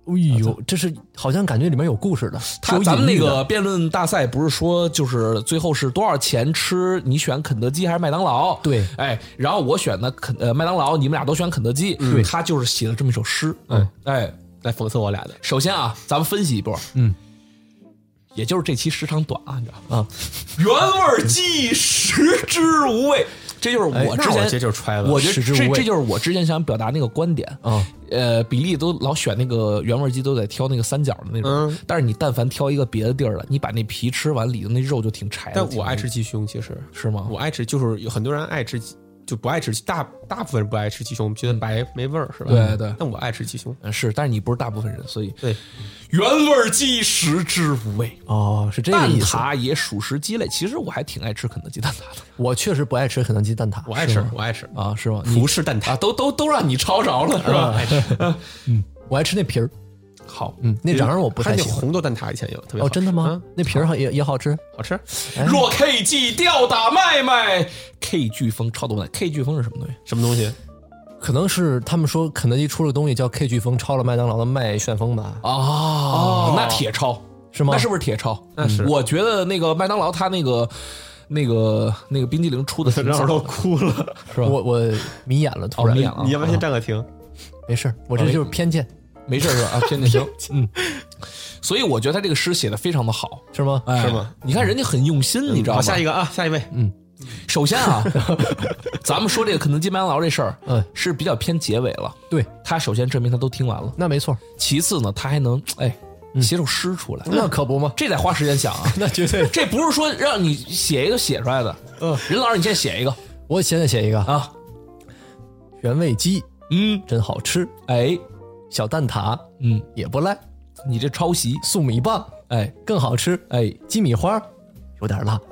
哎呦，这是好像感觉里面有故事的。 咱们那个辩论大赛不是说就是最后是多少钱吃？你选肯德基还是麦当劳？ 对， 哎，然后我选的麦当劳，你们俩都选肯德基。 对， 他就是写了这么一首诗。哎， 来讽刺我俩的。 首先啊，咱们分析一波。也就是这期时长短啊，你知道吗？原味鸡，食之无味。这就是我之前， 这就是揣了。 我觉得这就是我之前想表达那个观点啊。比利都老选那个原味鸡，都得挑那个三角的那种。但是你但凡挑一个别的地儿的，你把那皮吃完，里头那肉就挺柴的。 但我爱吃鸡胸，其实是吗？ 我爱吃，就是有很多人爱吃，就不爱吃，大部分人不爱吃鸡胸，觉得白没味儿，是吧？ 对对。 但我爱吃鸡胸， 是，但是你不是大部分人，所以对。 原味鸡，食之无味。 哦，是这个意思。 蛋挞也属实鸡肋，其实我还挺爱吃肯德基蛋挞的。 我确实不爱吃肯德基蛋挞， 我爱吃，我爱吃啊，是吗？ 服饰蛋挞啊，都让你抄着了，是吧？ 爱吃， 我爱吃那皮儿。 好， 那瓤我不太喜欢。 红豆蛋挞以前有特别好。 哦，真的吗？那皮儿也好吃， 好吃。 若 KG 吊打麦麦 ，K 飓风超多奶 ，K 飓风是什么东西？ 什么东西？ 可能是他们说肯德基出了东西叫 K 飓风，抄了麦当劳的麦旋风吧？ 哦，那铁抄是吗？ 那是不是铁抄？ 那是。 我觉得那个麦当劳它那个冰激凌出的让人都哭了， 是吧？我迷眼了，突然迷眼了。 你要不先暂个停？ 没事，我这就是偏见， 没事是吧？啊，偏见行。所以我觉得他这个诗写的非常的好， 是吗？ 是吗？你看人家很用心，你知道吗？ 下一个啊，下一位。 首先啊，咱们说这个肯德基、麦当劳这事儿，是比较偏结尾了。 对， 他首先证明他都听完了， 那没错。 其次呢，他还能写首诗出来， 那可不吗？ 这得花时间想啊， 那绝对。 这不是说让你写一个写出来的。任老师，你先写一个， 我现在写一个啊。 原味鸡，真好吃。哎，小蛋挞，也不赖。 你这抄袭。 粟米棒，哎，更好吃。哎，鸡米花，有点辣。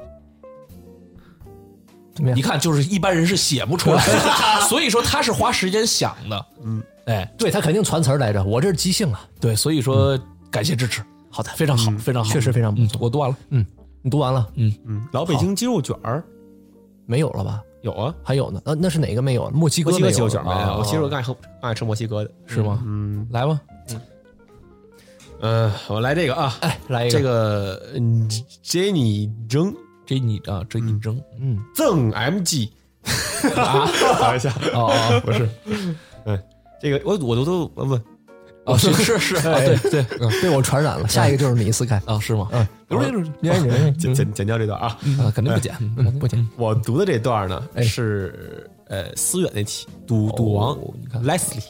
你看，就是一般人是写不出来的，所以说他是花时间想的。 对他肯定传词儿来着，我这是即兴啊。 对，所以说感谢支持。好的，非常好，非常好， 确实非常不错。 我读完了。 你读完了。 老北京鸡肉卷儿没有了吧？ 有啊， 还有呢。那是哪个没有？墨西哥鸡肉卷没有。我其实我更爱吃墨西哥的， 是吗？来吧。 我来这个啊， 来一个这个Jenny 蒸。 Jenny 啊，Jenny 蒸， 赠 MG 啊， 等一下， 不是， 这个我都问， 是，对， 被我传染了。下一个就是你斯凯啊，是吗？ 剪掉这段啊， 肯定不剪，不剪。 我读的这段呢是思远那期赌王 Leslie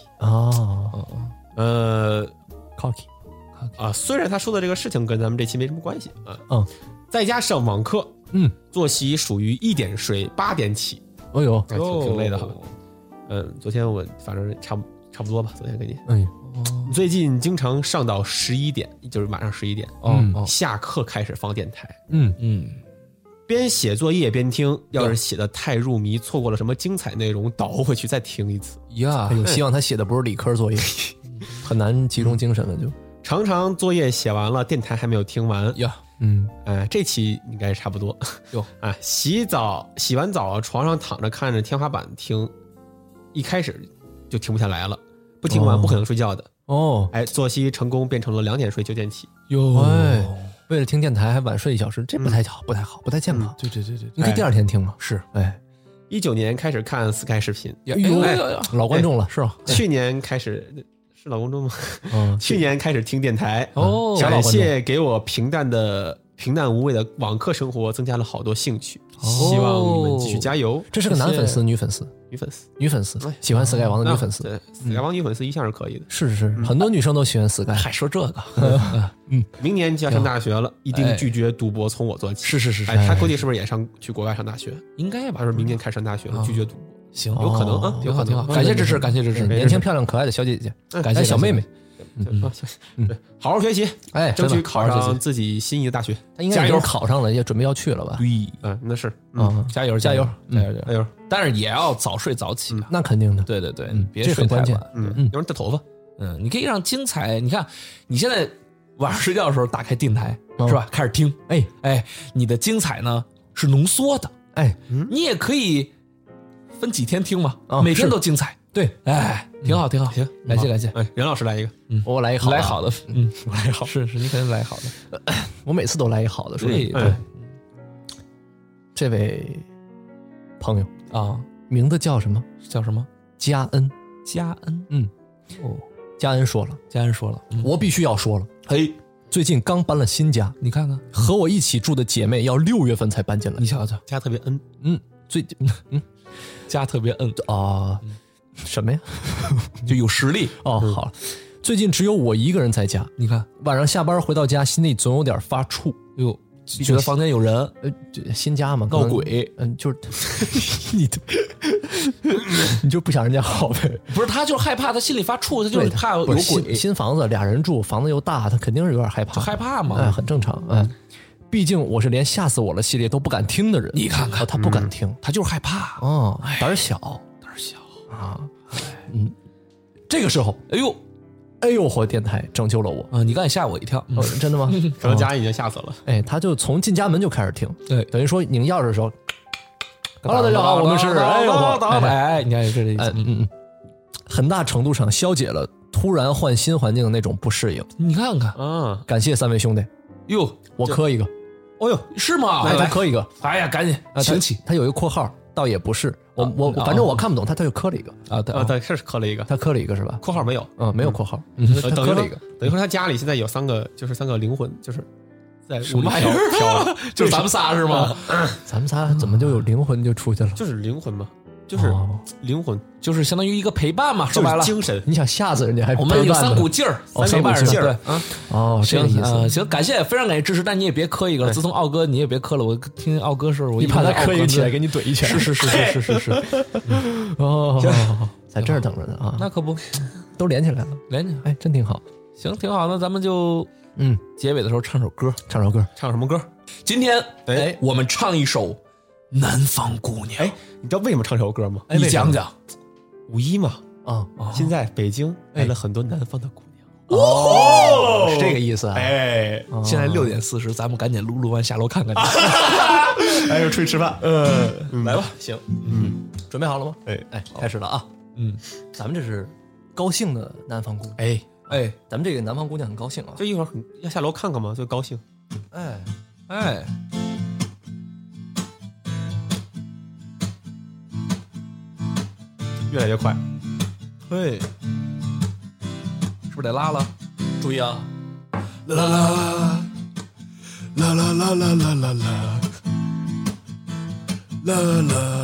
Cocky 啊，虽然他说的这个事情跟咱们这期没什么关系啊，在家上网课。作息属于1点睡8点起， 哎呦， 挺累的哈。昨天我反正差不多吧。昨天跟你，最近经常上到11点，就是晚上11点。下课开始放电台。边写作业边听，要是写的太入迷，错过了什么精彩内容，倒回去再听一次呀。 希望他写的不是理科作业，很难集中精神的就。 常常作业写完了，电台还没有听完呀。 这期应该差不多哟。 洗完澡床上躺着看着天花板听，一开始就停不下来了，不听完不可能睡觉的作息成功变成了2点睡9点起哟。 为了听电台还晚睡1小时，这不太好，不太好，不太健康。 对， 你可以第2天听吗？ 是 ，19年开始看 Sky 视频， 老观众了是吧？ 去年开始。是老观众吗？去年开始听电台感谢给我平淡无味的网课生活增加了好多兴趣，希望你们继续加油。 这是个男粉丝、女粉丝？女粉丝，喜欢 Sky 王的女粉丝。 Sky 王女粉丝一向是可以的， 是，很多女生都喜欢 Sky。 还说这个？ 明年就要上大学了，一定拒绝赌博，从我做起。 是。 他估计是不是也去国外上大学？ 应该吧。 他说明年开始上大学了，拒绝赌博。 行， 有可能啊， 挺好，感谢支持， 年轻漂亮可爱的小姐姐，感谢小妹妹， 好好学习，争取考上自己心仪的大学。 她应该已经考上了，也准备要去了吧？ 对， 那是， 加油！但是也要早睡早起， 那肯定的。 对，别睡太晚。 有人掉头发， 你可以让精彩。你看，你现在晚上睡觉的时候打开电台是吧？开始听，你的精彩呢是浓缩的，你也可以。分几天听嘛，每天都精彩， 对， 哎，挺好，挺好， 行， 感谢感谢。 哎，任老师来一个， 我来一好的， 来好的， 我来好， 是你肯定来好的。 我每次都来一好的。说对对， 这位朋友啊， 名字叫什么？ 叫什么？ 嘉恩。 嘉恩。哦， 嘉恩说了， 嘉恩说了， 我必须要说了。 嘿， 最近刚搬了新家， 你看看， 和我一起住的姐妹要6月份才搬进来。 你瞧瞧， 家特别恩， 最近家特别恩啊，什么呀？ 就有实力。 哦，好了，最近只有我一个人在家， 你看， 晚上下班回到家，心里总有点发怵。 哟，觉得房间有人， 这新家嘛， 闹鬼， 就是你就不想人家好呗？ 不是，他就是害怕，他心里发怵，他就是怕有不是鬼。 新房子俩人住，房子又大，他肯定是有点害怕， 就害怕嘛， 哎，很正常，毕竟我是连吓死我了系列都不敢听的人， 你看看， 他不敢听， 他就是害怕， 胆小啊，这个时候，哎呦，我电台拯救了我啊！你刚才吓我一跳， 真的吗？ 可能家已经吓死了。 哎，他就从进家门就开始听， 对， 等于说拧钥匙的时候 ，Hello， 大家好，我们是哎，你看这意思， 很大程度上消解了突然换新环境的那种不适应。 你看看， 感谢3位兄弟， 哟， 我磕一个， 哦呦，是吗？ 来磕一个， 哎呀，赶紧请起， 他有一个括号。倒也不是，我反正我看不懂，他就磕了一个他是磕了一个， 他磕了一个是吧？ 括号没有， 没有括号，他磕了一个， 等于说他家里现在有3个灵魂，就是在什么飘，就是咱们仨是吗？ 咱们仨怎么就有灵魂就出去了？ 就是灵魂嘛，就是灵魂， 就是相当于一个陪伴嘛，说白了， 精神。 你想吓死人家还我们有3股劲儿 ，3股劲儿啊！行，感谢，非常感谢支持，但你也别磕一个了。自从奥哥，你也别磕了。我听奥哥说，我你怕他磕一个起来给你怼一拳。 是。 哦，在这儿等着呢啊！ 那可不， 都连起来了， 连起来， 哎，真挺好。 行，挺好。那咱们就结尾的时候唱首歌， 唱什么歌？ 今天我们唱一首《南方姑娘》。 哎，你知道为什么唱这首歌吗？ 你讲讲。 5一嘛，现在北京来了很多南方的姑娘。 是这个意思啊！ 哎， 现在6点40，咱们赶紧录完下楼看看。 哎，出去吃饭。 来吧，行，准备好了吗？ 哎， 开始了啊！咱们这是高兴的南方姑娘。 哎， 咱们这个南方姑娘很高兴啊， 就一会儿要下楼看看嘛，就高兴。 哎。 越来越快， 嘿，是不是得拉了？ 注意啊！ 啦啦啦啦啦啦啦啦啦啦啦啦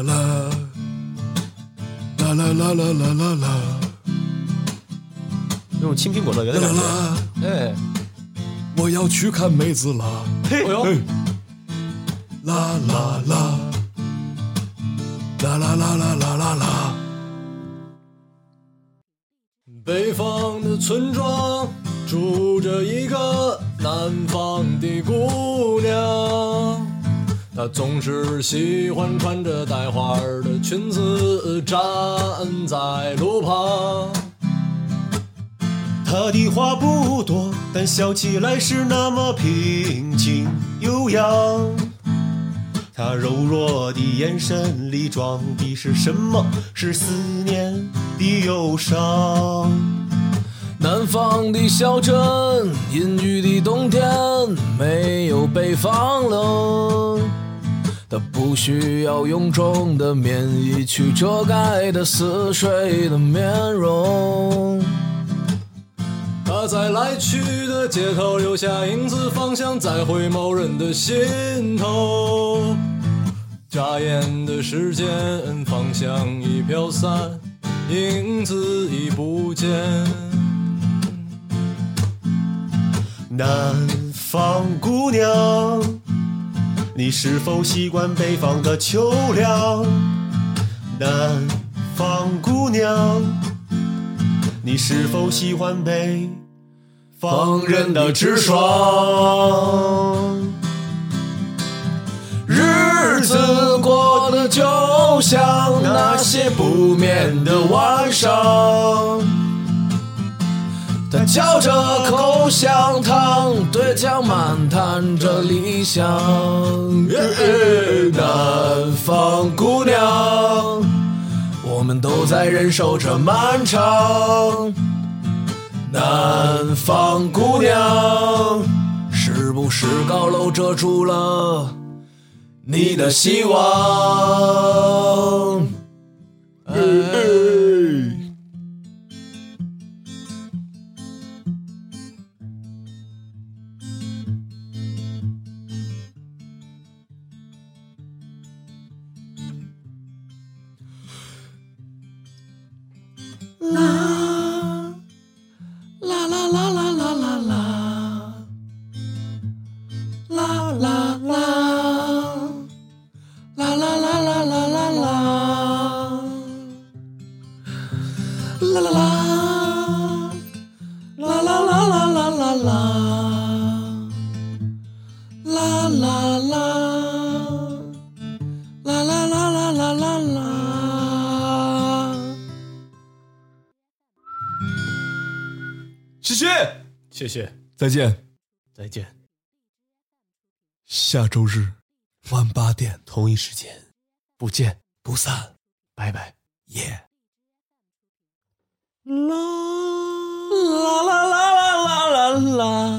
啦啦啦，那种青苹果乐园的感觉。 哎， 我要去看妹子啦！ 哎呦， 啦啦啦啦啦啦啦啦啦啦。 北方的村庄住着一个南方的姑娘，她总是喜欢穿着带花的裙子站在路旁。 她的话不多，但笑起来是那么平静悠扬。她柔弱的眼神里装的是什么？是思念的忧伤。 南方的小镇，阴郁的冬天，没有北方冷。它不需要臃肿的棉衣去遮盖的似水的面容。 他在来去的街头留下影子，方向在回眸人的心头。眨眼的时间，方向已飘散，影子已不见。 南方姑娘，你是否习惯北方的秋凉？南方姑娘，你是否喜欢北方人的直爽？ 日子过得就像那些不眠的晚上，他嚼着口香糖，对墙漫谈着理想。南方姑娘，我们们都在忍受着漫长。南方姑娘，是不是高楼遮住了你的希望？ 谢谢， 再见， 再见。 下周日晚8点同一时间， 不见不散， 拜拜， 耶！ 啦啦啦啦啦啦啦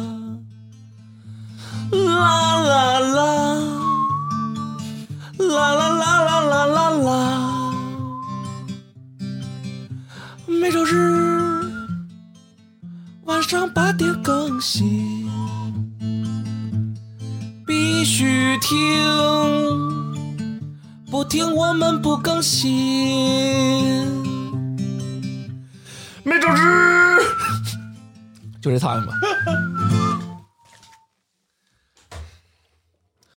啦啦啦啦啦啦啦啦，每周日晚上8点更新，必须听，不听我们不更新。每周日就这 time 吧。